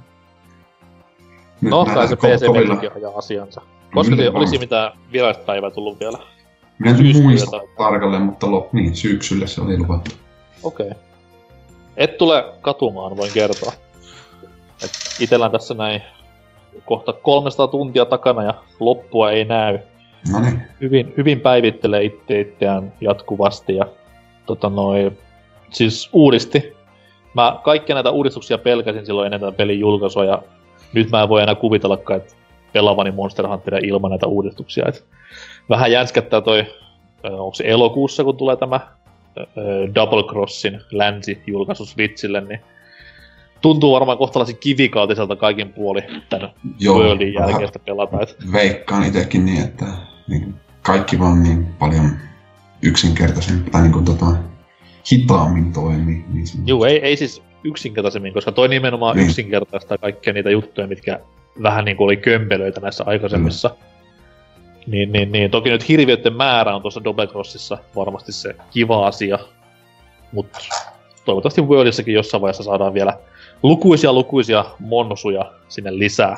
Nyt no, kai se P C-versio ajaa asiansa. Koska se olisi mitään virallista päivää tullut vielä. Minä en nyt muista tarkalleen, mutta lo, niin, syksyllä se oli luvattu. Okei. Okay. Et tule katumaan, voin kertoa. Et itellään tässä näin kohta kolmesataa tuntia takana ja loppua ei näy. Noniin. Hyvin, hyvin päivittelee itse itseään jatkuvasti ja tota noi, siis uudisti. Mä kaikkia näitä uudistuksia pelkäsin silloin ennen tämän pelin julkaisua ja nyt mä en voi enää kuvitellakaan, että pelaavani Monster Hunteria ilman näitä uudistuksia. Et vähän jänskättää toi, onko se elokuussa kun tulee tämä Double Crossin länsi-julkaisu Switchille, niin tuntuu varmaan kohtalaisen kivikautiselta kaikin puoli tän Worldin jälkeistä pelata. Et... Veikkaan itekin niin, että niin, kaikki vaan niin paljon yksinkertaisemmin, tai niin kuin tota, hitaammin toimii. Niin Juu, ei, ei siis yksinkertaisemmin, koska toi nimenomaan niin. yksinkertaistaa kaikkia niitä juttuja, mitkä vähän niin kuin oli kömpelöitä näissä aikaisemmissa. Mm. Niin, niin, niin. Toki nyt hirviöiden määrä on tuossa Double Crossissa varmasti se kiva asia, mutta toivottavasti Worldissakin jossain vaiheessa saadaan vielä lukuisia lukuisia monsuja sinne lisää.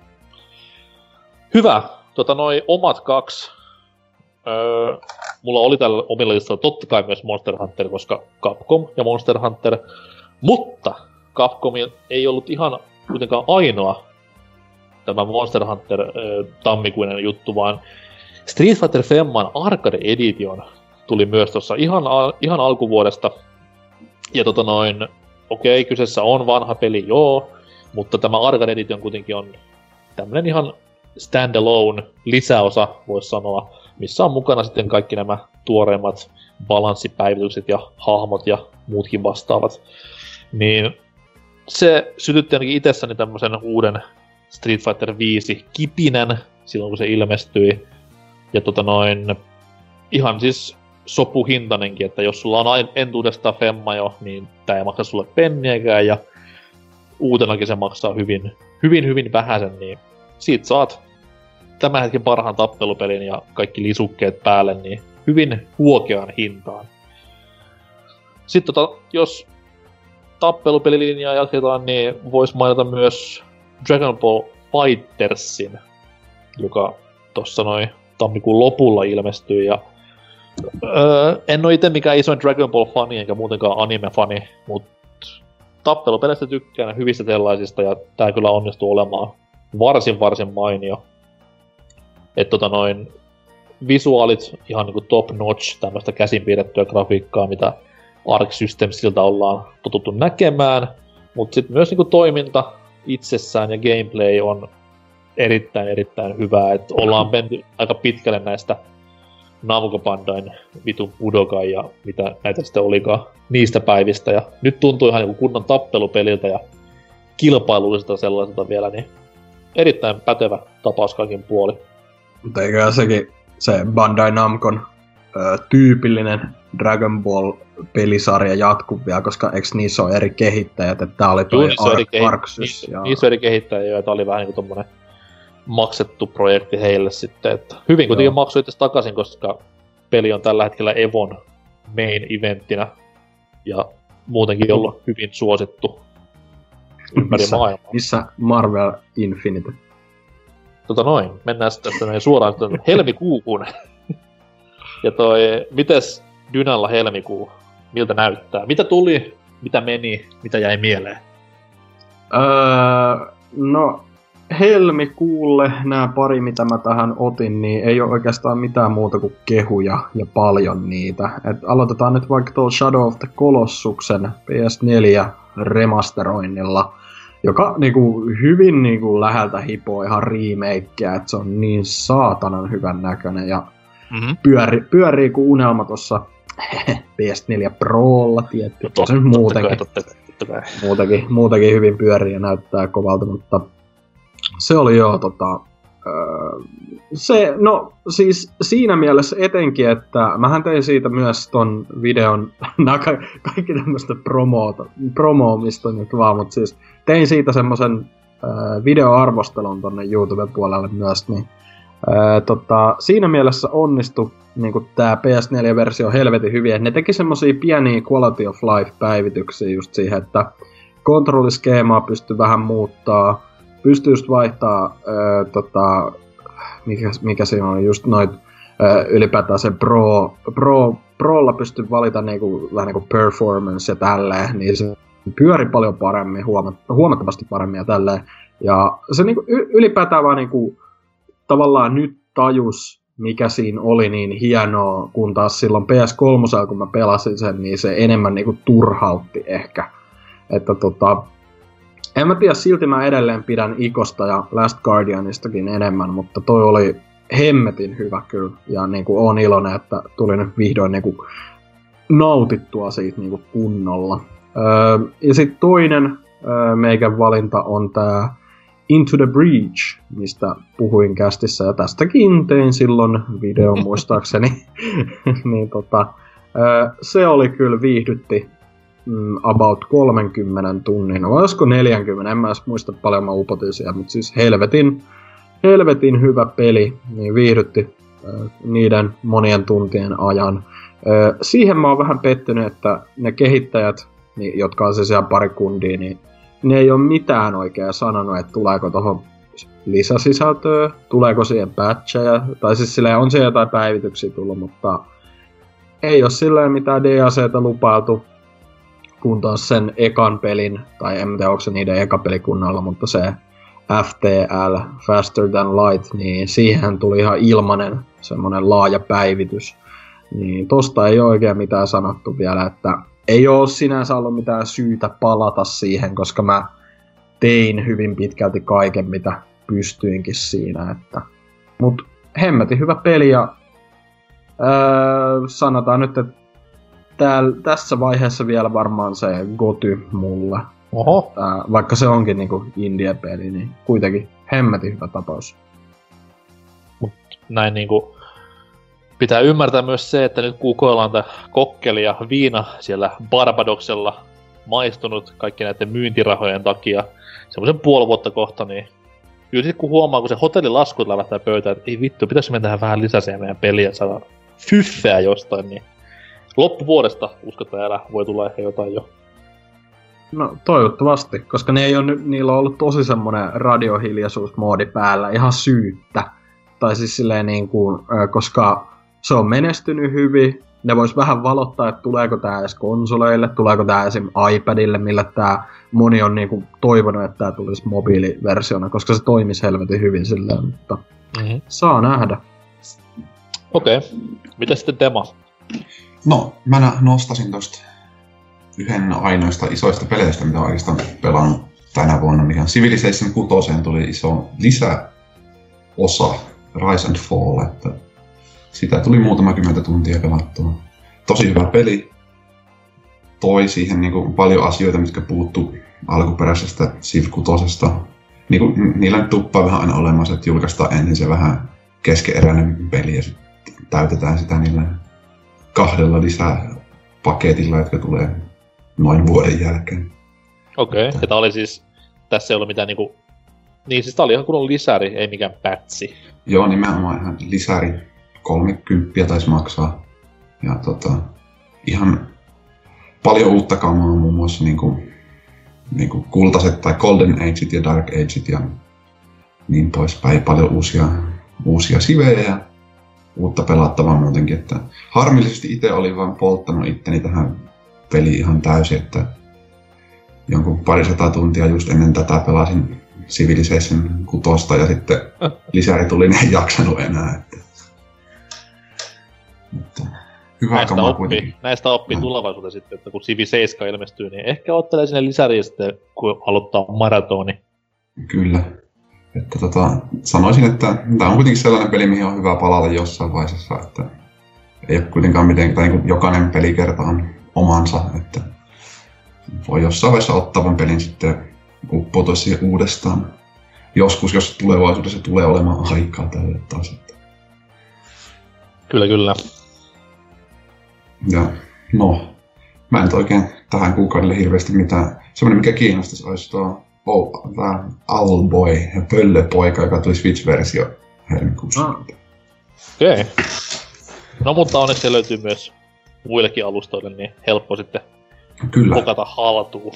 Hyvä. Tota noi omat kaksi. Öö, mulla oli tällä omilla listalla totta kai myös Monster Hunter, koska Capcom ja Monster Hunter. Mutta Capcom ei ollut ihan kuitenkaan ainoa tämä Monster Hunter öö, tammikuinen juttu, vaan Street Fighter Femman Arcade Edition tuli myös tuossa ihan, al- ihan alkuvuodesta. Ja tota noin, okei, okay, kyseessä on vanha peli, joo, mutta tämä Arcade Edition kuitenkin on tämmönen ihan standalone lisäosa, voisi sanoa, missä on mukana sitten kaikki nämä tuoreimmat balanssipäivitykset ja hahmot ja muutkin vastaavat. Niin se sytytti ainakin itsessäni tämmösen uuden Street Fighter viisi kipinän silloin kun se ilmestyi. Ja tota noin, ihan siis sopuhintainenkin, että jos sulla on entuudestaan Femma jo, niin tää ei maksa sulle penniäkään ja uutenakin se maksaa hyvin, hyvin, hyvin vähäsen, niin siitä saat tämän hetken parhaan tappelupelin ja kaikki lisukkeet päälle, niin hyvin huokeaan hintaan. Sitten tota, jos tappelupelilinjaa jatketaan, niin vois mainita myös Dragon Ball Fightersin, joka tossa noin tammikuun lopulla ilmestyy. Ja, öö, en oo ite mikään isoin Dragon Ball-fani enkä muutenkaan anime-fani, mutta tappelupeleistä tykkään hyvistä sellaisista ja tää kyllä onnistuu olemaan varsin varsin mainio. Et tota noin visuaalit ihan niinku top notch, tämmöstä käsin piirrettyä grafiikkaa, mitä Arc Systemsiltä ollaan totuttu näkemään. Mut sit myös niinku toiminta itsessään ja gameplay on erittäin erittäin hyvää, et ollaan menty aika pitkälle näistä Namco Bandain vitun Budokai ja mitä näitä sitten olikaan niistä päivistä. Ja nyt tuntuu ihan niinku kunnon tappelupeliltä ja kilpailulliselta sellaiselta vielä, niin erittäin pätevä tapaus kaikin puoli. Mutta eiköhän sekin se Bandai Namcon ö, tyypillinen Dragon Ball-pelisarja jatku vielä, koska eks niissä on eri kehittäjät, että tää oli toi Ar- Arxus. Ja... Niissä on eri kehittäjiä, ja tää oli vähän niinku tommonen maksettu projekti heille sitten, että hyvin kuitenkin maksoi itse takaisin, koska peli on tällä hetkellä Evon main eventtinä ja muutenkin ollut hyvin suosittu ympäri missä, maailmaa. Missä Marvel Infinite? Tota noin, mennään sitten tästä suoraan helmikuuhun. Ja toi, mites Dynalla helmikuu, miltä näyttää? Mitä tuli, mitä meni, mitä jäi mieleen? Öö, no, helmikuulle nämä pari, mitä mä tähän otin, niin ei ole oikeastaan mitään muuta kuin kehuja ja paljon niitä. Et aloitetaan nyt vaikka tuolla Shadow of the Colossuksen P S neljä remasteroinnilla, joka niinku, hyvin niinku, läheltä hipoo ihan remakeä, että se on niin saatanan hyvän näköinen ja mm-hmm. pyöri, pyörii kuin unelma tossa P S neljä Prolla tietty. No, se muutenkin, totta, totta muutenkin, muutenkin hyvin pyörii ja näyttää kovalta, mutta se oli joo tota... Öö, se, no siis siinä mielessä etenkin, että mähän tein siitä myös ton videon, nää ka- kaikki tämmöstä promoota, promoomista nyt vaan, mut siis tein siitä semmosen öö, videoarvostelun tonne YouTube-puolelle myös, niin öö, tota, siinä mielessä onnistui niinku tää P S neljä-versio helvetin hyvin, että ne teki semmosia pieniä quality of life-päivityksiä just siihen, että kontrolliskeemaa pystyi vähän muuttaa, pystyi just vaihtaa, öö, tota, mikä, mikä siinä on, just noit öö, ylipäätään se pro, pro, prolla pystyi valita niinku, vähän niinku performance ja tälleen, niin se pyöri paljon paremmin, huomat, huomattavasti paremmin ja tälleen. Ja se niinku, ylipäätään vaan niinku, tavallaan nyt tajus, mikä siinä oli niin hienoa, kun taas silloin P S kolme, kun mä pelasin sen, niin se enemmän niinku turhautti ehkä. Että tota... En mä tiedä, silti mä edelleen pidän Ikosta ja Last Guardianistakin enemmän, mutta toi oli hemmetin hyvä kyllä. Ja niinku oon iloinen, että tuli nyt vihdoin niinku nautittua siitä niinku kunnolla. Öö, ja sit toinen öö, meikän valinta on tää Into the Breach, mistä puhuin kästissä. Ja tästäkin tein silloin videon muistaakseni. niin tota, öö, se oli kyllä viihdytti. About kolmenkymmenen tunnin, no olisiko neljäkymmentä, en mä edes muista paljon mä upotin siellä, mutta siis helvetin, helvetin hyvä peli, niin viihdytti äh, niiden monien tuntien ajan. Äh, siihen mä oon vähän pettynyt, että ne kehittäjät, niin, jotka on siis ihan pari kundia, niin ne ei ole mitään oikein sanonut, että tuleeko tohon lisäsisältöä, tuleeko siihen patcheja, tai siis silleen on siellä jotain päivityksiä tullut, mutta ei ole silleen mitään D L C:tä lupailtu, kun taas sen ekan pelin, tai en tiedä onko se niiden eka pelikunnalla, mutta se F T L, Faster Than Light, niin siihen tuli ihan ilmanen semmonen laaja päivitys. Niin tosta ei ole oikein mitään sanottu vielä, että ei oo sinänsä ollut mitään syytä palata siihen, koska mä tein hyvin pitkälti kaiken, mitä pystyinkin siinä, että... Mut hemmetin hyvä peli ja öö, sanotaan nyt, että Tääl, tässä vaiheessa vielä varmaan se Goty mulle. Oho. Tää, vaikka se onkin niinku indie-peli, niin kuitenkin hemmetin hyvä tapaus. Mut näin niinku pitää ymmärtää myös se, että nyt kuukoillaan tää kokkeli ja viina siellä Barbadoksella maistunut kaikki näiden myyntirahojen takia semmoisen puoli vuotta kohta, niin kyllä sit kun huomaa, kun se hotellilaskut lävähtää pöytään, että ei vittu, pitäisikö mennä tähän vähän lisäseen meidän peliä, että saadaan fyffeä jostain, niin loppuvuodesta uskotaan elää, voi tulla ehkä jotain jo. No toivottavasti, koska ne ei ole, niillä on ollut tosi semmonen radiohiljaisuusmoodi päällä ihan syyttä. tai siis silleen niin kuin, koska se on menestynyt hyvin, ne vois vähän valottaa, että tuleeko tää edes konsoleille, tuleeko tää esim. iPadille, millä tää moni on niinku toivonut, että tää tulisi mobiiliversiona, koska se toimisi helvetin hyvin silleen, mutta mm-hmm. saa nähdä. Okei. Okay. Mitä sitten Dema? No, mä nostasin tosta yhden ainoista isoista peleistä, mitä olen oikeastaan pelannut tänä vuonna, mikä Civilization kuusi tuli iso lisäosa, Rise and Fall, että sitä tuli muutama kymmentä tuntia pelattua. Tosi hyvä peli. Toi siihen niin kuin paljon asioita, mitkä puuttu alkuperäisestä Civ kuusi. Niin kuin, niillä nyt tuppaa vähän aina olemassa, että julkaistaan ensin se vähän keskeeräinen peli ja sitten täytetään sitä niillä kahdella lisää paketilla, jotka tulee noin vuoden jälkeen. Okei, okay. Ja tää oli siis, tässä ei ollut mitään niinku, niin siis tää oli ihan kunnon lisäri, ei mikään pätsi. Joo, nimenomaan ihan lisäri. kolmekymmentä taisi maksaa. Ja tota, ihan paljon uutta kamaa, muun muassa niinku, niinku kultaiset tai Golden Ageit ja Dark Ageit ja niin poispäin. Paljon uusia, uusia sivejä ja uutta pelattavaa muutenkin. Että harmillisesti itse olin vaan polttanut itteni tähän peliin ihan täysin, että jonkun parisataa tuntia just ennen tätä pelasin Civilization kuusi ja sitten lisäri tuli, niin en jaksanut enää. Että Mutta hyvä näistä kamaa oppii, kuitenkin. näistä oppii tulevaisuudessa sitten, että kun Civ seitsemän ilmestyy, niin ehkä ottelee sinne lisäriin sitten, kun aloittaa maratoni. Kyllä. Että tota, sanoisin, että tämä on kuitenkin sellainen peli, mihin on hyvä palata jossain vaiheessa, että ei ole kuitenkaan mitenkään, niin jokainen pelikerta on omansa, että voi jossain vaiheessa ottavan pelin sitten uppoutua siihen uudestaan. Joskus, jos tulevaisuudessa tulee olemaan aikaa tälle taas. Että. Kyllä, kyllä. Ja no, mä en nyt oikein tähän kuukaudelle hirveästi mitään. Semmoinen, mikä kiinnostaisi, olisi tuo oh, tämä Owlboy, pöllöpoika, joka tuli Switch-versio helmikuussa. Okei. Okay. No mutta onneksi se löytyy myös muillekin alustoille, niin helppo sitten Kyllä. pokata haltuun.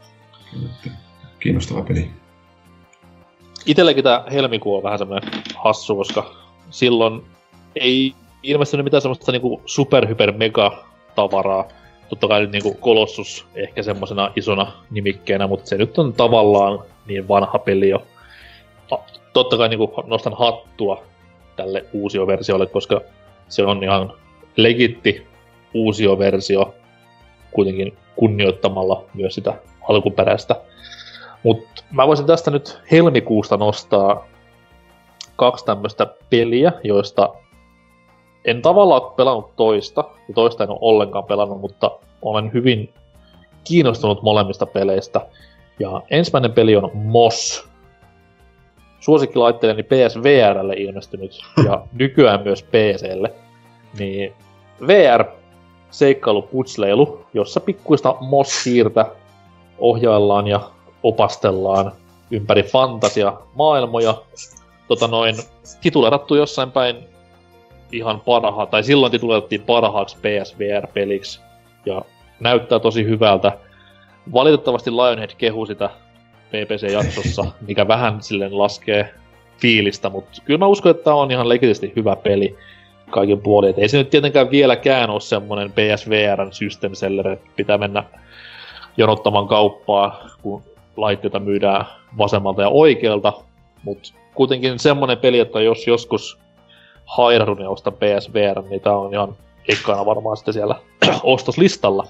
Kiinnostava peli. Itelläkin tää helmikuu on vähän semmoinen hassu, koska silloin ei ilmestynyt mitään semmoista niinku superhyper mega tavaraa. Totta kai nyt niinku Colossus ehkä semmosena isona nimikkeenä, mutta se nyt on tavallaan niin vanha peli jo. Totta kai niinku nostan hattua tälle uusioversiolle, koska se on ihan legitti uusioversio, kuitenkin kunnioittamalla myös sitä alkuperäistä. Mut mä voisin tästä nyt helmikuusta nostaa kaksi tämmöstä peliä, joista en tavallaan ole pelannut toista, ja toista en ole ollenkaan pelannut, mutta olen hyvin kiinnostunut molemmista peleistä. Ja ensimmäinen peli on Moss. Suosikkilaitteelleni P S V R:lle ilmestynyt, ja nykyään myös P C:lle. Niin V R-seikkailu-putsleilu, jossa pikkuista Moss-siirtä ohjaillaan ja opastellaan ympäri fantasia-maailmoja. Tota noin, titulerattu jossain päin ihan parhaa, tai silloin titulerattiin parhaaksi P S V R-peliksi. Ja näyttää tosi hyvältä. Valitettavasti Lionhead kehui sitä P P C-jaksossa, mikä vähän silleen laskee fiilistä, mutta kyllä mä uskon, että tää on ihan legitisti hyvä peli kaikin puolin. Et ei se nyt tietenkään vieläkään ole semmonen P S V R:n system seller, että pitää mennä jonottamaan kauppaa, kun laitteita myydään vasemmalta ja oikealta, mutta kuitenkin semmonen peli, että jos joskus hairahdun ja ostan P S V R, niin tää on ihan ekana varmaan sitten siellä ostoslistalla.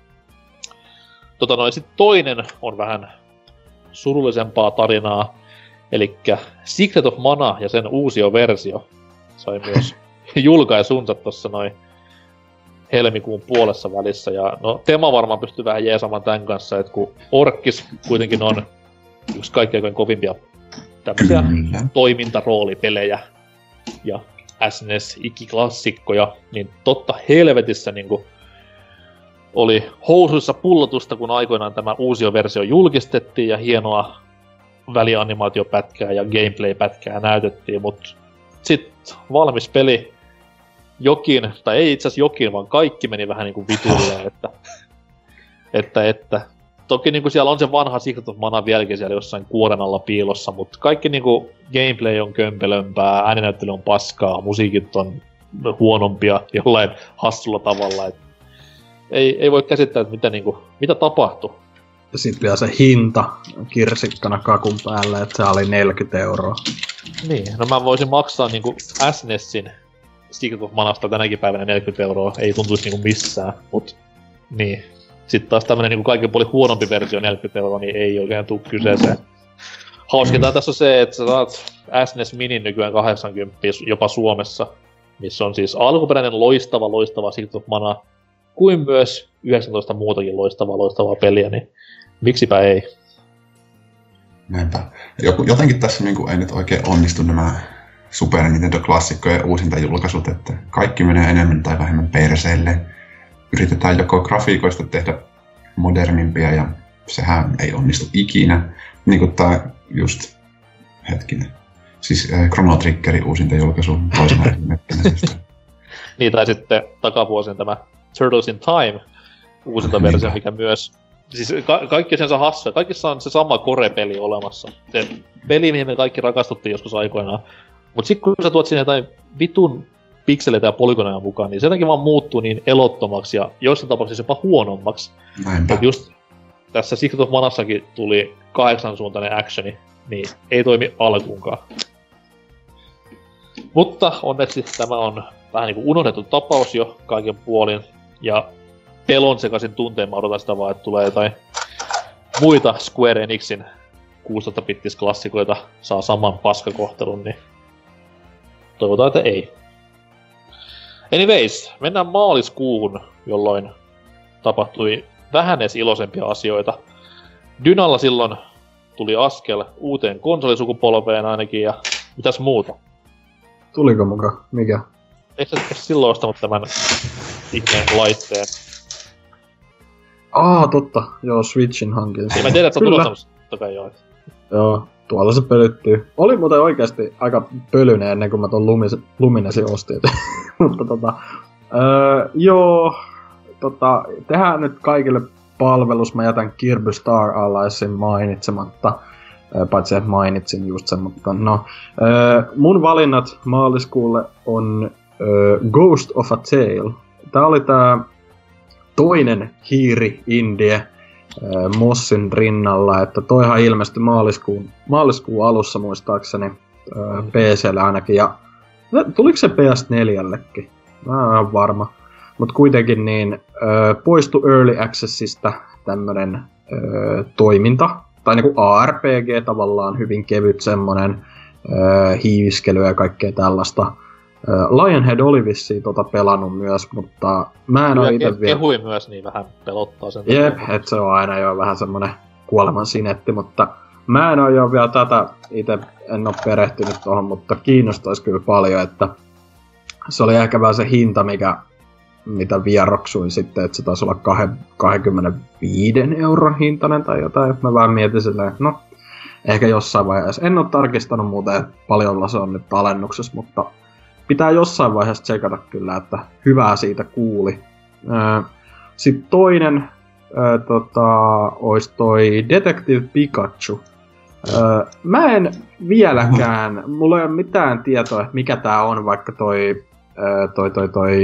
Tota noin, sit toinen on vähän surullisempaa tarinaa, elikkä Secret of Mana ja sen uusio versio sai myös julkaisunsa tossa noin helmikuun puolessa välissä. Ja no Tema varmaan pystyy vähän jeesamaan tän kanssa, että kun Orkkis kuitenkin on yksi kaikkein kovimpia tämmösiä Kyllä. toimintaroolipelejä ja S N E S-ikiklassikkoja, niin totta helvetissä niinku oli housuissa pullotusta, kun aikoinaan tämä uusioversio julkistettiin ja hienoa välianimaatiopätkää ja gameplay-pätkää näytettiin, mut sit valmis peli jokin, tai ei itse asiassa jokin, vaan kaikki meni vähän niinku vitulle, että, että, että toki niinku siellä on se vanha Secret of Mana vieläkin siellä jossain kuoren alla piilossa, mutta kaikki niinku gameplay on kömpelömpää, ääninäyttely on paskaa, musiikit on huonompia jollain hassulla tavalla. Et ei, ei voi käsittää, että mitä, niinku, mitä tapahtui. Ja sit vielä se hinta kirsikkana kakun päällä, että se oli neljäkymmentä euroa. Niin, no mä voisin maksaa niinku S N E Sin Secret of Manasta tänäkin päivänä neljäkymmentä euroa, ei tuntuisi niinku missään, mut niin. Sitten taas tämmönen niinku kaiken puolin huonompi versio neljäkymmentä euroa, niin ei oikein tuu kyseeseen. Hauskinta tässä on se, että sä saat S N E S Minin nykyään kahdeksankymmentä jopa Suomessa, missä on siis alkuperäinen loistava, loistava Secret of Mana, kuin myös yhdeksäntoista muutakin loistavaa, loistavaa peliä, niin miksipä ei. Näinpä. Joku, jotenkin tässä niin kuin, ei nyt oikein onnistu nämä Super Nintendo-klassikkojen uusintajulkaisut, että kaikki menee enemmän tai vähemmän perseille. Yritetään joko grafiikoista tehdä modernimpia ja sehän ei onnistu ikinä. Niin kuin tää just hetkinen. Siis äh, Chrono Triggerin uusintajulkaisu toisena esimerkkinä. Niin, tai sitten takavuosien tämä Turtles in Time uusinta Niinpä. versio, mikä myös... Siis ka- kaikki sen saa hassuja. Kaikissa on se sama core-peli olemassa. Se peli, mihin me kaikki rakastuttiin joskus aikoinaan. Mut sit kun sä tuot sinne jotain vitun pikseleitä ja polygoneja mukaan, niin se jotenkin vaan muuttuu niin elottomaksi ja joissain tapauksissa jopa huonommaksi. Näinpä. Et just tässä Secret of Manassakin tuli kahdeksan suuntainen actioni, niin ei toimi alkuunkaan. Mutta onneksi tämä on vähän niinku unohdettu tapaus jo kaiken puolin. Ja pelon sekaisin tunteen mä odotan sitä vaan, että tulee jotain muita Square Enixin kuusitoista-bittis-klassikoita saa saman paskakohtelun, niin toivotaan, että ei. Anyways, mennään maaliskuuhun, jolloin tapahtui vähän edes iloisempia asioita. Dynalla silloin tuli askel uuteen konsolisukupolveen ainakin, ja mitäs muuta? Tuliko muka? Mikä? Eikö sä silloin ostanut tämän ihmeen laitteen? Aa, totta. Joo, Switchin hankin. Niin mä tiedän, että sä oot Kyllä. ostanut sitä kai joo. Joo, tuolla se pölyttyy. Oli muuten oikeasti aika pölyinen ennen kuin mä ton Lumis- Luminesin ostin. Mutta tota... Öö, joo... Tota, tehdään nyt kaikille palvelus. Mä jätän Kirby Star Alliesen mainitsematta. Öö, paitsi että mainitsin just sen, mutta no. Öö, mun valinnat maaliskuulle on öö, Ghost of a Tale. Tää oli tää toinen hiiri indie Mossin rinnalla, että toihan ilmestyi maaliskuun, maaliskuun alussa muistaakseni P C:llä ainakin, ja tuliko se P S neljällekin? Mä en ole varma. Mut kuitenkin niin poistui Early Accessista tämmönen ö, toiminta, tai niinku A R P G tavallaan, hyvin kevyt semmonen ö, hiiviskely ja kaikkea tällaista. Lionhead oli vissiin tota pelannut myös, mutta mä en oo ite ke- vielä... Kehui myös, niin vähän pelottaa sen. Jep, et se on aina jo vähän semmonen kuoleman sinetti, mutta mä en oo jo vielä tätä ite, en oo perehtynyt tohon, mutta kiinnostais kyllä paljon, että se oli ehkä vähän se hinta, mikä, mitä vieroksuin sitten, että se taisi olla kaksikymmentäviisi euron hintainen tai jotain, mä vähän mietin silleen, no, ehkä jossain vaiheessa. En oo tarkistanut muuten, paljonla se on nyt alennuksessa, mutta pitää jossain vaiheessa tsekata kyllä, että hyvää siitä kuuli. Sitten toinen ää, tota, olisi toi Detective Pikachu. Ää, mä en vieläkään, mulla ei ole mitään tietoa, että mikä tää on, vaikka toi, ää, toi, toi, toi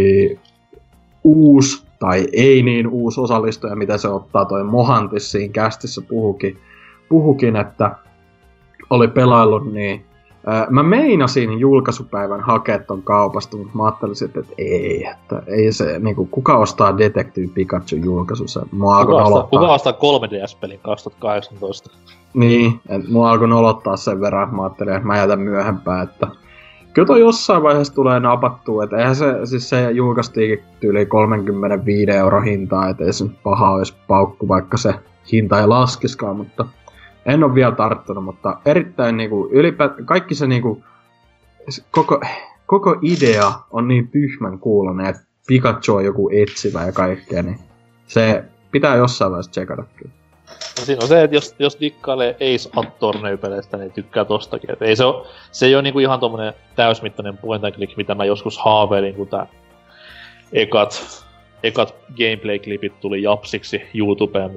uusi tai ei niin uusi osallistuja, mitä se ottaa toi Mohantis siinä kästissä puhukin, puhukin, että oli pelaillut, niin mä meinasin julkaisupäivän hakea ton kaupasta, mutta mä ajattelin, että ei, että ei se, niinku, kuka ostaa Detective Pikachu julkaisussa? Mua alkoi Kuka ostaa, nolottaa. kuka ostaa kolme D S-pelin kaksituhattakahdeksantoista? Niin, et mua alkoi nolottaa sen verran, että mä ajattelin, että mä jätän myöhempään, että kyllä toi jossain vaiheessa tulee napattua, että eihän se, siis se julkaistiinkin tyyli kolmekymmentäviisi euro hintaa, et ei se nyt paha olisi paukku, vaikka se hinta ei laskiskaan, mutta en ole vielä tarttunut, mutta erittäin niinku ylipäätään, kaikki se niinku, koko, koko idea on niin tyhmän kuulonen, että Pikachu on joku etsivä ja kaikkea, niin se pitää jossain vaiheessa tsekata kyllä. No siinä on se, että jos, jos dikkailee Ace Attorney-peleistä, niin tykkää tostakin. Et ei se, oo, se ei oo niinku ihan tommonen täysmittainen point and click, mitä mä joskus haaveilin, kun tää ekat, ekat gameplay-klipit tuli japsiksi YouTubeen, mut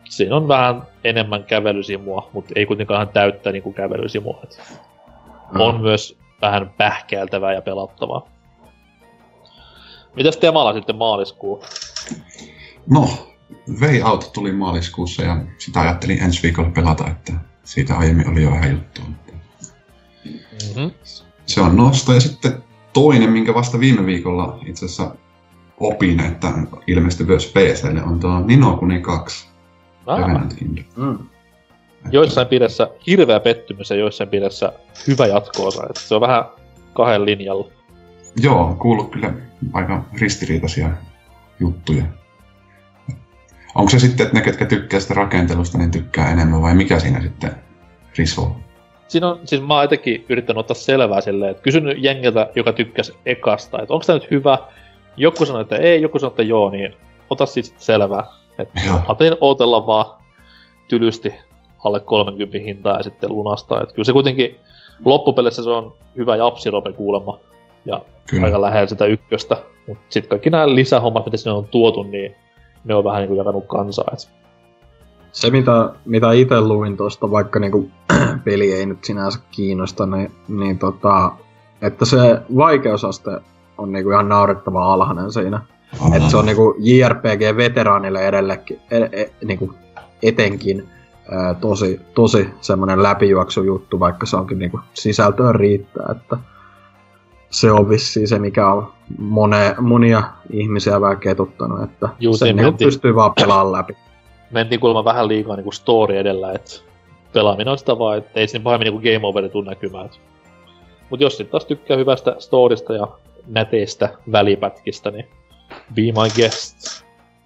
siinä on vähän enemmän kävelysimua, mutta ei kuitenkaan ihan täyttä niinku kävelysimua. Mm. On myös vähän pähkäiltävää ja pelattavaa. Mitäs temalla sitten maaliskuu? No, Way Out tuli maaliskuussa ja sitä ajattelin ensi viikolla pelata, että siitä aiemmin oli jo vähän juttua. Mm-hmm. Se on nosto ja sitten toinen, minkä vasta viime viikolla itse asiassa opin, että ilmestyi myös P C:lle, on tuo Ni no Kuni kaksi. Mm. Joissain piirissä hirveä pettymys ja joissain piirissä hyvä jatko-osa. Että se on vähän kahden linjalla. Joo, kuullut kyllä aika ristiriitaisia juttuja. Onko se sitten, että ne, ketkä tykkää sitä rakentelusta, niin tykkää enemmän vai mikä siinä sitten risoo? Siinä on, siis mä oon etenkin yrittänyt ottaa selvää silleen, että kysynyt jengiltä, joka tykkäsi ekasta, että onko tämä nyt hyvä. Joku sanoi, että ei, joku sanoi, että joo, niin ota siitä sitten selvää. Että ajattelin ootella vaan tylysti alle kolmekymmentä hintaa ja sitten lunastaa. Että kyllä se kuitenkin loppupeleissä se on hyvä japsirope kuulemma. Ja kyllä. Aika lähellä sitä ykköstä. Mutta sitten kaikki nämä lisähommat, mitä sinne on tuotu, niin ne on vähän niinku jakanut kansaa. Et. Se mitä, mitä ite luin tosta, vaikka niinku peli ei nyt sinänsä kiinnosta, niin, niin tota, että se vaikeusaste on niinku ihan naurettavan alhainen siinä. Aha. Että se on niinku J R P G-veteraanille edellekin, e, e, niinku etenkin ää, tosi, tosi semmonen läpijuoksujuttu, vaikka se onkin niinku sisältöä riittää, että se on vissiin se, mikä on mone, monia ihmisiä vähän ketuttanut, että Juu, sen niinku pystyy vaan pelaamaan läpi. Mentiin kuulemma vähän liikaa niinku story edellä, että pelaaminen on sitä vaan, että ei siinä pahemmin niinku game overi tuu näkymään. Mut jos sit taas tykkää hyvästä storista ja näteistä välipätkistä, niin be my guest.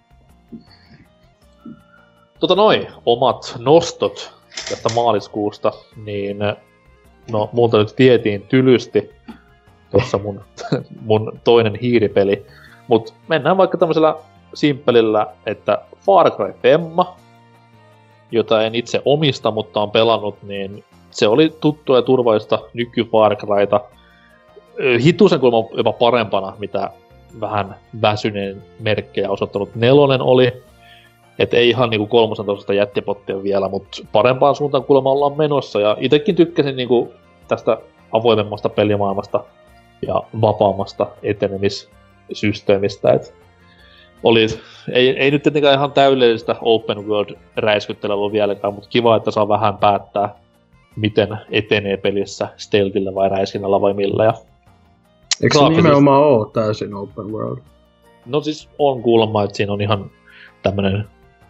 Tota noin, omat nostot tästä maaliskuusta, niin no multa nyt vietiin tylysti tossa mun, mun toinen hiiripeli. Mut mennään vaikka tämmöisellä simppelillä, että Far Cry Femma, jota en itse omista, mutta on pelannut, niin se oli tuttua ja turvallista nyky Far Cryta. Hitusen kuulemma jopa parempana, mitä vähän väsyneen merkkejä osoittanut nelonen oli. Et ei ihan niinku kolmosen tasosta jättipottia vielä, mutta parempaan suuntaan kuulemma ollaan menossa. Ja itekin tykkäsin niinku tästä avoimemmasta pelimaailmasta ja vapaammasta etenemissysteemistä. Et oli, ei, ei nyt tietenkään ihan täydellistä open world räiskyttelyä ollut vieläkään, mutta kiva, että saa vähän päättää, miten etenee pelissä stealthillä vai räiskinnällä vai millä. Ja eikö se nimenomaan siis oo täysin open world? No siis on kuulemma, että siinä on ihan tämmönen,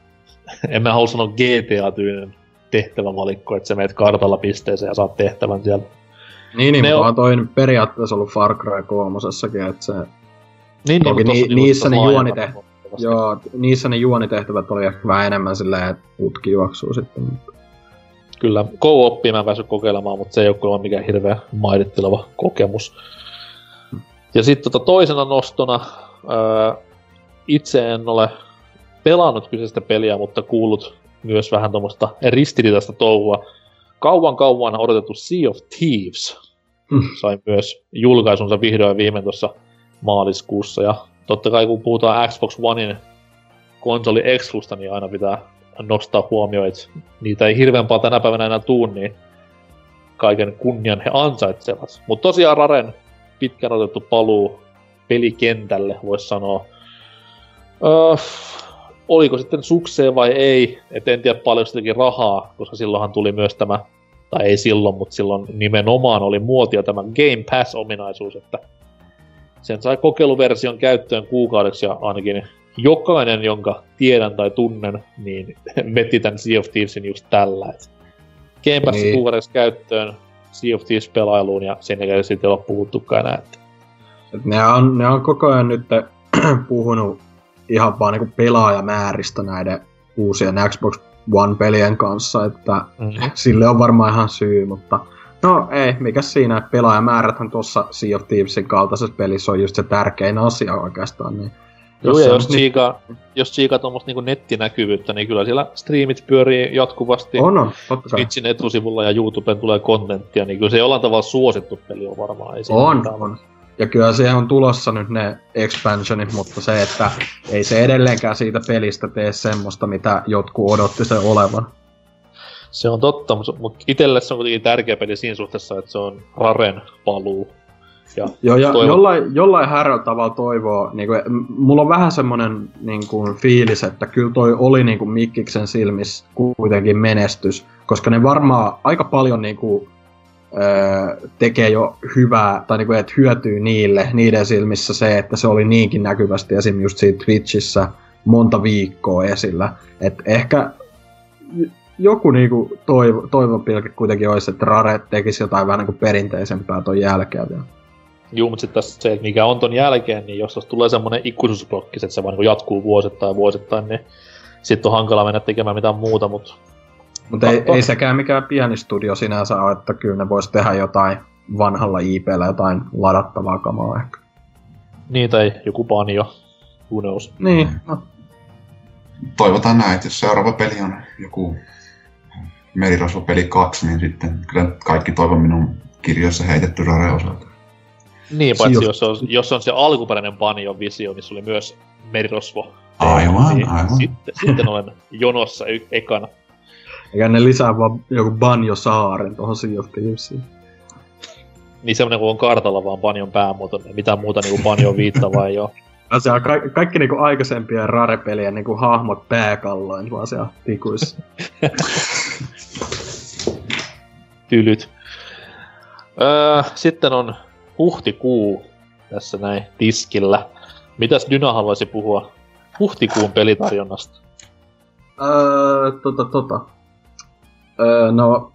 en mä halua sanoa G T A-tyylinen tehtävävalikko, että sä meet kartalla pisteeseen ja saat tehtävän sieltä. Niin, niin mutta on toi periaatteessa ollut Far Cry kolmosessakin, että se niin, toki niin, ni, niissä, ne juonitehtävät, joo, niissä ne juonitehtävät oli ehkä vähän enemmän silleen putkijuoksua sitten. Mutta kyllä, co-oppia mä en päässyt kokeilemaan, mutta se ei oo kyllä mikään hirveä mairitteleva kokemus. Hmm. Ja sitten tota toisena nostona, öö, itse en ole pelannut kyseistä peliä, mutta kuullut myös vähän tommoista ristiriitaista touhua. Kauan kauan odotettu Sea of Thieves hmm. sai myös julkaisunsa vihdoin viimein tuossa maaliskuussa. Ja totta kai kun puhutaan Xbox Onein konsoli-eksklusta, niin aina pitää nostaa huomioon, että niitä ei hirveämpää tänä päivänä enää tuu, niin kaiken kunnian he ansaitsevat. Mutta tosiaan Raren pitkään odotettu paluu pelikentälle, voisi sanoa. Öö, oliko sitten sukseen vai ei, et en tiedä paljon sitäkin rahaa, koska silloinhan tuli myös tämä, tai ei silloin, mutta silloin nimenomaan oli muotia tämä Game Pass-ominaisuus, että sen sai kokeiluversion käyttöön kuukaudeksi ja ainakin jokainen, jonka tiedän tai tunnen, niin veti tän Sea of Thievesin just tällä. Et Game Passin niin kuukaudeksi käyttöön Sea of Thieves -pelailuun ja sen jälkeen siitä ei ole puhuttukaan enää. Et ne, on, ne on koko ajan nyt puhunut ihan vaan niinku pelaajamääristä näiden uusien Xbox One-pelien kanssa, että mm-hmm. sille on varmaan ihan syy, mutta no ei, mikäs siinä, pelaajamääräthän tuossa Sea of Thievesin kaltaisessa pelissä on just se tärkein asia oikeastaan. Niin joo, ja jos tsiikaa niin tuommoista niinku nettinäkyvyyttä, niin kyllä siellä striimit pyörii jatkuvasti. On, on, totta kai. Twitchin etusivulla ja YouTuben tulee kontenttia, niin kyllä se jollain tavalla suosittu peli on varmaan. Ei on, on. ja kyllä siihen on tulossa nyt ne expansionit, mutta se, että ei se edelleenkään siitä pelistä tee semmoista, mitä jotkut odotti sen olevan. Se on totta, mutta itselle se on kuitenkin tärkeä peli siinä suhteessa, että se on Raren paluu. Ja Joo, ja toivon... jollain, jollain häröllä tavalla toivoo, niinku, mulla on vähän semmonen niinku, fiilis, että kyllä toi oli niinku, Mikkiksen silmissä kuitenkin menestys, koska ne varmaan aika paljon niinku, öö, tekee jo hyvää, tai niinku, että hyötyy niille, niiden silmissä se, että se oli niinkin näkyvästi esim. Just siinä Twitchissä monta viikkoa esillä. Et ehkä joku niinku, toivo, toivopilke kuitenkin olisi, että Rare tekisi jotain vähän niinku, perinteisempää ton jälkeen vielä. Juu, mutta sitten tässä se, että mikä on ton jälkeen, niin jos tulee semmonen ikuisuusblokkis, että se vaan niin jatkuu vuosittain vuosittain, niin sitten on hankala mennä tekemään mitään muuta, mutta... Mutta ei, ei sekään mikään pieni studio sinänsä ole, että kyllä ne vois tehdä jotain vanhalla I P:llä, jotain ladattavaa kamaa ehkä. Niin, tai joku Banjo, who knows. Niin, no. Toivotaan näin, että jos seuraava peli on joku Merirosvo-peli kaksi, niin sitten kyllä kaikki toivon minun kirjoissa heitetty Rare osalta. Niin, paitsi jos on, jos on se alkuperäinen Banjon visio, missä oli myös Merirosvo. Aivan, niin aivan. Sitten, sitten olen jonossa y- ekana. Eikä ne lisää vaan joku Banjo-saaren tohon Sea of Thievesiin. Niin semmonen kun on kartalla vaan Banjon päämuoto, mitään muuta niinku Banjon viittavaa ei oo. Se on ka- kaikki niinku aikaisempien Rare-pelien niinku hahmot pääkalloin vaan siellä tikuissa. Tylyt. Öö, sitten on huhtikuu tässä näin tiskillä. Mitäs Dyna haluaisi puhua huhtikuun pelitarjonnasta? Öö, tota, tota. Öö, no,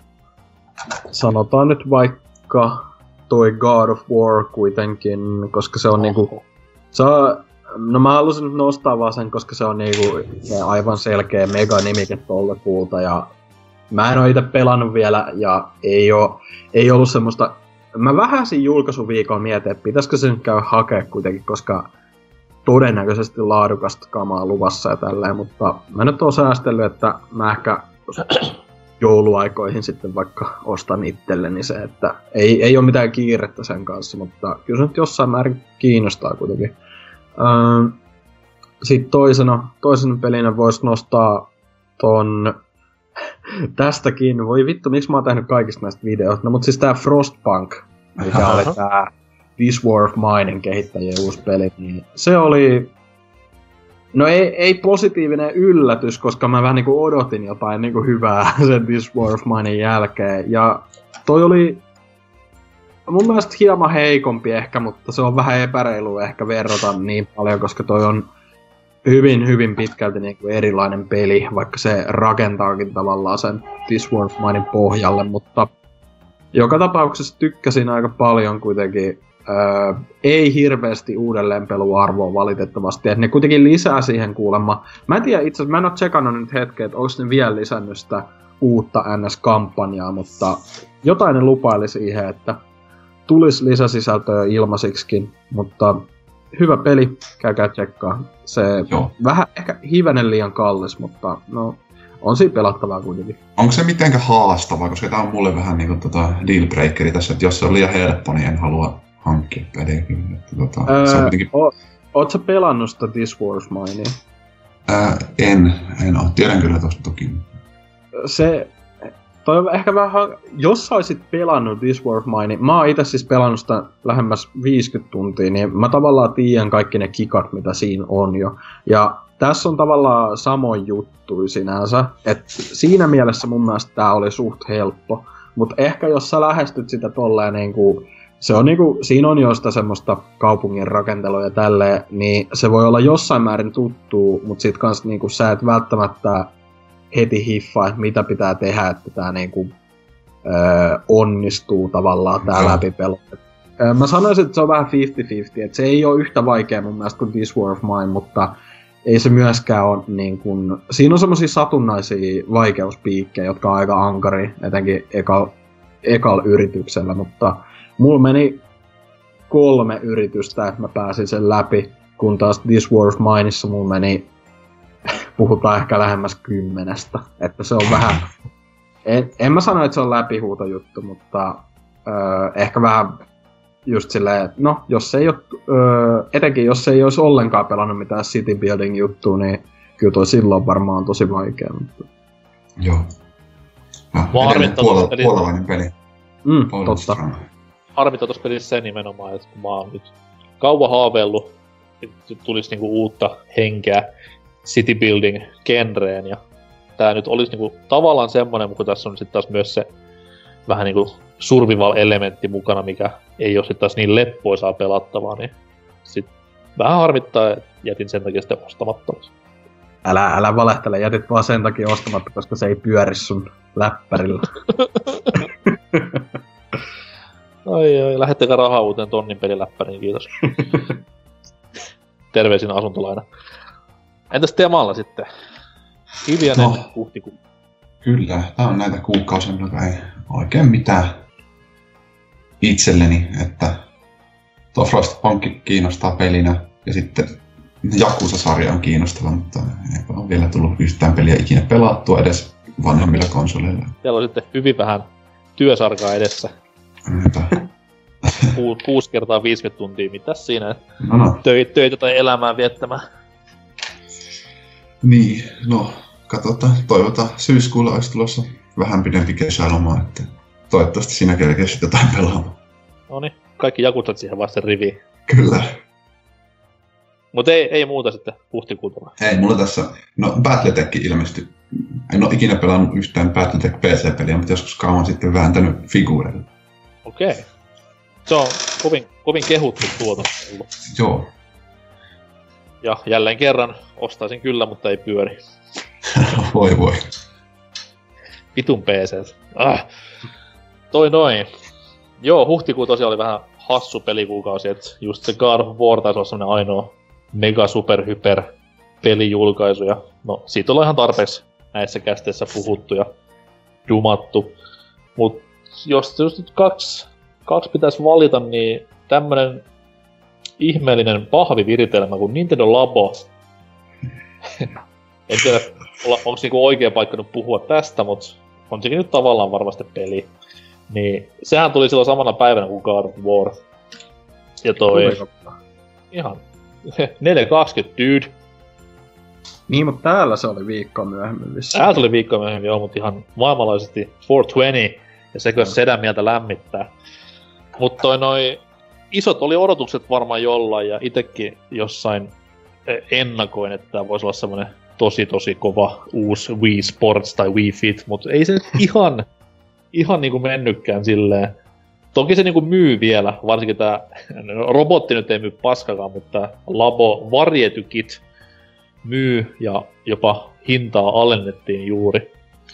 sanotaan nyt vaikka toi God of War kuitenkin, koska se on Oho. niinku... Se on, no mä halusin nyt nostaa vaan sen, koska se on niinku aivan selkeä mega-nimike tolle kuulta, ja mä en oo ite pelannut vielä, ja ei oo, ei ollut semmoista... Mä vähäsin julkaisuviikolla mietin, että pitäisikö se nyt käydä hakea kuitenkin, koska todennäköisesti laadukasta kamaa luvassa ja tälleen, mutta mä nyt oon säästellyt, että mä ehkä jouluaikoihin sitten vaikka ostan itselleni se, että ei, ei oo mitään kiirettä sen kanssa, mutta kyllä se nyt jossain määrin kiinnostaa kuitenkin. Öö, sitten toisena, toisena pelinä vois nostaa ton... Tästäkin, voi vittu, miksi mä oon tehnyt kaikista näistä videoista, no mut siis tää Frostpunk, mikä oli tää This War of Minein kehittäjien uusi peli, niin se oli... No ei, ei positiivinen yllätys, koska mä vähän niinku odotin jotain niinku hyvää sen This War of Minein jälkeen, ja toi oli mun mielestä hieman heikompi ehkä, mutta se on vähän epäreilu ehkä verrata niin paljon, koska toi on hyvin, hyvin pitkälti niinku erilainen peli, vaikka se rakentaakin tavallaan sen This War of Minein pohjalle, mutta joka tapauksessa tykkäsin aika paljon kuitenkin. Öö, ei hirveästi uudelleenpeluarvoa valitettavasti, että ne kuitenkin lisää siihen kuulemma. Mä en tiedä itse asiassa, mä en oo tsekannut nyt hetken, että onko ne vielä lisännyt sitä uutta N S-kampanjaa, mutta jotain ne lupaili siihen, että tulisi lisäsisältöä ilmaisiksikin, mutta hyvä peli, käykää tsekkaa. Se Joo. vähän ehkä hivenen liian kallis, mutta no on siinä pelattavaa kuitenkin. Onko se mitenkä haastavaa, koska tää on mulle vähän niinku tota dealbreakeri tässä, että jos se on liian helppo, niin en halua hankkia peliä kyllä. Tota, öö, se on kuitenkin... o, oot sä pelannut sitä This War of Minea? Ää, en, en oo. Tiedän kyllä tosta toki. Se, toi on ehkä vähän, jos sä olisit pelannut This War of Mine, mä oon itse siis pelannut sitä lähemmäs viisikymmentä tuntia, niin mä tavallaan tiedän kaikki ne kikat, mitä siinä on jo. Ja tässä on tavallaan samoin juttu sinänsä, että siinä mielessä mun mielestä tää oli suht helppo. Mutta ehkä jos sä lähestyt sitä tolleen niinku, se on niinku, siinä on jo sitä semmoista kaupungin rakentelua ja tälleen, niin se voi olla jossain määrin tuttuu, mutta sit kans niinku sä et välttämättä heti hiffaa, että mitä pitää tehdä, että tää niinku öö, onnistuu tavallaan tää no. läpipelu. Öö, mä sanoisin, että se on vähän viisikymmentä viisikymmentä, että se ei ole yhtä vaikea mun mielestä kuin This War of Mine, mutta ei se myöskään ole niin kuin... Siinä on semmosia satunnaisia vaikeuspiikkejä, jotka on aika ankari, etenkin ekal, ekal yrityksellä, mutta mulla meni kolme yritystä, että mä pääsin sen läpi, kun taas This War of Mineissa mulla meni, puhutaan ehkä lähemmäs kymmenestä, että se on vähän... En, en mä sano, että se on läpihuutojuttu, mutta öö, ehkä vähän just silleen, no, jos ei oo, öö, etenkin jos ei olisi ollenkaan pelannut mitään city building juttua, niin kyllä toi silloin varmaan on tosi vaikea. Mutta... Joo. No, harmittaa puola, peli... puolalainen peli. Mm, totta. Harmittaa tossa pelissä se nimenomaan, että kun mä oon nyt kauan haaveillut, että tulisi niinku uutta henkeä city building genreen, ja tää nyt olisi niinku tavallaan semmonen, mutta tässä on sitten taas myös se vähän niinku survival-elementti mukana, mikä ei oo sit taas niin leppoisaa pelattavaa, niin sit vähän harmittaa, että jätin sen takia sitten ostamatta. Älä, älä valehtele, jätit vaan sen takia ostamatta, koska se ei pyöri sun läppärillä. Ai ai, lähettäkää rahaa uuteen tonnin peliläppäriin, kiitos. Terveisin asuntolaina. Entäs temalla sitten? Hiljainen no, huhtikuu. Kyllä, tää on näitä kuukausia, milloin ei oikein mitään itselleni, että tuo Frostpunk kiinnostaa pelinä ja sitten Yakuza-sarja on kiinnostava, mutta eipä ole vielä tullut yhtään peliä ikinä pelattua edes vanhemmilla konsoleilla. Siellä on sitten hyvin vähän työsarkaa edessä. Ku, kuusi kertaa viisikymmentä tuntia, mitäs siinä? No, no. Töi, töitä tai elämää viettämään. Niin, no katsotaan. Toivotaan syyskuulla olisi tulossa vähän pidempi kesäloma, että toivottavasti siinä kerkeisi jotain pelaamaan. Noniin, kaikki Yakuzat siihen vasten riviin. Kyllä. Mut ei, ei muuta sitten huhtikuuta. Ei, mulla tässä, no Battletech ilmestyi. En oo ikinä pelannut yhtään Battletech P C-peliä, mutta joskus kauan sitten vääntänyt figuureilla. Okei. Okay. Se on kovin, kovin kehuttu tuotanto ollut. Joo. Ja jälleen kerran ostaisin kyllä, mutta ei pyöri. Voi voi. Vitun P C. Ah. Toi noin. Joo, huhtikuu tosiaan oli vähän hassu pelikuukausi, että just se God of War taisi olla semmonen ainoa mega super hyper pelijulkaisu. Ja no, siitä ollaan ihan tarpeeksi näissä kästeissä puhuttu ja dumattu. Mut jos just nyt kaksi, kaksi pitäisi valita, niin tämmönen ihmeellinen pahviviritelmä kuin Nintendo Labo. En tiedä, onko niinku oikea paikka nyt puhua tästä, mutta on sekin nyt tavallaan varmasti peli. Niin, sehän tuli silloin samana päivänä kuin God of War. Ja toi... Ihan... neljä kaksikymmentä, dude. Niin, mutta täällä se oli viikkoa myöhemmin vissiin. Täällä tuli viikkoa myöhemmin, joo, mutta ihan maailmanlaajuisesti neljäsataakaksikymmentä, ja sekö mm. sedän mieltä lämmittää. Mutta toi noi... Isot oli odotukset varmaan jollain, ja itekin jossain ennakoin, että tää voisi olla semmonen tosi tosi kova uusi Wii Sports tai Wii Fit, mutta ei se nyt ihan... ihan niinku mennykkään silleen. Toki se niinku myy vielä, varsinkin tää no, robotti nyt ei myy paskakaan, mutta tää Labo Variety Kit myy ja jopa hintaa alennettiin juuri.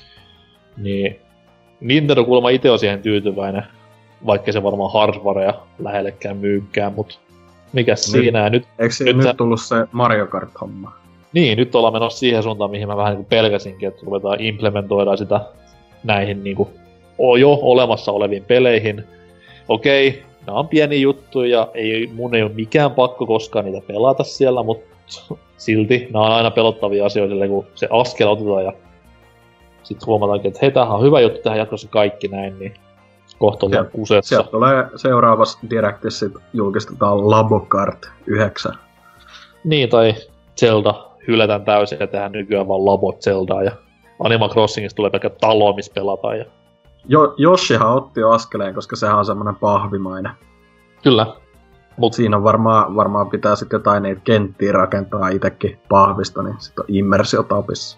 Niin Nintendo kuulemma ite on siihen tyytyväinen, vaikka se varmaan hardwarea lähellekään myykkään, mut mikäs nyt, siinä nyt... Eikö nyt, nyt tullut se Mario Kart-homma? Niin, nyt ollaan menossa siihen suuntaan, mihin mä vähän niinku pelkäsinkin, että ruvetaan implementoida sitä näihin niinku jo olemassa oleviin peleihin. Okei, nämä on pieniä juttuja ja ei, mun ei ole mikään pakko koskaan niitä pelata siellä, mutta silti nämä on aina pelottavia asioita, kun se askel otetaan ja sitten huomataankin, että hei, tämähän on hyvä juttu, tähän jatkossa kaikki näin, niin kohta on kusessa. Sieltä tulee seuraavassa Directissä julkistetaan Labo Kart yhdeksän. Niin, tai Zelda hylätään täysin ja tehdään nykyään vaan Labo Zeldaa ja Animal Crossingista tulee pelkkä talo, missä pelataan ja Jo, Yoshihan otti jo askeleen, koska sehän on semmonen pahvimainen. Kyllä. Mut siinä on varmaan, varmaan pitää sitten jotain niitä kenttiä rakentaa itekin pahvista, niin sit on immersiotapissa.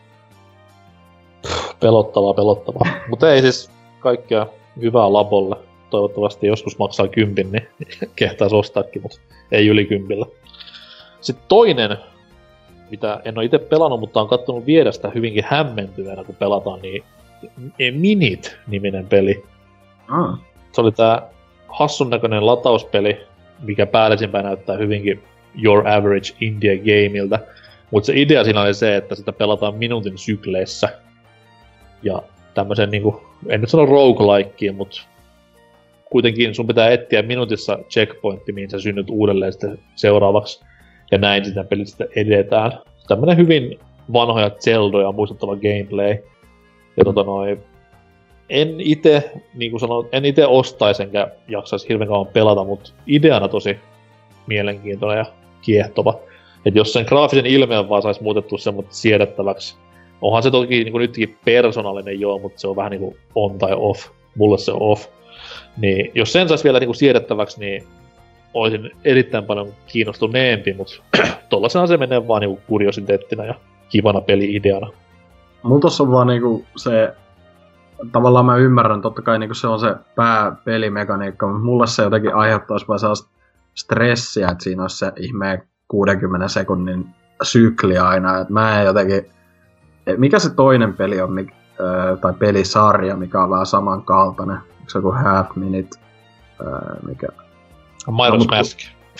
Pelottavaa, pelottavaa. Mutta ei siis kaikkea hyvää Labolle. Toivottavasti joskus maksaa kympin, niin kehtaisi ostaakin, mutta ei yli kympillä. Sitten toinen, mitä en ole itse pelannut, mutta on kattonut vierestä hyvinkin hämmentyneenä, kun pelataan, niin Minit-niminen peli. Ah. Se oli tää hassun näköinen latauspeli, mikä päällesinpäin näyttää hyvinkin Your Average Indie Gameiltä. Mutta se idea siinä oli se, että sitä pelataan minuutin sykleissä. Ja tämmösen niinku, en nyt sano roguelikeen, mut kuitenkin sun pitää etsiä minuutissa checkpointti, mihin sä synnyt uudelleen sitten seuraavaksi. Ja näin sitä pelistä edetään. Tämmönen hyvin vanhoja Zeldoja muistuttava gameplay. Ja tota noi, en ite, niin kuin sanoin, en ite ostaisi enkä jaksaisi hirveän kauan pelata, mutta ideana tosi mielenkiintoinen ja kiehtova. Että jos sen graafisen ilmeen vaan saisi muutettua semmoista siedettäväksi. Onhan se toki niin kuin nytkin persoonallinen joo, mutta se on vähän niin kuin on tai off. Mulle se on off. Niin jos sen saisi vielä niin kuin siedettäväksi, niin olisin erittäin paljon kiinnostuneempi, mutta tollasena se menee vaan niin kuin kuriositeettina ja kivana peli-ideana. Mulla tossa on vaan niinku se, tavallaan mä ymmärrän, totta kai niinku se on se pääpelimekaniikka, mutta mulle se jotenkin aiheuttaisi vaan sellaista stressiä, että siinä olisi se ihmeen kuudenkymmenen sekunnin sykli aina, että mä en jotenkin, mikä se toinen peli on, mik, äh, tai pelisarja, mikä on vähän samankaltainen, onko se joku Half Minute, äh, mikä... Majora's Mask.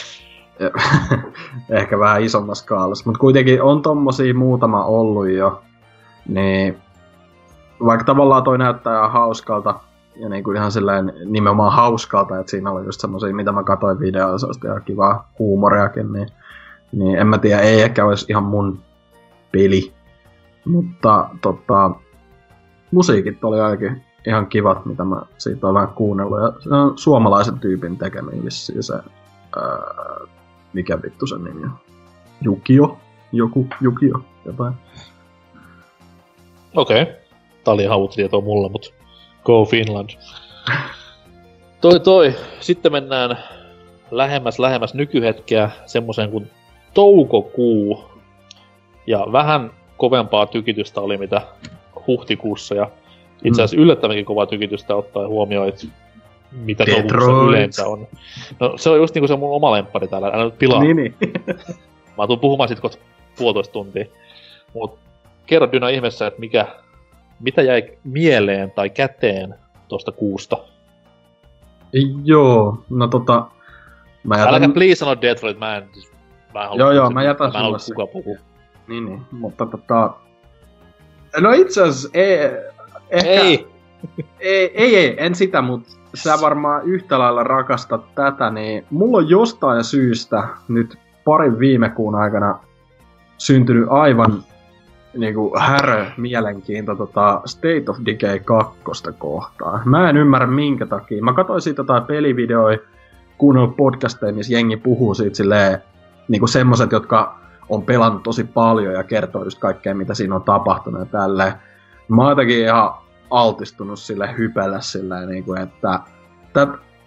Ehkä vähän isommassa skaalassa, mutta kuitenkin on tommosia muutama ollut jo, niin vaikka tavallaan toi näyttää ihan hauskalta, ja niinku ihan silleen nimenomaan hauskalta, että siinä oli just semmosia, mitä mä katsoin videoista ja kivaa huumoriakin, niin, niin en mä tiedä, ei ehkä olisi ihan mun peli, mutta tota, musiikit oli ainakin ihan kivat, mitä mä siitä oon vähän kuunnellut, ja se on suomalaisen tyypin tekemiä vissiin se, ää, mikä vittu sen nimi on, Jukio, joku Jukio, jotain. Okei. Okay. Tää oli ihan uutta tietoa mulle, mut go Finland. Toi toi. Sitten mennään lähemmäs lähemmäs nykyhetkeä semmoseen kuin toukokuu. Ja vähän kovempaa tykitystä oli mitä huhtikuussa ja itse asiassa yllättävänkin kovaa tykitystä ottaen huomioon, että mitä toukokuussa yleensä on. No se on just niinku se mun oma lemppari täällä, älä nyt pilaa. Niin, niin. Mä tuun puhumaan sit kohta puolitoista tuntia. Mut kerro Dyna ihmeessä, että mikä, mitä jäi mieleen tai käteen tosta kuusta? Joo, no tota... Mä jätän... Äläkä please sano Detroit, mä en... Mä en joo joo, sen, mä jätän mä sulle kuka puhuu. Niin niin, mutta tota... No itse asiassa ei... Ehkä... Ei! ei! Ei, ei, en sitä, mut sä varmaan yhtä lailla rakastat tätä, niin mulla on jostain syystä nyt parin viime kuun aikana syntynyt aivan niinku härö mielenkiinto tota State of Decay kaksi kohtaan. Mä en ymmärrä minkä takia. Mä katsoin siitä jotain pelivideoja, kuunnellut podcasteja, missä jengi puhuu siitä silleen, niinku semmoset, jotka on pelannut tosi paljon ja kertoo just kaikkea, mitä siinä on tapahtunut ja tälleen. Mä oon jotenkin ihan altistunut sille hypellä silleen, niinku, että tät,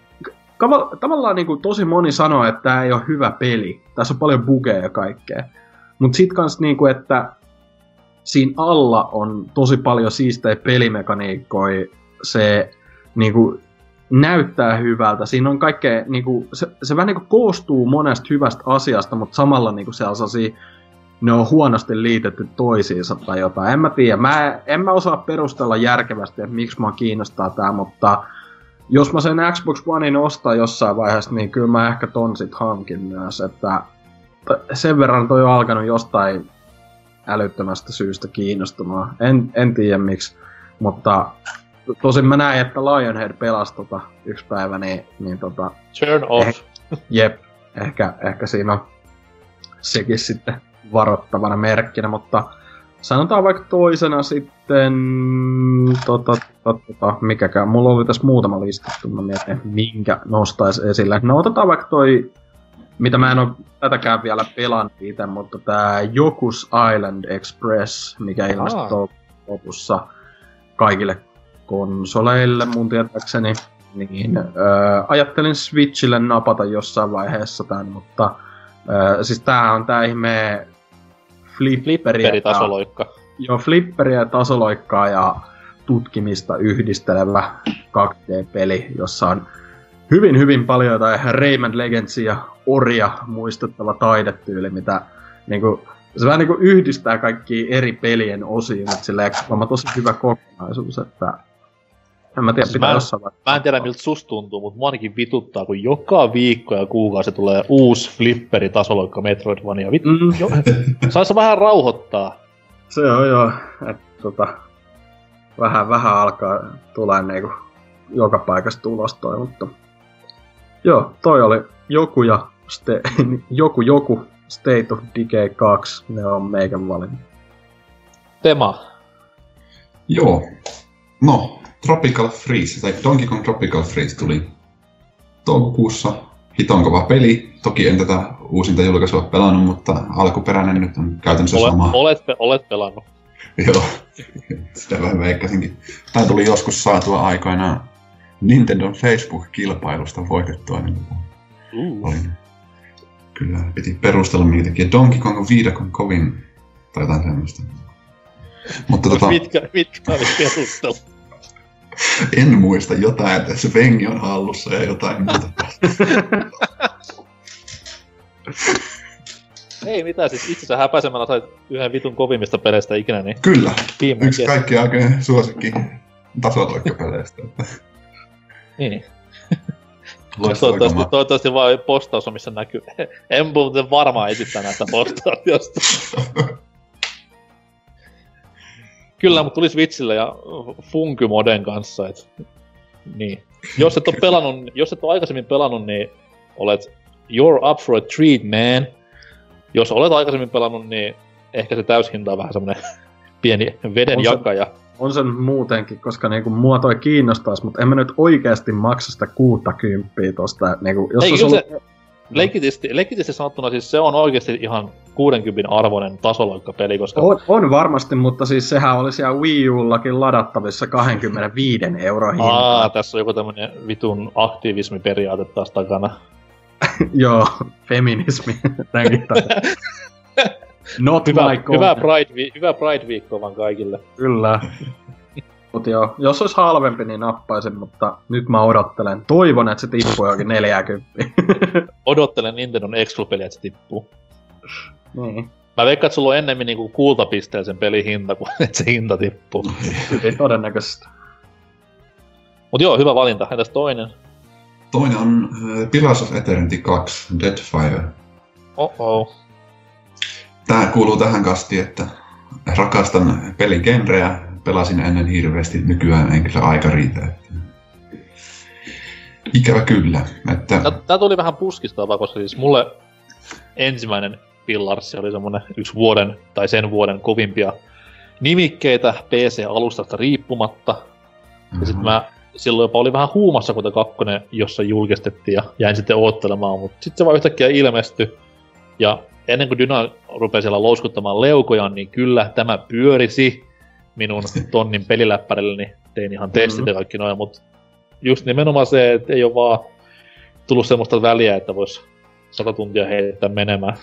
tavallaan niinku tosi moni sanoo, että tää ei oo hyvä peli. Tässä on paljon bugeja ja kaikkea. Mut sit kans niinku, että siinä alla on tosi paljon siistejä pelimekaniikkoja. Se niinku näyttää hyvältä. Siinä on kaikkea niinku, se, se vähän niinku koostuu monesta hyvästä asiasta, mutta samalla niinku sellaisia, ne on huonosti liitetty toisiinsa tai jotain. En mä tiedä. Mä, en mä osaa perustella järkevästi, että miksi mua kiinnostaa tää, mutta jos mä sen Xbox Onein ostan jossain vaiheessa, niin kyllä mä ehkä ton sit hankin myös, että sen verran toi on alkanut jostain älyttömästä syystä kiinnostumaan. En, en tiedä miksi, mutta tosin mä näin, että Lionhead pelasi tota yksi päivä, niin, niin tota... Turn off. Eh, jep, ehkä, ehkä siinä on sekin sitten varoittavana merkkinä, mutta sanotaan vaikka toisena sitten... Tota, tota, tota, mikäkään, mulla oli tässä muutama listattu, mä mietin, minkä nostais esille. No otetaan vaikka toi... Mitä mä en oo tätäkään vielä pelannut itse, mutta tää Yoku's Island Express, mikä ilmestyi lopussa kaikille konsoleille mun tietääkseni, niin öö, ajattelin Switchille napata jossain vaiheessa tän, mutta öö, siis tää on tää ihme flipperi tasoloikka. Joo, flipperiä ja tasoloikkaa ja tutkimista yhdistelevä kaksi D-peli, jossa on hyvin hyvin paljon jotain Rayman Legendsia ja Oria muistuttava taidetyyli, mitä niinku, se vähän niinku yhdistää kaikki eri pelien osiin, että silleen on tosi hyvä kokonaisuus, että en mä tiedä, siis pitää mä, jossain vaiheessa. Mä en tiedä miltä susta tuntuu, mutta mua ainakin vituttaa, kun joka viikko ja kuukausi tulee uusi flipperi tasoloikka Metroidvania. Vit... Mm. Jo... Saisi vähän rauhoittaa. Se on joo, että tota, vähän, vähän alkaa tulee niinku joka paikasta ulos toi, mutta joo, toi oli joku ja ste, joku joku State of Decay kaksi, ne on meikän valinnut. Tema. Joo. No, Tropical Freeze, tai Donkey Kong Tropical Freeze tuli toukokuussa. Hiton kova peli. Toki en tätä uusinta julkaisua pelannut, mutta alkuperäinen nyt on käytännössä Olet, sama. Olet, pe- olet pelannut. Joo, sitä vähän veikkasinkin. Tää tuli joskus saatua aikoinaan Nintendo Facebook-kilpailusta voitettua. Niin Uh. olin, kyllä piti perustella minkä takia Donkey Kong on viidakon kovin, tai jotain semmoista. Mutta tota, Mitkä, mitkä oli perustelu? en muista jotain, että se vengi on hallussa ja jotain muuta. Ei mitään, siis itsensä häpäisemällä sait yhden vitun kovimmista peleistä ikinä, niin Kyllä, viime yksi kesä. kaikkien aikojen suosikki tasoloikkapeleistä. Niin. Loistava Toivottavasti, kama. toivottavasti vaan postaus on missä näkyy. En muuten varmaan esittää näitä postauksia. Kyllä, mutta tuli Switchille ja Funky-moden kanssa. Et, niin. Jos et ole pelannut, jos et ole aikaisemmin pelannut, niin olet you're up for a treat, man. Jos olet aikaisemmin pelannut, niin ehkä se täyshinta on vähän semmonen pieni veden On se- jakaja. On sen muutenkin, koska niinku mua toi kiinnostaisi, mutta en mä nyt oikeasti maksa sitä kuuttakymppiä tosta. Niinku, jos Ei, olisi kyllä ollut... Leikitisti, leikitisti sanottuna siis se on oikeesti ihan kuudenkymmenen arvoinen tasoloikkapeli, koska... On, on varmasti, mutta siis sehän oli siellä Wii Ullakin ladattavissa kaksikymmentäviisi euroa hintaa. Aa, tässä on joku tämmönen vitun aktivismiperiaate taas takana. Joo, feminismi. Tämänkin takia. Not Hyvä, my hyvää content. Pride, hyvää Pride-viikkoa vaan kaikille. Kyllä. Mut joo, jos olisi halvempi, niin nappaisin, mutta nyt mä odottelen. Toivon, että se tippuu johonkin neljäkymmentä. Odottelen Nintendon Exclu-peliä, että se tippuu. niin. Mä veikkaan, että sulla on ennemmin niinku kultapisteellä sen pelin hinta, kuin että se hinta tippuu. Hyvin todennäköisesti. Mut joo, hyvä valinta. Entäs toinen? Toinen on äh, Pillars of Eternity kaksi, Deadfire. Oh-oh. Tää kuuluu tähän kastiin, että rakastan peligenreä, pelasin ennen hirveästi, nykyään ei kyllä aika riitä. Että... Ikävä kyllä. Että... Tää, tää tuli vähän puskista vaan, koska siis mulle ensimmäinen Pillars oli semmonen yksi vuoden tai sen vuoden kovimpia nimikkeitä P C-alustasta riippumatta. Ja sit mä silloin jopa oli vähän huumassa, kun te kakkonen jossa julkistettiin ja jäin sitten oottelemaan, mutta sitten se vaan yhtäkkiä ilmestyi. Ja ennen kuin Dyna rupesi siellä louskuttamaan leukojaan, niin kyllä tämä pyörisi minun tonnin peliläppärille, niin tein ihan testit ja kaikki noin, mutta just nimenomaan se, että ei ole vaan tullut semmoista väliä, että vois sata tuntia heittää menemään.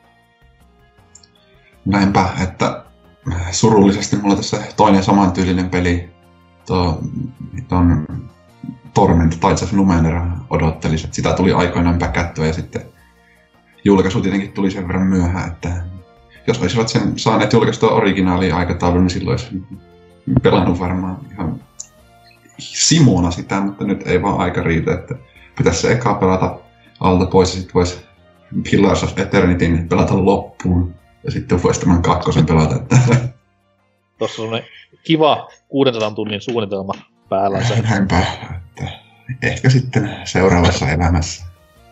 Näinpä, että surullisesti mulla tässä toinen samantyylinen peli, tuo, tuon Torment Tides of Numenera odottelisi, että sitä tuli aikoinaan päkättyä ja sitten julkaisu tietenkin tuli sen verran myöhään, että jos olisivat sen saaneet julkaistua originaaliin aikataulun, niin silloin olisi pelannut varmaan ihan simona sitä, mutta nyt ei vaan aika riitä, että pitäisi se eka pelata alta pois ja sitten voisi Pillars of Eternityn pelata loppuun ja sitten voisi tämän kakkosen pelata. Että... Tossa on semmonen kiva kuudensadan tunnin suunnitelma päällä se. Näinpä, että ehkä sitten seuraavassa elämässä.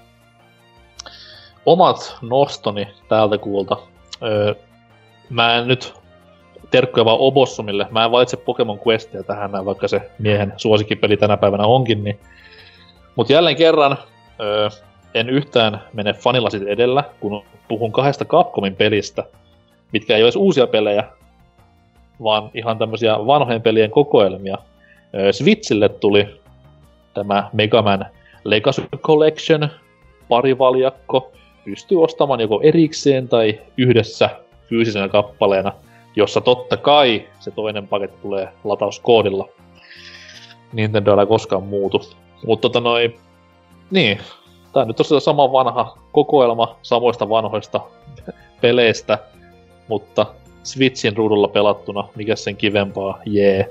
Omat nostoni täältä kuulta. Öö, mä en nyt terkkuja vaan Obossumille. Mä en valitse Pokemon Questia tähän näin, vaikka se miehen suosikkipeli tänä päivänä onkin. Niin. Mut jälleen kerran öö, en yhtään mene fanilasit edellä, kun puhun kahdesta Capcomin pelistä, mitkä ei ole edes uusia pelejä, vaan ihan tämmösiä vanhojen pelien kokoelmia. Öö, Switchille tuli tämä Mega Man Legacy Collection, parivaljakko, pystyy ostamaan joko erikseen tai yhdessä fyysisenä kappaleena, jossa totta kai se toinen paketti tulee latauskoodilla. Nintendo älä koskaan muutu. Mutta tota noin, niin, tää on nyt tosiaan sama vanha kokoelma samoista vanhoista peleistä, mutta Switchin ruudulla pelattuna, mikä sen kivempaa, jee. Yeah.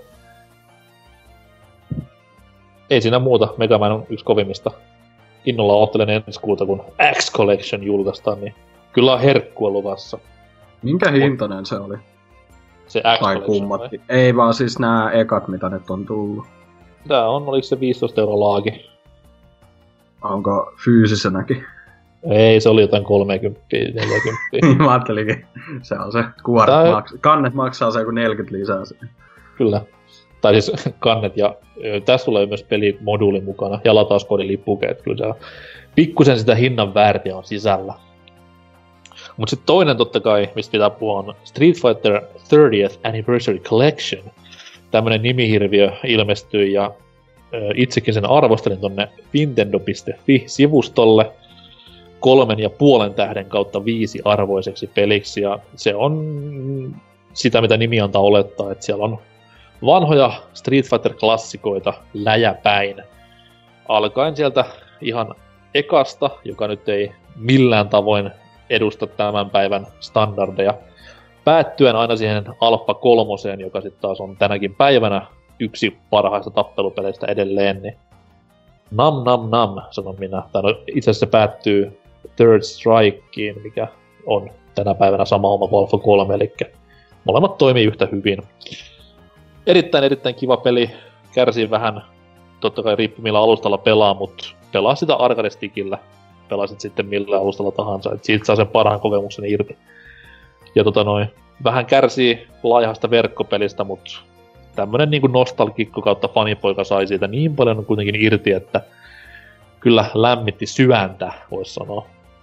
Ei siinä muuta, Mega Man on yksi kovimmista. Innolla oottelen ensi kuuta, kun X Collection julkaistaan, niin kyllä on herkkua luvassa. Minkä hintainen se oli? Se X Tai Collection. kummatkin. Ei vaan siis nää ekat, mitä nyt on tullut. Tää on, oliko se viisitoista euroa laaki? Onko fyysisenäkin? Ei, se oli jotain kolmekymmentä, neljäkymmentä. Mä ajattelinkin, se on se kuoret Tää- maks- kannet maksaa se joku neljäkymmentä lisää. Kyllä. Tai siis kannet ja Tässä tulee myös pelimoduuli mukana ja latauskoodin lippuke, että kyllä se pikkusen sitä hinnan väärtiä on sisällä. Mut sit toinen totta kai, mistä pitää puhua, on Street Fighter thirtieth Anniversary Collection. Tämmönen nimihirviö ilmestyi ja ö, itsekin sen arvostelin tonne Nintendo piste fi-sivustolle kolmen ja puolen tähden kautta viisi arvoiseksi peliksi. Ja se on sitä, mitä nimi antaa olettaa, että siellä on vanhoja Street Fighter-klassikoita läjäpäin. Alkaen sieltä ihan ekasta, joka nyt ei millään tavoin edusta tämän päivän standardeja, päättyen aina siihen Alpha kolmoseen, joka sitten taas on tänäkin päivänä yksi parhaista tappelupeleistä edelleen, niin nam nam nam, sanon minä. Tää itse asiassa päättyy Third Strikeen, mikä on tänä päivänä sama oma kuin Alpha kolme, eli molemmat toimii yhtä hyvin. Erittäin erittäin kiva peli, kärsii vähän, totta kai riippuu millä alustalla pelaa, mutta pelaa sitä arcade-stickillä, pelasit sitten millä alustalla tahansa, et siitä saa sen parhaan kokemuksen irti. Ja tota noin, vähän kärsii laihasta verkkopelistä, mutta tämmönen niinku nostalgikko kautta fanipoika sai siitä niin paljon kuitenkin irti, että kyllä lämmitti sydäntä, vois sanoa.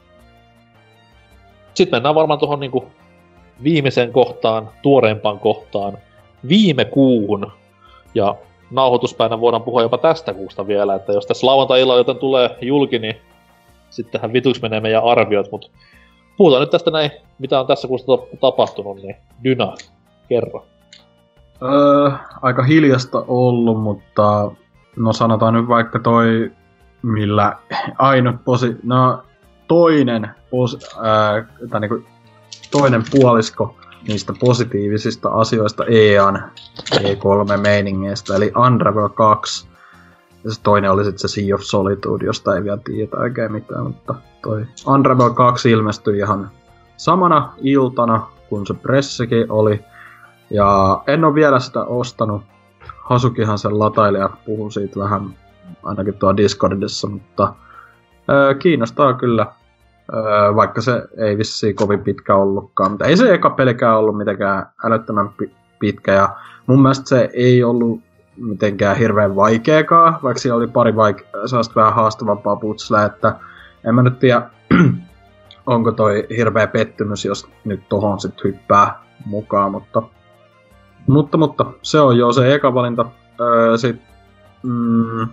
Sitten mennään varmaan tuohon niinku viimeiseen kohtaan, tuoreempaan kohtaan, viime kuuhun. Ja nauhoituspäivänä voidaan puhua jopa tästä kuusta vielä, että jos tässä lauantai-illalla joten tulee julki, niin sittenhän vituksi menee meidän arviot, mutta puhutaan nyt tästä näin, mitä on tässä kuussa tapahtunut, niin Dyna, kerro. Öö, aika hiljasta ollut, mutta no sanotaan nyt vaikka toi, millä ainut posi... No toinen, pos, ää, tai niinku, toinen puolisko niistä positiivisista asioista E A N E kolme-meiningeistä, eli Unravel kaksi. Ja se toinen oli sitten se Sea of Solitude, josta ei vielä tiedä oikein mitään, mutta toi Unravel kaksi ilmestyi ihan samana iltana, kun se pressikin oli. Ja en oo vielä sitä ostanut. Hasukihan sen latailija puhuu siitä vähän, ainakin tuolla Discordissa, mutta öö, kiinnostaa kyllä. Öö, vaikka se ei vissiin kovin pitkä ollutkaan, mutta ei se eka pelikään ollut mitenkään älyttömän pitkä. Ja mun mielestä se ei ollut mitenkään hirveän vaikeakaan, vaikka siellä oli pari vaike- sellaista vähän haastavampaa putsleä, että en mä nyt tiedä, onko toi hirveä pettymys, jos nyt tohon sit hyppää mukaan, mutta mutta, mutta se on jo se eka valinta. Öö, sit, mm,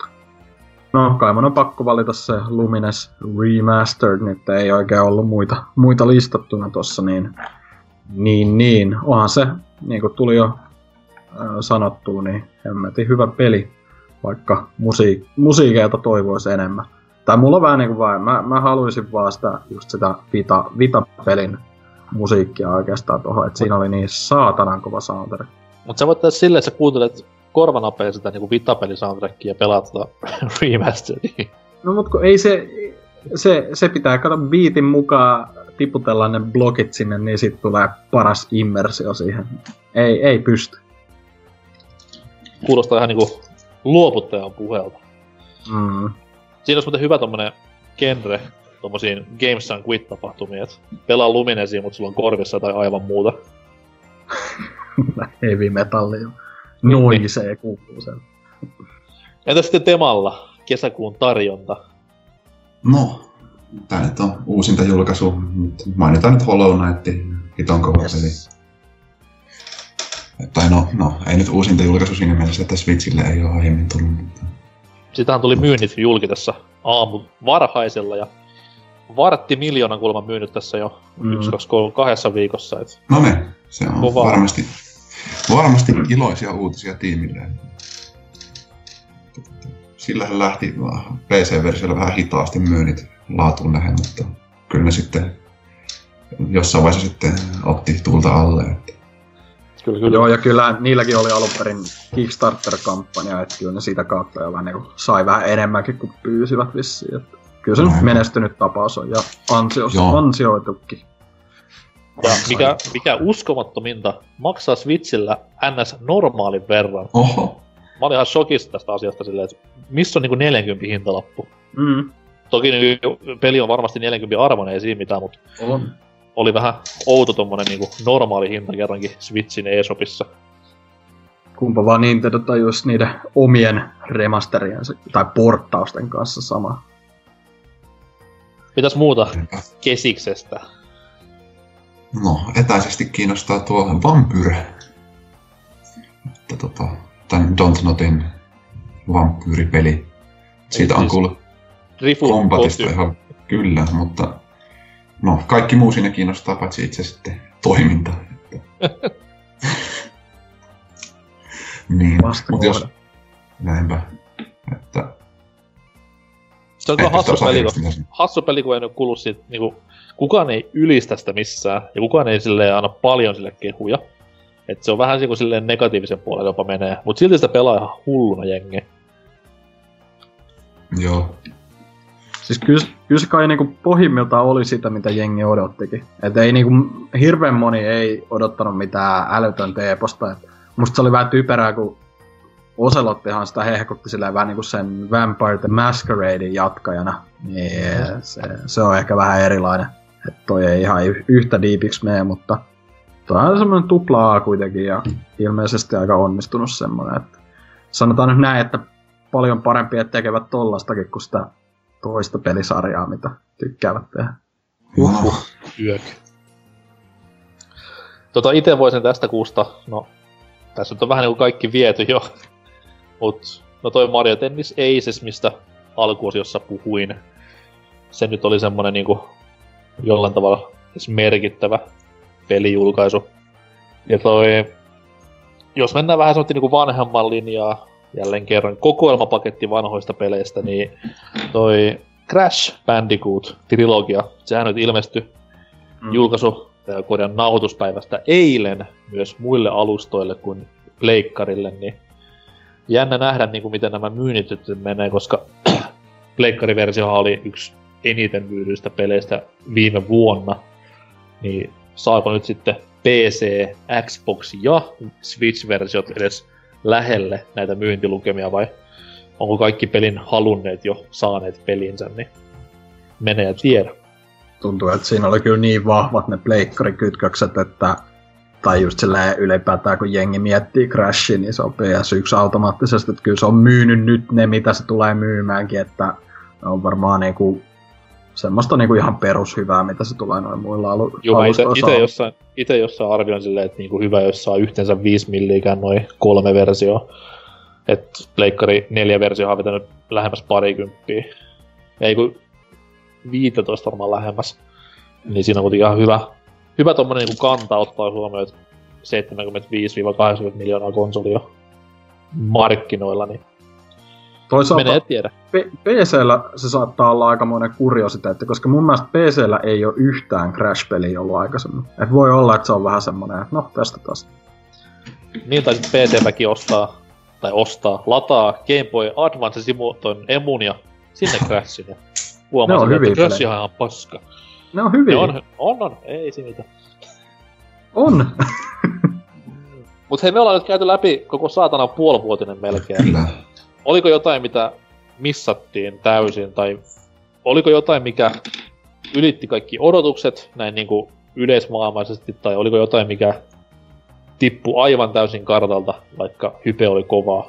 no kai mun on pakko valita se Lumines Remastered, nyt ei oikein ollut muita, muita listattuna tossa, niin niin, niin. Onhan se, niinku tuli jo sanottua, niin hemmetin hyvä peli, vaikka musiik- musiikeilta toivoisi enemmän. Tai mulla on vähän niinku vaan, mä, mä haluaisin vaan sitä, just sitä Vita, Vita-pelin musiikkia oikeastaan tohon, et siinä oli niin saatanan kova soundtrack. Mut sä voit tehdä silleen, että sä kuuntelet korvanapeen sitä niinku Vita-pelin soundtrackia ja pelaat tota remasteria. No mut kun ei se, se, se pitää kato beatin mukaan tiputella ne blokit sinne, niin sit tulee paras immersio siihen. Ei, ei pysty. Kuulostaa ihan niinku luovuttajan puhelta. Mm. Siinä olisi muuten hyvä tommonen genre tommosiin Games and Quit-tapahtumiin, et pelaa Luminesia, mut sulla on korvissa tai aivan muuta. Heavy metallia. Noisee kuuluu sen. Entä sitten Temalla? Kesäkuun tarjonta. No, tää nyt on uusinta julkaisu. Mainitaan nyt Hollow Knight, hiton kova peli. Yes. Tai no, no, ei nyt uusinta julkaisu siinä mielessä, että Switchille ei oo aiemmin tullut. Mutta sitähän tuli myynnit julki tässä aamu varhaisella ja vartti miljoonan kulman myynyt tässä jo mm. yksi, kaksi, kolme, kahdessa viikossa. Et no ne, se on kova. varmasti, varmasti iloisia uutisia tiimille. Sillähän lähti P C-versiolla vähän hitaasti myynnit laatuun nähen, mutta kyllä ne sitten jossain vaiheessa sitten otti tuulta alle. Että Kyllä, kyllä. Joo, ja kyllä niilläkin oli alun perin Kickstarter-kampanja, että kyllä ne sitä kautta jo vähän niin sai vähän enemmänkin kuin pyysivät vissiin. Että kyllä se no, nyt menestynyt tapaus on ja ansios, ansioitukin. Ja mikä, mikä uskomattominta, maksaa Switchillä N S normaalin verran. Oho. Mä olin ihan shokissa tästä asiasta silleen, että missä on niinku neljäkymmentä hintalappu. Mm. Toki peli on varmasti neljäkymmentä arvoinen, ei siinä mitään, mutta on. Oli vähän outo tommonen niinku normaali hinta kerrankin Switchin eShopissa. kumpa vaan Nintendo tai just niiden omien remasterien tai porttausten kanssa sama. Mitäs muuta Kesiksestä? No, etäisesti kiinnostaa tuo Vampyre. Että tota, tän Dontnotin vampyyripeli. Siitä on kuullut kombatista ihan kyllä, mutta no, kaikki muu siinä kiinnostaa, paitsi itse sitten toiminta. Niin, mutta jos... Näinpä. Että... Se on kyllä hassu peli, kun, hassu peli, kun ei nyt kuulu siitä, niinku, kukaan ei ylistä sitä missään, ja kukaan ei silleen anna paljon sille kehuja. Et se on vähän niinku silleen negatiivisen puolelle jopa menee, mut silti sitä pelaa ihan hulluna jengi. Joo. Siis kyllä, kyllä se kai niinku pohjimmiltaan oli sitä, mitä jengi odottikin. Et ei niinku, hirveän moni ei odottanut mitään älytöntä eposta. Et musta se oli vähän typerää, kun Oselottihan sitä hehkutti silleen vähän niinku sen Vampire the Masqueradein jatkajana. Niin se, se on ehkä vähän erilainen. Et toi ei ihan yhtä diipiksi mene, mutta toi on semmonen tupla A kuitenkin ja ilmeisesti aika onnistunut semmonen. Että sanotaan nyt näin, että paljon parempia tekevät tollastakin kuin sitä toista pelisarjaa, mitä tykkäävät tehdä. Uhuh. Yök. Tota ite voisin tästä kuusta, no tässä nyt on vähän niinku kaikki viety jo. Mut no toi Mario Tennis Aces, mistä alkuosiossa puhuin. Se nyt oli semmonen niinku jollain tavalla merkittävä pelijulkaisu. Ja toi, jos mennään vähän semmoinen niinku vanhemman linjaa, jälleen kerran kokoelmapaketti vanhoista peleistä, niin toi Crash Bandicoot-trilogia, sehän nyt ilmestyi mm. julkaisu korjan nauhoituspäivästä eilen myös muille alustoille kuin pleikkarille, niin jännä nähdä niinku miten nämä myynnit menee, koska pleikkariversiohan oli yksi eniten myydyistä peleistä viime vuonna, niin saako nyt sitten P C, Xbox ja Switch-versiot edes lähelle näitä myyntilukemia vai onko kaikki pelin halunneet jo saaneet pelinsä, niin menee ja tiedä. Tuntuu, että siinä oli kyllä niin vahvat ne pleikkarikytkökset, että tai just silleen ylipäätään kun jengi miettii Crashia, niin se on P S yksi automaattisesti, että kyllä se on myynyt nyt ne, mitä se tulee myymäänkin, että on varmaan niinku semmoista niinku ihan perushyvää, mitä se tulee noin muilla alu- Joo, ite, ite, jossain, ite jossain arvioin silleen, että niinku hyvä, jos saa yhteensä viisi milliikään noin kolme versioa. Et Pleikkari neljä versio on vetänyt lähemmäs parikymppiä. Ei kun viisitoista varmaan lähemmäs. Niin siinä on kuitenkin ihan hyvä, hyvä tommonen niinku kanta ottaa huomioon, että seitsemänkymmentäviisi kahdeksankymmentä miljoonaa konsolia markkinoilla, niin toisaalta menee tiedä. P- PC:llä se saattaa olla aikamoinen kuriositeetti, koska mun mielestä P C:llä ei ole yhtään Crash-peliä ollut aikaisemmin. Et voi olla, että se on vähän semmonen, että no, testataan sitä. Niin taisit P C-mäkin ostaa, tai ostaa, lataa Game Boy Advance simuuton emun ja sinne Crashin ja huomasin, että Crash on ihan paska. Ne on hyviä. Ne on, on, on, ei siinä mitään. On! Mut hei, me ollaan nyt käyty läpi koko saatana puolivuotinen melkein. Kyllä. Oliko jotain, mitä missattiin täysin, tai oliko jotain, mikä ylitti kaikki odotukset näin niinku yleismaailmaisesti, tai oliko jotain, mikä tippui aivan täysin kartalta, vaikka hype oli kovaa?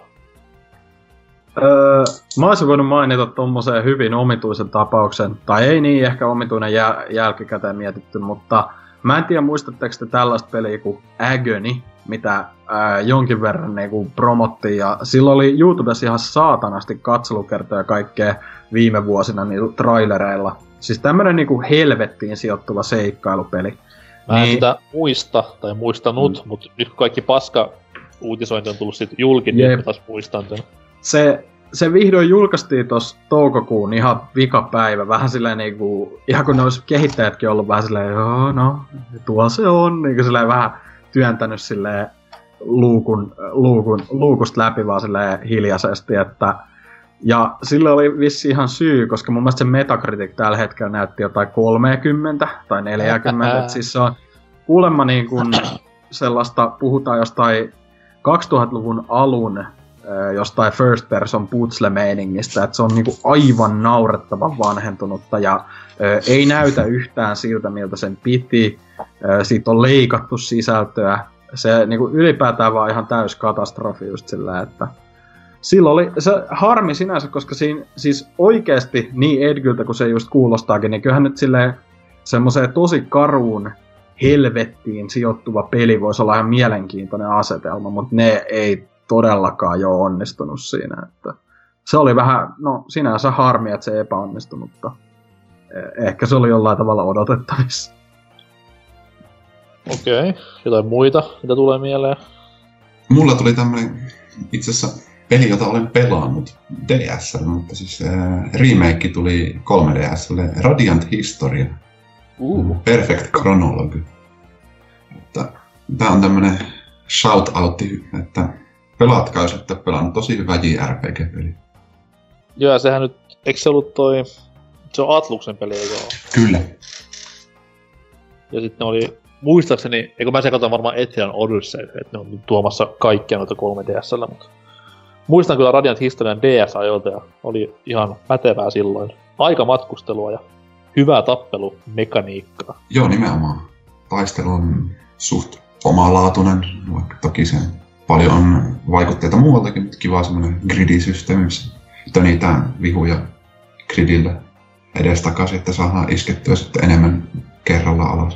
Öö, mä olisin voinut mainita tommoseen hyvin omituisen tapauksen, tai ei niin ehkä omituinen jäl- jälkikäteen mietitty, mutta mä en tiedä muistatteko te tällaista peliä kuin Agony, mitä ää, jonkin verran niinku promottiin, ja silloin oli YouTubessa ihan saatanasti katselukertoja kaikkea viime vuosina niinku trailereilla. Siis tämmönen niinku helvettiin sijoittuva seikkailupeli. Mä en niin, sitä muista, tai muistanut, mm. mutta nyt kun kaikki paska uutisointi on tullut sit julki, niin mä taas muistan sen. Se, se vihdoin julkaistiin tossa toukokuun ihan vikapäivä, vähän silleen niinku, ihan kun ne ois kehittäjätkin ollut vähän silleen, joo no, tuolla se on, niinku silleen vähän työntänyt silleen luukun, luukun, luukusta läpi vaan silleen hiljaisesti, että ja sillä oli vissi ihan syy, koska mun mielestä se Metacritic tällä hetkellä näytti jotain kolmekymmentä tai neljäkymmentä, että siis se on kuulemma niin kuin sellaista, puhutaan jostain kaksituhattaluvun alun jostain first person puzzle-meiningistä, että se on niinku aivan naurettavan vanhentunutta ja ö, ei näytä yhtään siltä, miltä sen piti. Ö, siitä on leikattu sisältöä. se niinku ylipäätään vaan ihan täys katastrofi just sillä, että silloin oli se harmi sinänsä, koska siinä siis oikeesti niin Edgyltä kuin se just kuulostaakin, niin kyllähän nyt silleen semmoseen tosi karuun helvettiin sijoittuva peli voisi olla ihan mielenkiintoinen asetelma, mutta ne ei todellakaan jo onnistunut siinä, että se oli vähän, no sinänsä harmi, että se epäonnistui, mutta ehkä se oli jollain tavalla odotettavissa. Okei, okay. Jotain muita, mitä tulee mieleen? Mulla tuli tämmönen itse asiassa peli, jota olen pelannut D S:llä, mutta siis äh, remake tuli kolme D S:lle, Radiant Historia. Uh. Perfect Chronology. Että, tää on tämmönen shout-outti, että pelatkaa, jos ette pelannut. Tosi hyvä J R P G-peli. Joo, sehän nyt, eikö se ollut toi, se on Atluksen peli, eikö ole? Kyllä. Ja sitten oli, muistaakseni, eikö mä sekoitan varmaan Etrian Odyssey, että ne on nyt tuomassa kaikkia noita kolme D S:llä, mutta muistan kyllä Radiant Historian D S-ajoilta ja oli ihan pätevää silloin. Aikamatkustelua ja hyvää tappelumekaniikkaa. Joo, nimenomaan. Taistelu on suht omalaatuinen, vaikka toki se paljon on vaikutteita muualtakin, mutta kiva semmoinen gridi-systeemi, missä tönitään vihuja gridillä edestakaisin, että saadaan iskettyä sitten enemmän kerralla alas.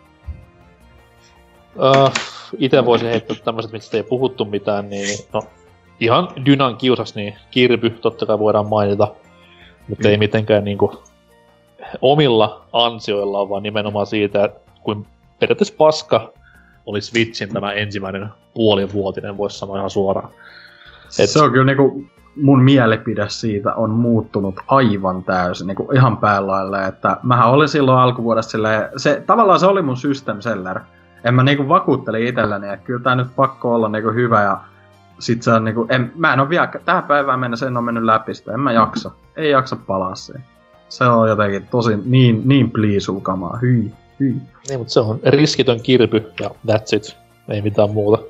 Uh, ite voisin heittää tämmöiset, mistä ei puhuttu mitään, niin no, ihan Dynan kiusas, niin Kirby totta kai voidaan mainita, mutta mm. ei mitenkään niinku omilla ansioillaan, vaan nimenomaan siitä, että kun periaatteessa paska oli Switchin tämä ensimmäinen puolivuotinen, voisi sanoa ihan suoraan. Et se on kyllä niinku, mun mielipide siitä on muuttunut aivan täysin, niinku ihan päälaille, että mähän olin silloin alkuvuodesta silleen, se, tavallaan se oli mun system seller. En mä niinku vakuutteli itselläni, että kyllä tää nyt pakko olla niinku hyvä ja sit se on niinku, en, mä en oo vielä, tähän päivään mennessä en oo mennyt läpi sitä, en mä jaksa, ei jaksa palaa siihen. Se on jotenkin tosi niin, niin pliisuukamaa, hyi, hyi. Niin, mutta se on riskitön Kirby ja that's it, ei mitään muuta.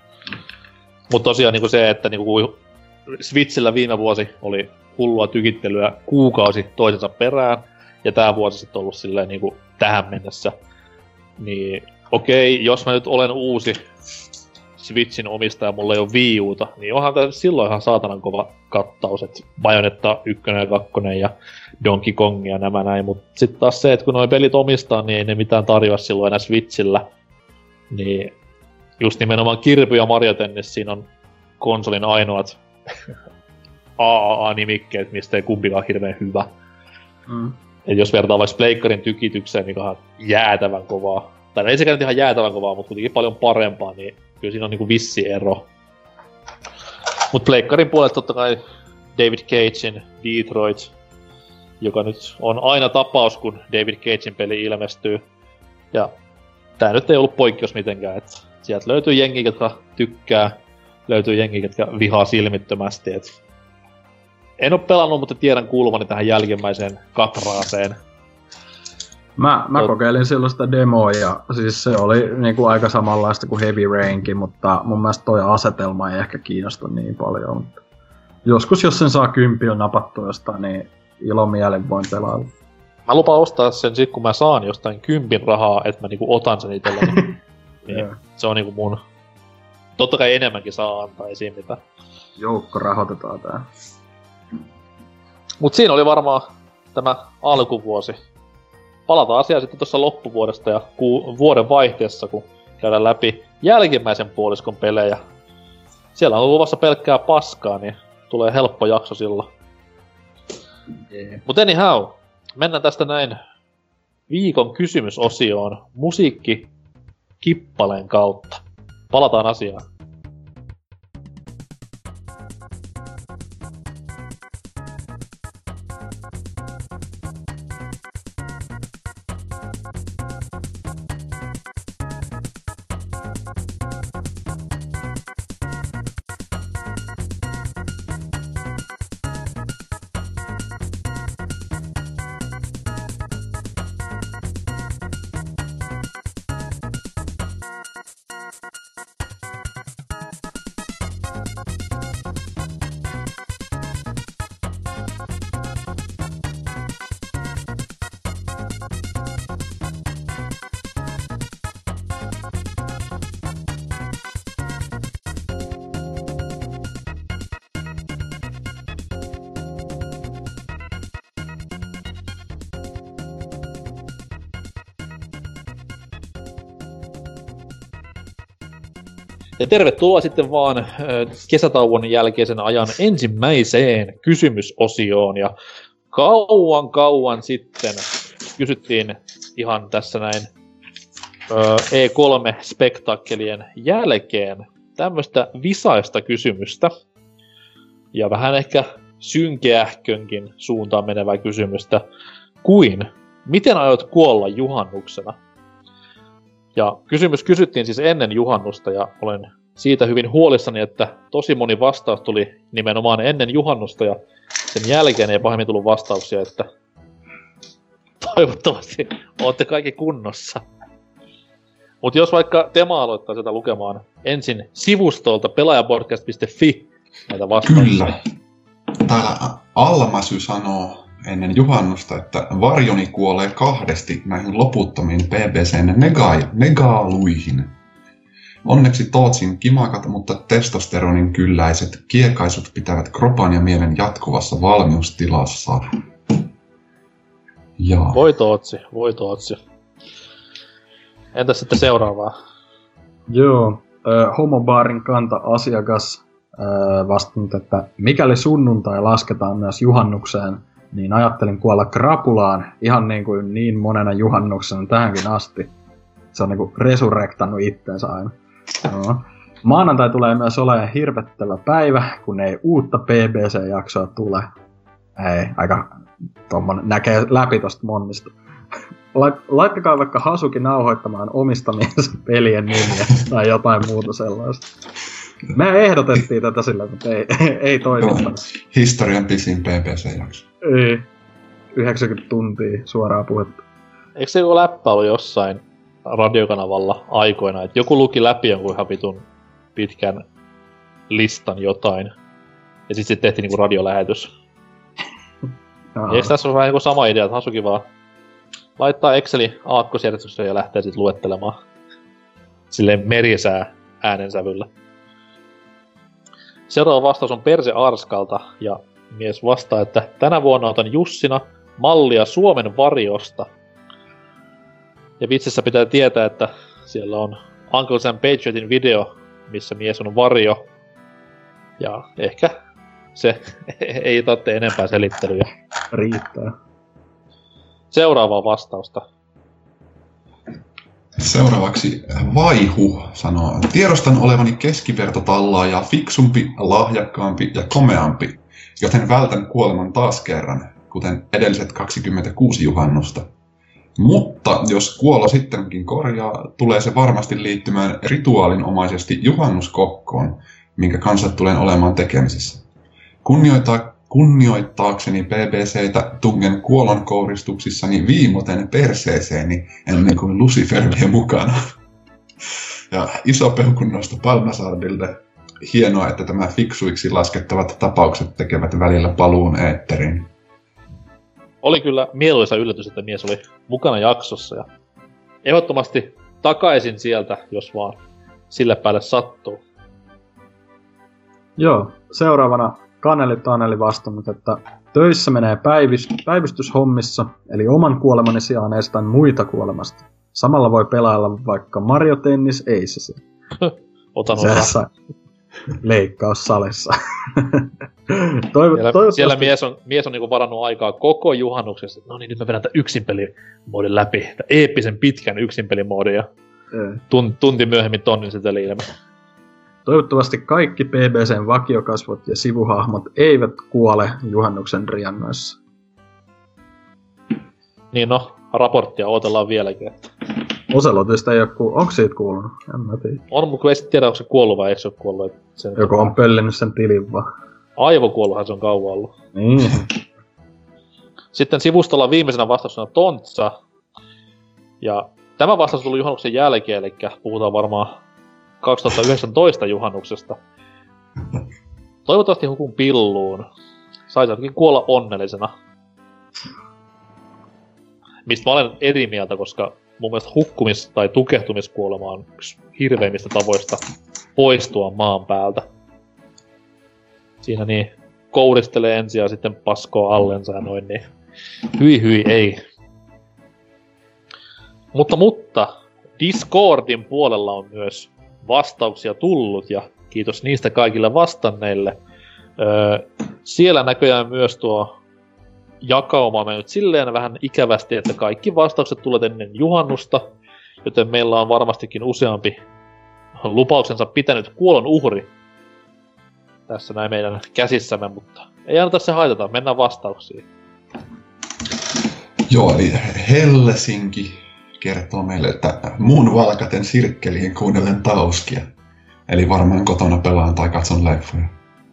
Mut tosiaan niinku se, että niinku Switchillä viime vuosi oli hullua tykittelyä kuukausi toisensa perään, ja tää vuosi sit ollut silleen niinku tähän mennessä. Niin okei, jos mä nyt olen uusi Switchin omistaja, mulla ei oo Wii Uta, niin onhan tää silloin ihan saatanan kova kattaus, et Bayonetta ykkönen ja kakkonen ja Donkey Kong ja nämä näin, mut sit taas se, että kun noi pelit omistaa, niin ei ne mitään tarjoa silloin enää Switchillä. Niin just nimenomaan Kirby ja Mario Tennis siinä on konsolin ainoat A A A-nimikkeet, mistä ei kumpikaan hirveen hyvä. Mm. Et jos vertaa vaikka pleikkarin tykitykseen, niin on jäätävän kovaa. Tai ei sekään nyt ihan jäätävän kovaa, mutta kuitenkin paljon parempaa, niin kyllä siinä on niinku vissi ero. Mut pleikkarin puolella totta kai David Cagein Detroit, joka nyt on aina tapaus, kun David Cagein peli ilmestyy. Ja tää nyt ei ollut poikkeus mitenkään, että sieltä löytyy jengi, jotka tykkää, löytyy jengi, jotka vihaa silmittömästi, et en oo pelannut, mutta tiedän kuuluvani tähän jälkimmäiseen kapraaseen. Mä, mä kokeilin silloin sitä demoa ja siis se oli niinku aika samanlaista kuin Heavy Rainkin, mutta mun mielestä toi asetelma ei ehkä kiinnosta niin paljon. Mutta joskus jos sen saa kympillä napattua jostain, niin ilomielin voin pelailla. Mä lupaan ostaa sen sit kun mä saan jostain kympin rahaa, että mä niinku otan sen itselleni. Niin se on niinku mun... Totta kai enemmänkin saa antaa, ei siinä mitään. Joukko rahoitetaan tää. Mut siinä oli varmaan tämä alkuvuosi. Palataan asiaan sitten tuossa loppuvuodesta ja ku- vuoden vaihteessa, kun käydään läpi jälkimmäisen puoliskon pelejä. Siellä on luvassa pelkkää paskaa, niin tulee helppo jakso silloin. Yeah. Mut anyhow, mennään tästä näin viikon kysymysosioon musiikki kippaleen kautta. Palataan asiaan. Ja tervetuloa sitten vaan äh, kesätauon jälkeisen ajan ensimmäiseen kysymysosioon. Ja kauan kauan sitten kysyttiin ihan tässä näin äh, E kolme-spektaakkelien jälkeen tämmöistä visaista kysymystä. Ja vähän ehkä synkeähkönkin suuntaan menevää kysymystä kuin miten aiot kuolla juhannuksena? Ja kysymys kysyttiin siis ennen juhannusta ja olen siitä hyvin huolissani, että tosi moni vastaus tuli nimenomaan ennen juhannusta ja sen jälkeen ei pahemmin tullut vastauksia, että toivottavasti olette kaikki kunnossa. Mutta jos vaikka Tema aloittaa sitä lukemaan ensin sivustolta pelaajapodcast piste fi näitä vastauksia. Kyllä. Täällä Almasy sanoo ennen juhannusta, että varjoni kuolee kahdesti näihin loputtomiin B B C:n nega- negaaluihin. Onneksi Tootsin kimakat, mutta testosteronin kylläiset kiekaisut pitävät kropan ja mielen jatkuvassa valmiustilassa. Ja... Voi Tootsi, voi Tootsi. Entäs sitten seuraavaa? Joo, äh, homobaarin kanta-asiakas äh, vastannut, että mikäli sunnuntai lasketaan myös juhannukseen, niin ajattelin kuolla krapulaan ihan niin kuin niin monena juhannuksena tähänkin asti. Se on niinku resurrektannut itsensä aina. No. Maanantai tulee myös olemaan hirvettävä päivä, kun ei uutta B B C-jaksoa tule. Ei, aika tommonen, näkee läpi tosta monnista. Laittakaa vaikka Hasuki nauhoittamaan omistamiensa pelien nimiä tai jotain muuta sellaista. Me ehdotettiin tätä sillä, mutta ei, ei toimittanut. Historian pisin B B C-jakso. Ei. yhdeksänkymmentä tuntia suoraa puhetta. Eikö se joku läppä ollut jossain radiokanavalla aikoina, että joku luki läpi jonkun ihan vitun pitkän listan jotain. Ja sit sit tehtiin niinku radiolähetys. Eikö tässä ole vähän joku sama idea, että Hasuki vaan laittaa Excelin aakkosjärjestykseen ja lähtee sit luettelemaan silleen merisää äänensävyllä. Seuraava vastaus on Perse Arskalta ja mies vastaa, että tänä vuonna otan Jussina mallia Suomen varjosta. Ja vitsissä pitää tietää, että siellä on Uncle Sam Patriotin video, missä mies on varjo. Ja ehkä se ei tarvitse enempää selittelyjä. Riittää. Seuraavaa vastausta. Seuraavaksi Vaihu sanoo, tiedostan olevani keskivertotallaaja, fiksumpi, lahjakkaampi ja komeampi, joten vältän kuoleman taas kerran, kuten edelliset kaksikymmentäkuusi juhannusta. Mutta jos kuolo sittenkin korjaa, tulee se varmasti liittymään rituaalinomaisesti juhannuskokkoon, minkä kanssa tulen olemaan tekemisissä. Kunnioittaa, kunnioittaakseni B B C:tä tungen kuolonkouristuksissani viimoten perseeseeni ennen kuin Lucifer vie mukana. Ja iso peukunnosto Palmasardille. Hienoa, että tämä fiksuiksi laskettavat tapaukset tekevät välillä paluun eetteriin. Oli kyllä mieluisa yllätys, että mies oli mukana jaksossa ja ehdottomasti takaisin sieltä, jos vaan sille päälle sattuu. Joo, seuraavana Kaneli Taneli vastannut, että töissä menee päivys- päivystyshommissa, eli oman kuolemani sijaan estän muita kuolemasta. Samalla voi pelailla vaikka Mario Tennis Acessa. Otan osaa. Leikkaussalissa. Toiv- siellä toivottavasti... siellä mies on, mies on niinku varannut aikaa koko juhannuksesta. No niin, nyt mä vedän tämän yksinpelimoodin läpi. Tämän eeppisen pitkän yksinpelimoodin ja tun, tunti myöhemmin tonnin sitä ilme. Toivottavasti kaikki B B C:n vakiokasvot ja sivuhahmot eivät kuole juhannuksen riannoissa. Niin no, raporttia odotellaan vieläkin. Että... Oselotista ei oo ku... Onko siitä kuulunut? En mä tiedä. On, mutta ei sitten tiedä, onko se kuollut vai eikö se ole kuollut. Sen Joku on pöllinyt sen tilin vaan. Aivokuolluhan se on kauan ollut. Niin. Sitten sivustolla viimeisenä vastauksena Tontsa. Ja tämä vastaus tuli juhannuksen jälkeen, eli puhutaan varmaan kaksituhattayhdeksäntoista juhannuksesta. Toivottavasti hukun pilluun. Saisi ainakin kuolla onnellisena. Mistä mä olen eri mieltä, koska mun mielestä hukkumis- tai tukehtumiskuolema on yksi hirveimmistä tavoista poistua maan päältä. Siinä niin kouristelee ensin ja sitten paskoo allensa ja noin, niin hyi hyi ei. Mutta, mutta Discordin puolella on myös vastauksia tullut ja kiitos niistä kaikille vastanneille. Öö, siellä näköjään myös tuo jakauma on mennyt silleen vähän ikävästi, että kaikki vastaukset tulevat ennen juhannusta, joten meillä on varmastikin useampi lupauksensa pitänyt kuolon uhri tässä näin meidän käsissämme, mutta ei anneta se haitata, mennään vastauksiin. Joo, eli Helsinki kertoo meille, että muun valkaten sirkkeliin kuunnellen tauskia. Eli varmaan kotona pelaan tai katson leffoja.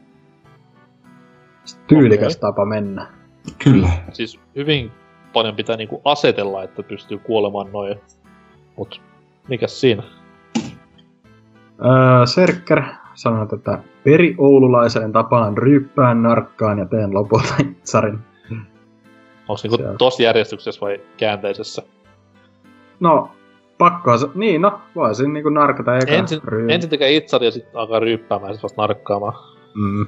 Tyylikäs okay. tapa mennä. Kyllä. Siis hyvin paljon pitää niinku asetella, että pystyy kuolemaan noin. Mut mikäs siinä? Öö, Serkker sanoo, että peri-oululaiseen tapaan ryyppään narkkaan ja teen lopulta itsarin. Onko niinku tossa järjestyksessä vai käänteisessä? No, pakkoa se... Niin, no, voisin niinku narkata eka ensin, ryy... ensin tekee itsari ja sitten alkaa ryyppäämään ja sit vasta narkkaamaan. Mm.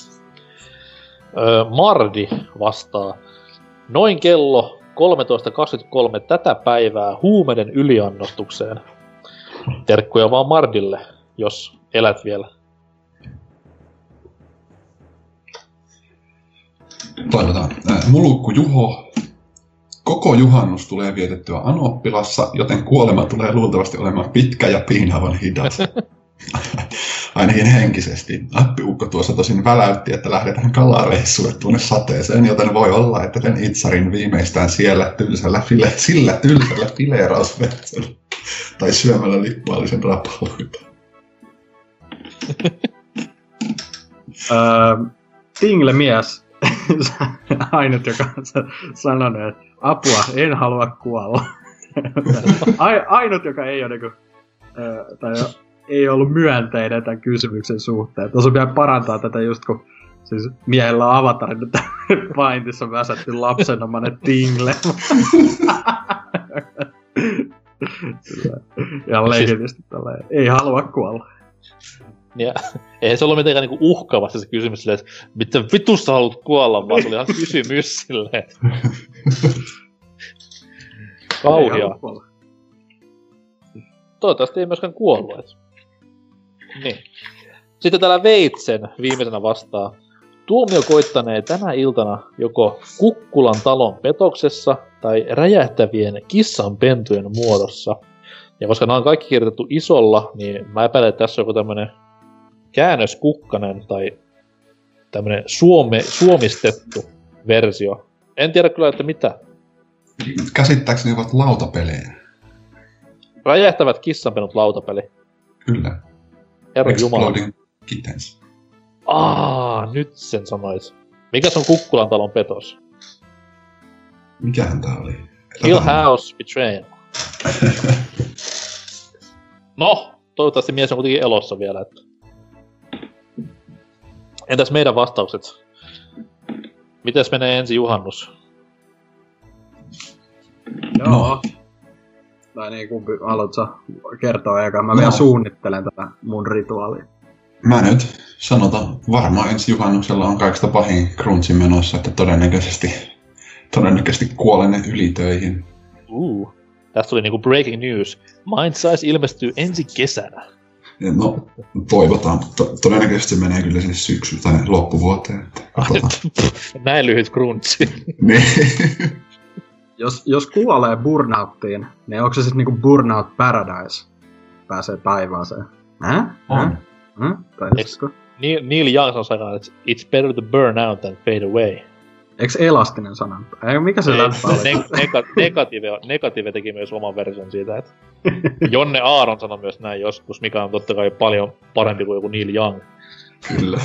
Öö, Mardi vastaa. Noin kello kolmetoista kaksikymmentäkolme tätä päivää huumeiden yliannostukseen. Terkkuja vaan Mardille, jos elät vielä. Toivotaan. Mulukku Juho. Koko juhannus tulee vietettyä Anoppilassa, joten kuolema tulee luultavasti olemaan pitkä ja piinaavan hidas. Ainakin henkisesti. Appiukko tuossa tosin väläytti, että lähdetään kalareissulle tuonne sateeseen, joten voi olla, että teen itsarin viimeistään siellä tylsällä file, sillä tylsällä fileerausvetsellä. Tai syömällä lippuallisen rapaluita. öö, Tingle mies. Ainut, joka on sanonut, että apua, en halua kuolla. Ainut, joka ei ole niinku, öö, tai ei ollut myönteinen tämän kysymyksen suhteen. Tuossa pitää parantaa tätä just kun siis miehellä on avatarin, että Paintissa on väsätty lapsenomainen Tingle. Ja legitisti tälleen, ei halua kuolla. Ja eihän se ollut mitenkään niinku uhkaavasti se kysymys silleen, että mitä vitussa haluat kuolla, vaan se oli ihan kysymys silleen. Kauhia. Toivottavasti ei myöskään kuollut. Niin. Sitten täällä Veitsen viimeisenä vastaa. Tuomio koittanee tänä iltana joko Kukkulan talon petoksessa tai räjähtävien kissanpentujen muodossa. Ja koska nämä on kaikki kirjoitettu isolla, niin mä epäilen, että tässä on joku tämmönen käännöskukkanen tai tämmönen suome, suomistettu versio. En tiedä kyllä, että mitä. Käsittääkseni ovat lautapelejä. Räjähtävät kissanpenut lautapeli. Kyllä. Herra Jumala. Exploding Kittens. Aa, nyt sen sanois. Mikäs on Kukkulan talon petos? Mikähän tää oli? Hill House Betrayal. No, toivottavasti mies on kuitenkin elossa vielä. Että... Entäs meidän vastaukset? Mites menee ensi juhannus? Joo. No. Tai niin, kumpi haluatko kertoa eka? Mä no. vielä suunnittelen tätä mun rituaalia. Mä nyt sanotaan, varmaan ensi juhannuksella on kaikista pahin crunchi menossa, että todennäköisesti, todennäköisesti kuolen ylitöihin. Uh, tästä tuli niinku breaking news. Mind Size ilmestyy ensi kesänä. No, toivotaan, mutta todennäköisesti menee kyllä sinne syksy tai loppuvuoteen. Näin lyhyt crunchi. Niin. Jos, jos kuolee burnouttiin, niin onko se sitten niinku burnout paradise? Pääsee taivaaseen. Hä? On. Hä? Tai Neil, Neil Young on sanonut, että it's better to burn out than fade away. Eiks elastinen sana? Ei, mikä se läppä oli? Ne, nega, negatiive, negatiive teki myös oman version siitä, että Jonne Aaron sanoi myös näin joskus, mikä on totta kai paljon parempi kuin joku Neil Young. Kyllä.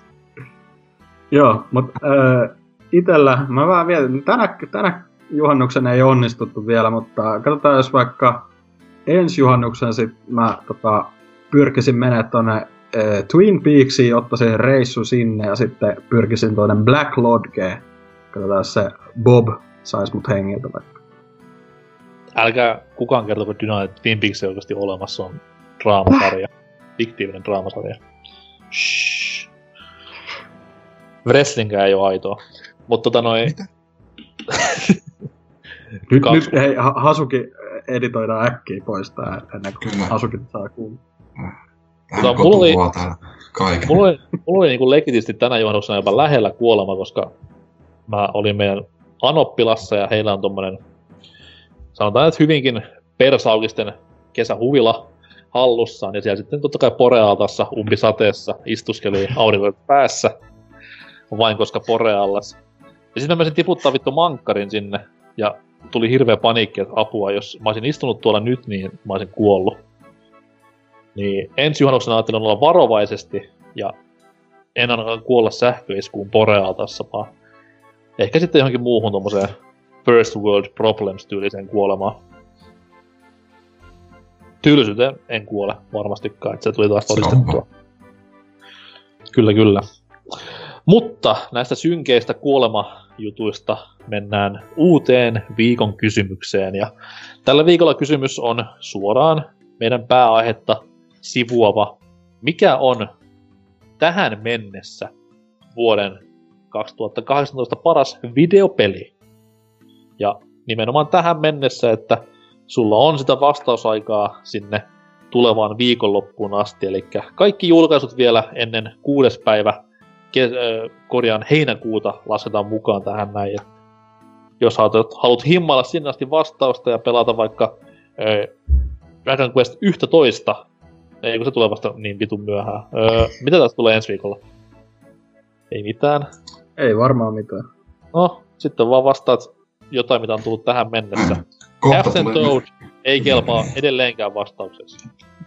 Joo, mutta äh, itellä, mä vähän mietin, tänä, tänä juhannuksen ei onnistuttu vielä, mutta katsotaan jos vaikka ensi juhannuksen sit mä tota, pyrkisin menemään tonne äh, Twin Peaksiin, ottaisin reissu sinne ja sitten pyrkisin tuonne Black Lodgeen. Katsotaan se Bob sais mut hengiltä vaikka. Älkää kukaan kertoko Dynaa, että Twin Peaks oikeasti olemassa on draamasarja. Fiktiivinen draamasarja. Shhh. Wrestlingkään ei oo aitoa. Mut tota noin... Mitä? nyt, nyt hei, Hasuki editoidaan äkkiä pois tää ennen kuin Kyllä. Hasuki saa kuulla. Hän kotuaa täällä kaiken. Mulla oli, mulla oli niinku legitisti tänä juhannuksena jopa lähellä kuolema, koska mä olin meidän Anoppilassa ja heillä on tommonen, sanotaan, että hyvinkin persaukisten kesähuvila hallussaan. Ja siellä sitten totta kai Borealtassa umpisateessa istuskeli aurinko päässä, vain koska Borealas. Ja sitten mä menisin tiputtaa vittu mankkarin sinne ja tuli hirveä paniikki, että apua, jos mä olisin istunut tuolla nyt, niin mä olisin kuollut. Niin ensi juhannuksena ajattelin olla varovaisesti ja en ainakaan kuolla sähköiskuun Borealtassa, vaan ehkä sitten johonkin muuhun tommoseen first world problems -tyyliseen kuolemaan. Tylsyyteen en kuole varmastikaan, että se tuli taas todistettua. Kyllä, kyllä. Mutta näistä synkeistä kuolemajutuista mennään uuteen viikon kysymykseen. Ja tällä viikolla kysymys on suoraan meidän pääaihetta sivuava. Mikä on tähän mennessä vuoden kaksituhattakahdeksantoista paras videopeli? Ja nimenomaan tähän mennessä, että sulla on sitä vastausaikaa sinne tulevaan viikonloppuun asti. Eli kaikki julkaisut vielä ennen kuudes päivä ke- korjaan heinäkuuta lasketaan mukaan tähän näin. Et jos haluat, haluat himmailla sinne asti vastausta ja pelata vaikka äh, Dragon Quest yksitoista, ei kun se tulee vasta niin vitun myöhään. Öö, mitä tästä tulee ensi viikolla? Ei mitään. Ei varmaan mitään. No, sitten vaan vastaat jotain, mitä on tullut tähän mennessä. Captain Toad ei kelpaa edelleenkään vastaukseksi.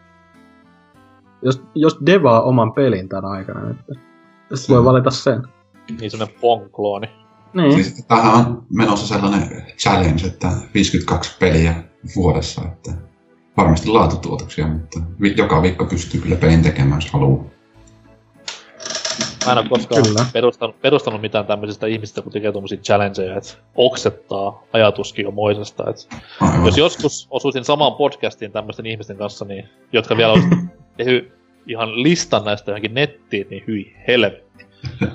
Jos, jos devaa oman pelin tän aikana, että sitten voi valita sen. Niin semmonen Pong-klooni. Niin. Siis tähän on menossa sellainen challenge, että viisikymmentäkaksi peliä vuodessa, että varmasti laatutuotoksia, mutta joka viikko pystyy kyllä pelin tekemään, jos haluaa. Mä en oo koskaan perustanut, perustanut mitään tämmöisistä ihmisistä, kun tekee tommosia challengeja, että oksettaa ajatuskin jo moisesta. Et jos joskus osuisin samaan podcastiin tämmöisten ihmisten kanssa, niin, jotka vielä olisi tehnyt ihan listan näistä johonkin nettiin, niin hyi helvetti.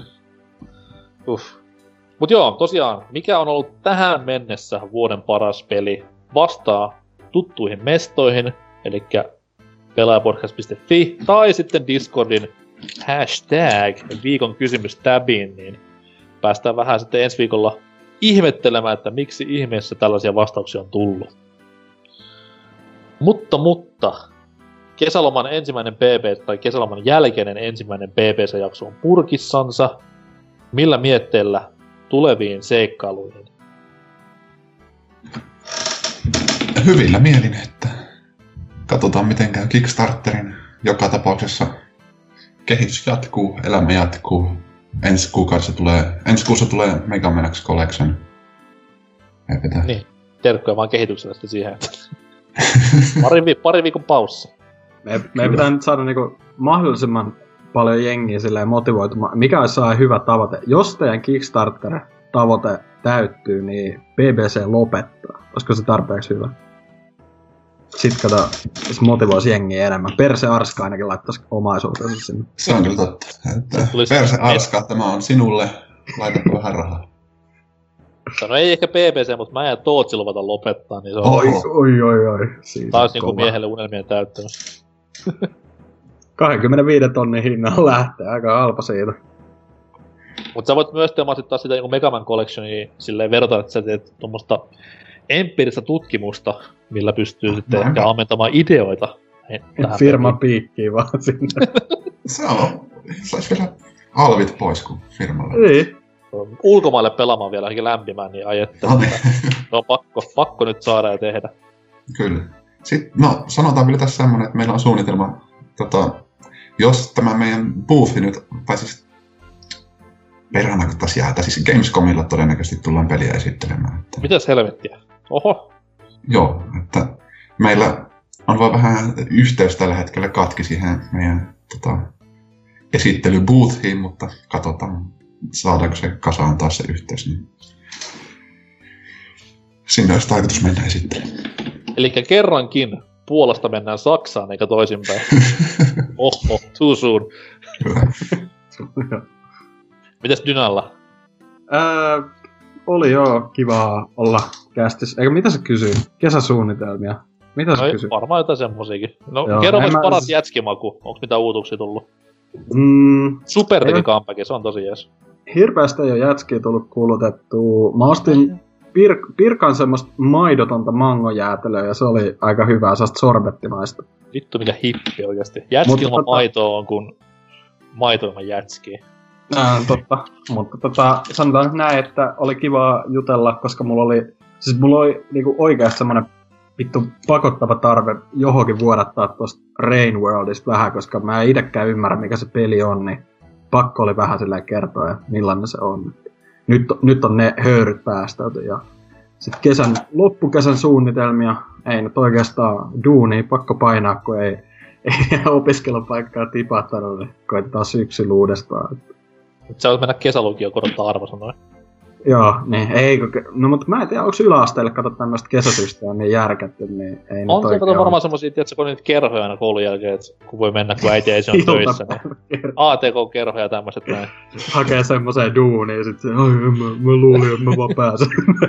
Uff. Mut joo, tosiaan, mikä on ollut tähän mennessä vuoden paras peli? Vastaa tuttuihin mestoihin, eli pelaajapodcast piste fi, tai sitten Discordin hashtag viikon kysymys tabiin, niin päästään vähän sitten ensi viikolla ihmettelemään, että miksi ihmeessä tällaisia vastauksia on tullut. Mutta, mutta, kesäloman ensimmäinen B B, tai kesäloman jälkeinen ensimmäinen B B C-jakso on purkissansa. Millä mietteellä tuleviin seikkailuihin? Hyvillä mielin, että katsotaan miten käy Kickstarterin. Joka tapauksessa kehitys jatkuu, elämä jatkuu. Ensi kuukaudessa tulee, ensi kuussa tulee Mega Man X Collection. Niin, terkkoja vaan kehityksellä sitten siihen. pari, vi- pari viikon paussa. Me, me pitää nyt saada niinku mahdollisimman paljon jengiä silleen motivoitumaan. Mikä olisi saa hyvä tavoite? Jos teidän Kickstarter-tavoite täyttyy, niin B B C lopettaa. Olisiko se tarpeeksi hyvä? Sitten kato, se motivoisi jengiä enemmän. Perse Arska ainakin laittaisi omaisuutensa sinne. Se on kyllä totta. Perse Arska, tämä on sinulle. Laitapa vähän rahaa. No ei ehkä B B C, mutta mä en Tootsi luvata lopettaa, niin se on... Oi, oi, oi, oi. Siitä taas niinku miehelle unelmien täyttänyt. kaksikymmentäviisi tonnin hinnalla lähtee, aika halpa siitä. Mut sä voit myös teemassa taas sitä niinku Mega Man Collectionia silleen verrata, että sä teet tommoista empiiristä tutkimusta, millä pystyy sitten ehkä ammentamaan ideoita. Firman piikkiin vaan sinne. Se on. Sais vielä alvit pois kuin firmalla. Niin. Ulkomaille pelaamaan vielä ainakin lämpimään, niin ai että. No on pakko, pakko nyt saada ja tehdä. Kyllä. Sitten, no sanotaan vielä tässä semmonen, että meillä on suunnitelma, tota, jos tämä meidän boothi nyt, tai siis perhana kun taas jäätä, siis Gamescomilla todennäköisesti tullaan peliä esittelemään. Että... Mitäs helvettiä? Oho. Joo, että meillä on vaan vähän yhteys tällä hetkellä katki siihen meidän tota, esittelyboothiin, mutta katsotaan, saadaanko se kasaan taas se yhteys. Niin... Sinne olisi tarkoitus mennä esittelemään. Elikkä kerrankin Puolasta mennään Saksaan, eikä toisinpäin. Oho, too soon. Mitäs Dynalla? Öö, oli joo kivaa olla kästissä. Eikö mitä sä kysyit? Kesäsuunnitelmia? Mitä sä No, kysyt? varmaan jotain semmosiakin. No, Joo, kerro en myös mä- paras jätskimaku. Onks mitään uutuksia tullut? Mm, Super teki Ei. comeback, se on tosi jees. hirveästi ei ole jätskiä tullut kulutettua. Mä ostin Pir- Pirkan semmoista maidotonta mangojäätelöä ja se oli aika hyvää, sellaista sorbettimaista. Vittu mikä hippi oikeesti. Jätski Mutta ilman tota- maitoa on kuin maito ilman jätskiä. Ää, totta. Mutta tota, sanotaan nyt näin, että oli kiva jutella, koska mulla oli, siis mulla oli niinku oikeasti semmonen vittu pakottava tarve johonkin vuodattaa tosta Rain Worldista vähän, koska mä en itekään ymmärrä mikä se peli on, niin pakko oli vähän silleen kertoa, että millainen se on. Nyt, nyt on ne höyryt päästäyty ja sit kesän, loppukesän suunnitelmia, ei nyt oikeastaan duunia pakko painaa, kun ei, ei opiskelupaikkaa tipahtanut, niin koitetaan syksyllä uudestaan. Sä voit mennä kesälukioon korottaa arvosanoja. Joo, niin ei, kun- no mutta mä en tiedä, onko yläasteelle kato tämmöstä kesäsysteemiä järkätty, niin ei nyt On se oikein kato ole. varmaan semmosia, tiedätkö, kun on niitä kerhoja aina koulun jälkeen, että kun voi mennä, kun äiti ei se on töissä, niin Iltapäivä. A T K-kerhoja ja tämmöset näin. Hakee semmoseen duuniin ja sit se, ai mä, mä luulin, että mä vaan pääsen.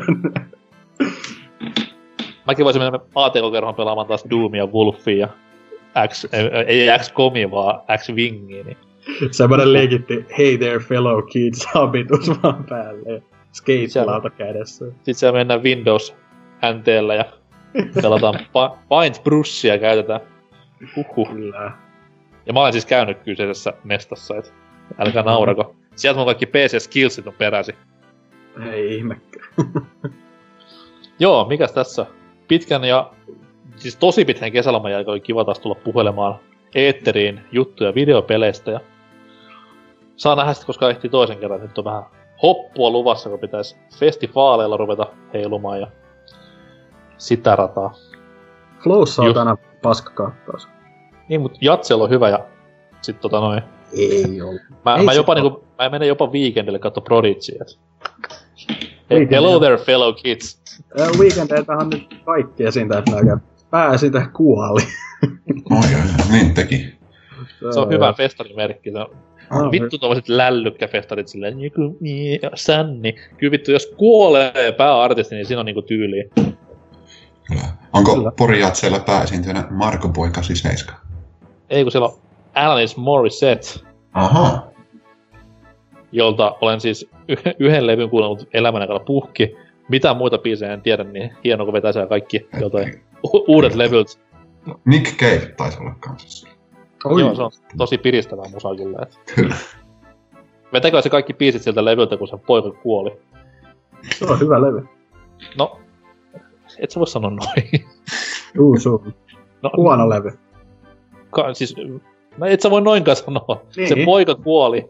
Mäkin voisin mennä A T K-kerhoon pelaamaan taas Doomia, Wolfia ja X, ei, ei X-Comia, vaan X-Wingia, niin Semmoinen legitti, hey there fellow kids, habitus vaan päälle. Skate-lauta kädessä. sit siellä mennään Windows N T:llä ja pelataan pa- Paint Brushia käytetään. Huhhuh. Kyllä. Ja mä olen siis käynyt kyseisessä mestassa, et älkää naurako. Sieltä mun kaikki P C-skillsit on peräsi. Ei ihmekään. Joo, mikäs tässä? Pitkän ja siis tosi pitkän kesäloman jälkeen oli kiva taas tulla puhelemaan eetteriin juttuja videopeleistä ja saa nähdä sit, koska ehtii toisen kerran. Nyt on vähän hoppua luvassa, kun pitäisi festivaaleilla ruveta heilumaan ja sitä rataa. Flowssa on Just. tänään paskakattaus. Niin, mut Jatsel on hyvä ja sit tota noin. Ei oo. Mä, Ei mä se jopa oo. niinku, mä menen jopa weekendille katso Prodigy, et. Hey, Weekendille. hello there fellow kids. Weekendeiltähän nyt kaikki esiintäjät näkee. Pääesiintäjä kuoli. Oi, oi, niin teki. Se on hyvä festarimerkki. Se on Ah, vittu tommoset lällykkäfestarit silleen niinku niin, sänni. Kyllä vittu, jos kuolee pääartisti, niin siinä on niinku tyyliä. Kyllä. Onko Kyllä. Pori Jatseilla pääesiintyjänä Marko Boy kahdeksankymmentäseitsemän? Ei kun siellä on Alanis Morissette, Aha. jolta olen siis y- yhden levyn kuunnellut elämän aikana puhki. Mitään muita biisejä en tiedä, niin hienoa kun vetäisää kaikki jotain u- uudet levyt. Nick Cave taisi olla kanssa. Oi. Joo, se on tosi piristävää musaa kyllä. Et. Kyllä. Vetäkö se kaikki biisit sieltä levyltä, kun se poika kuoli? Se on hyvä levy. No, et sä voi sanoa noin. Juu, sun. No, Huono levy. Ka- siis, no et sä voi noinkaan sanoa. Niin. Se poika kuoli.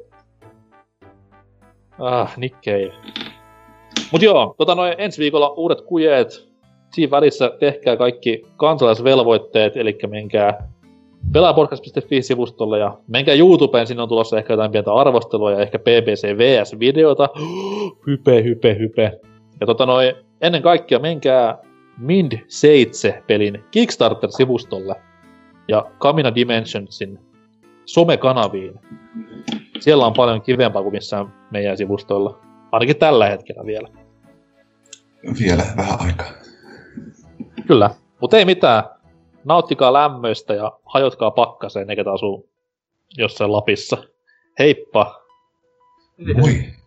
Ah, Nick Cave. Mut joo, tota noin ensi viikolla uudet kujeet. Siinä välissä tehkää kaikki kansalaisvelvoitteet, eli menkää pelaapodcast piste fi-sivustolle ja menkää YouTubeen, sinne on tulossa ehkä jotain pientä arvostelua ja ehkä B B C V S-videota. Hype, hype, hype. Ja tota noin, ennen kaikkea menkää Mind seitsemän-pelin Kickstarter-sivustolle ja Kamina Dimensionsin somekanaviin. Siellä on paljon kivempaa kuin missään meidän sivustoilla. Ainakin tällä hetkellä vielä. Vielä vähän aikaa. Kyllä. Mutta ei mitään. Nauttikaa lämmöistä ja hajotkaa pakkaseen, ne ketä asuu jossain Lapissa. Heippa! Moi.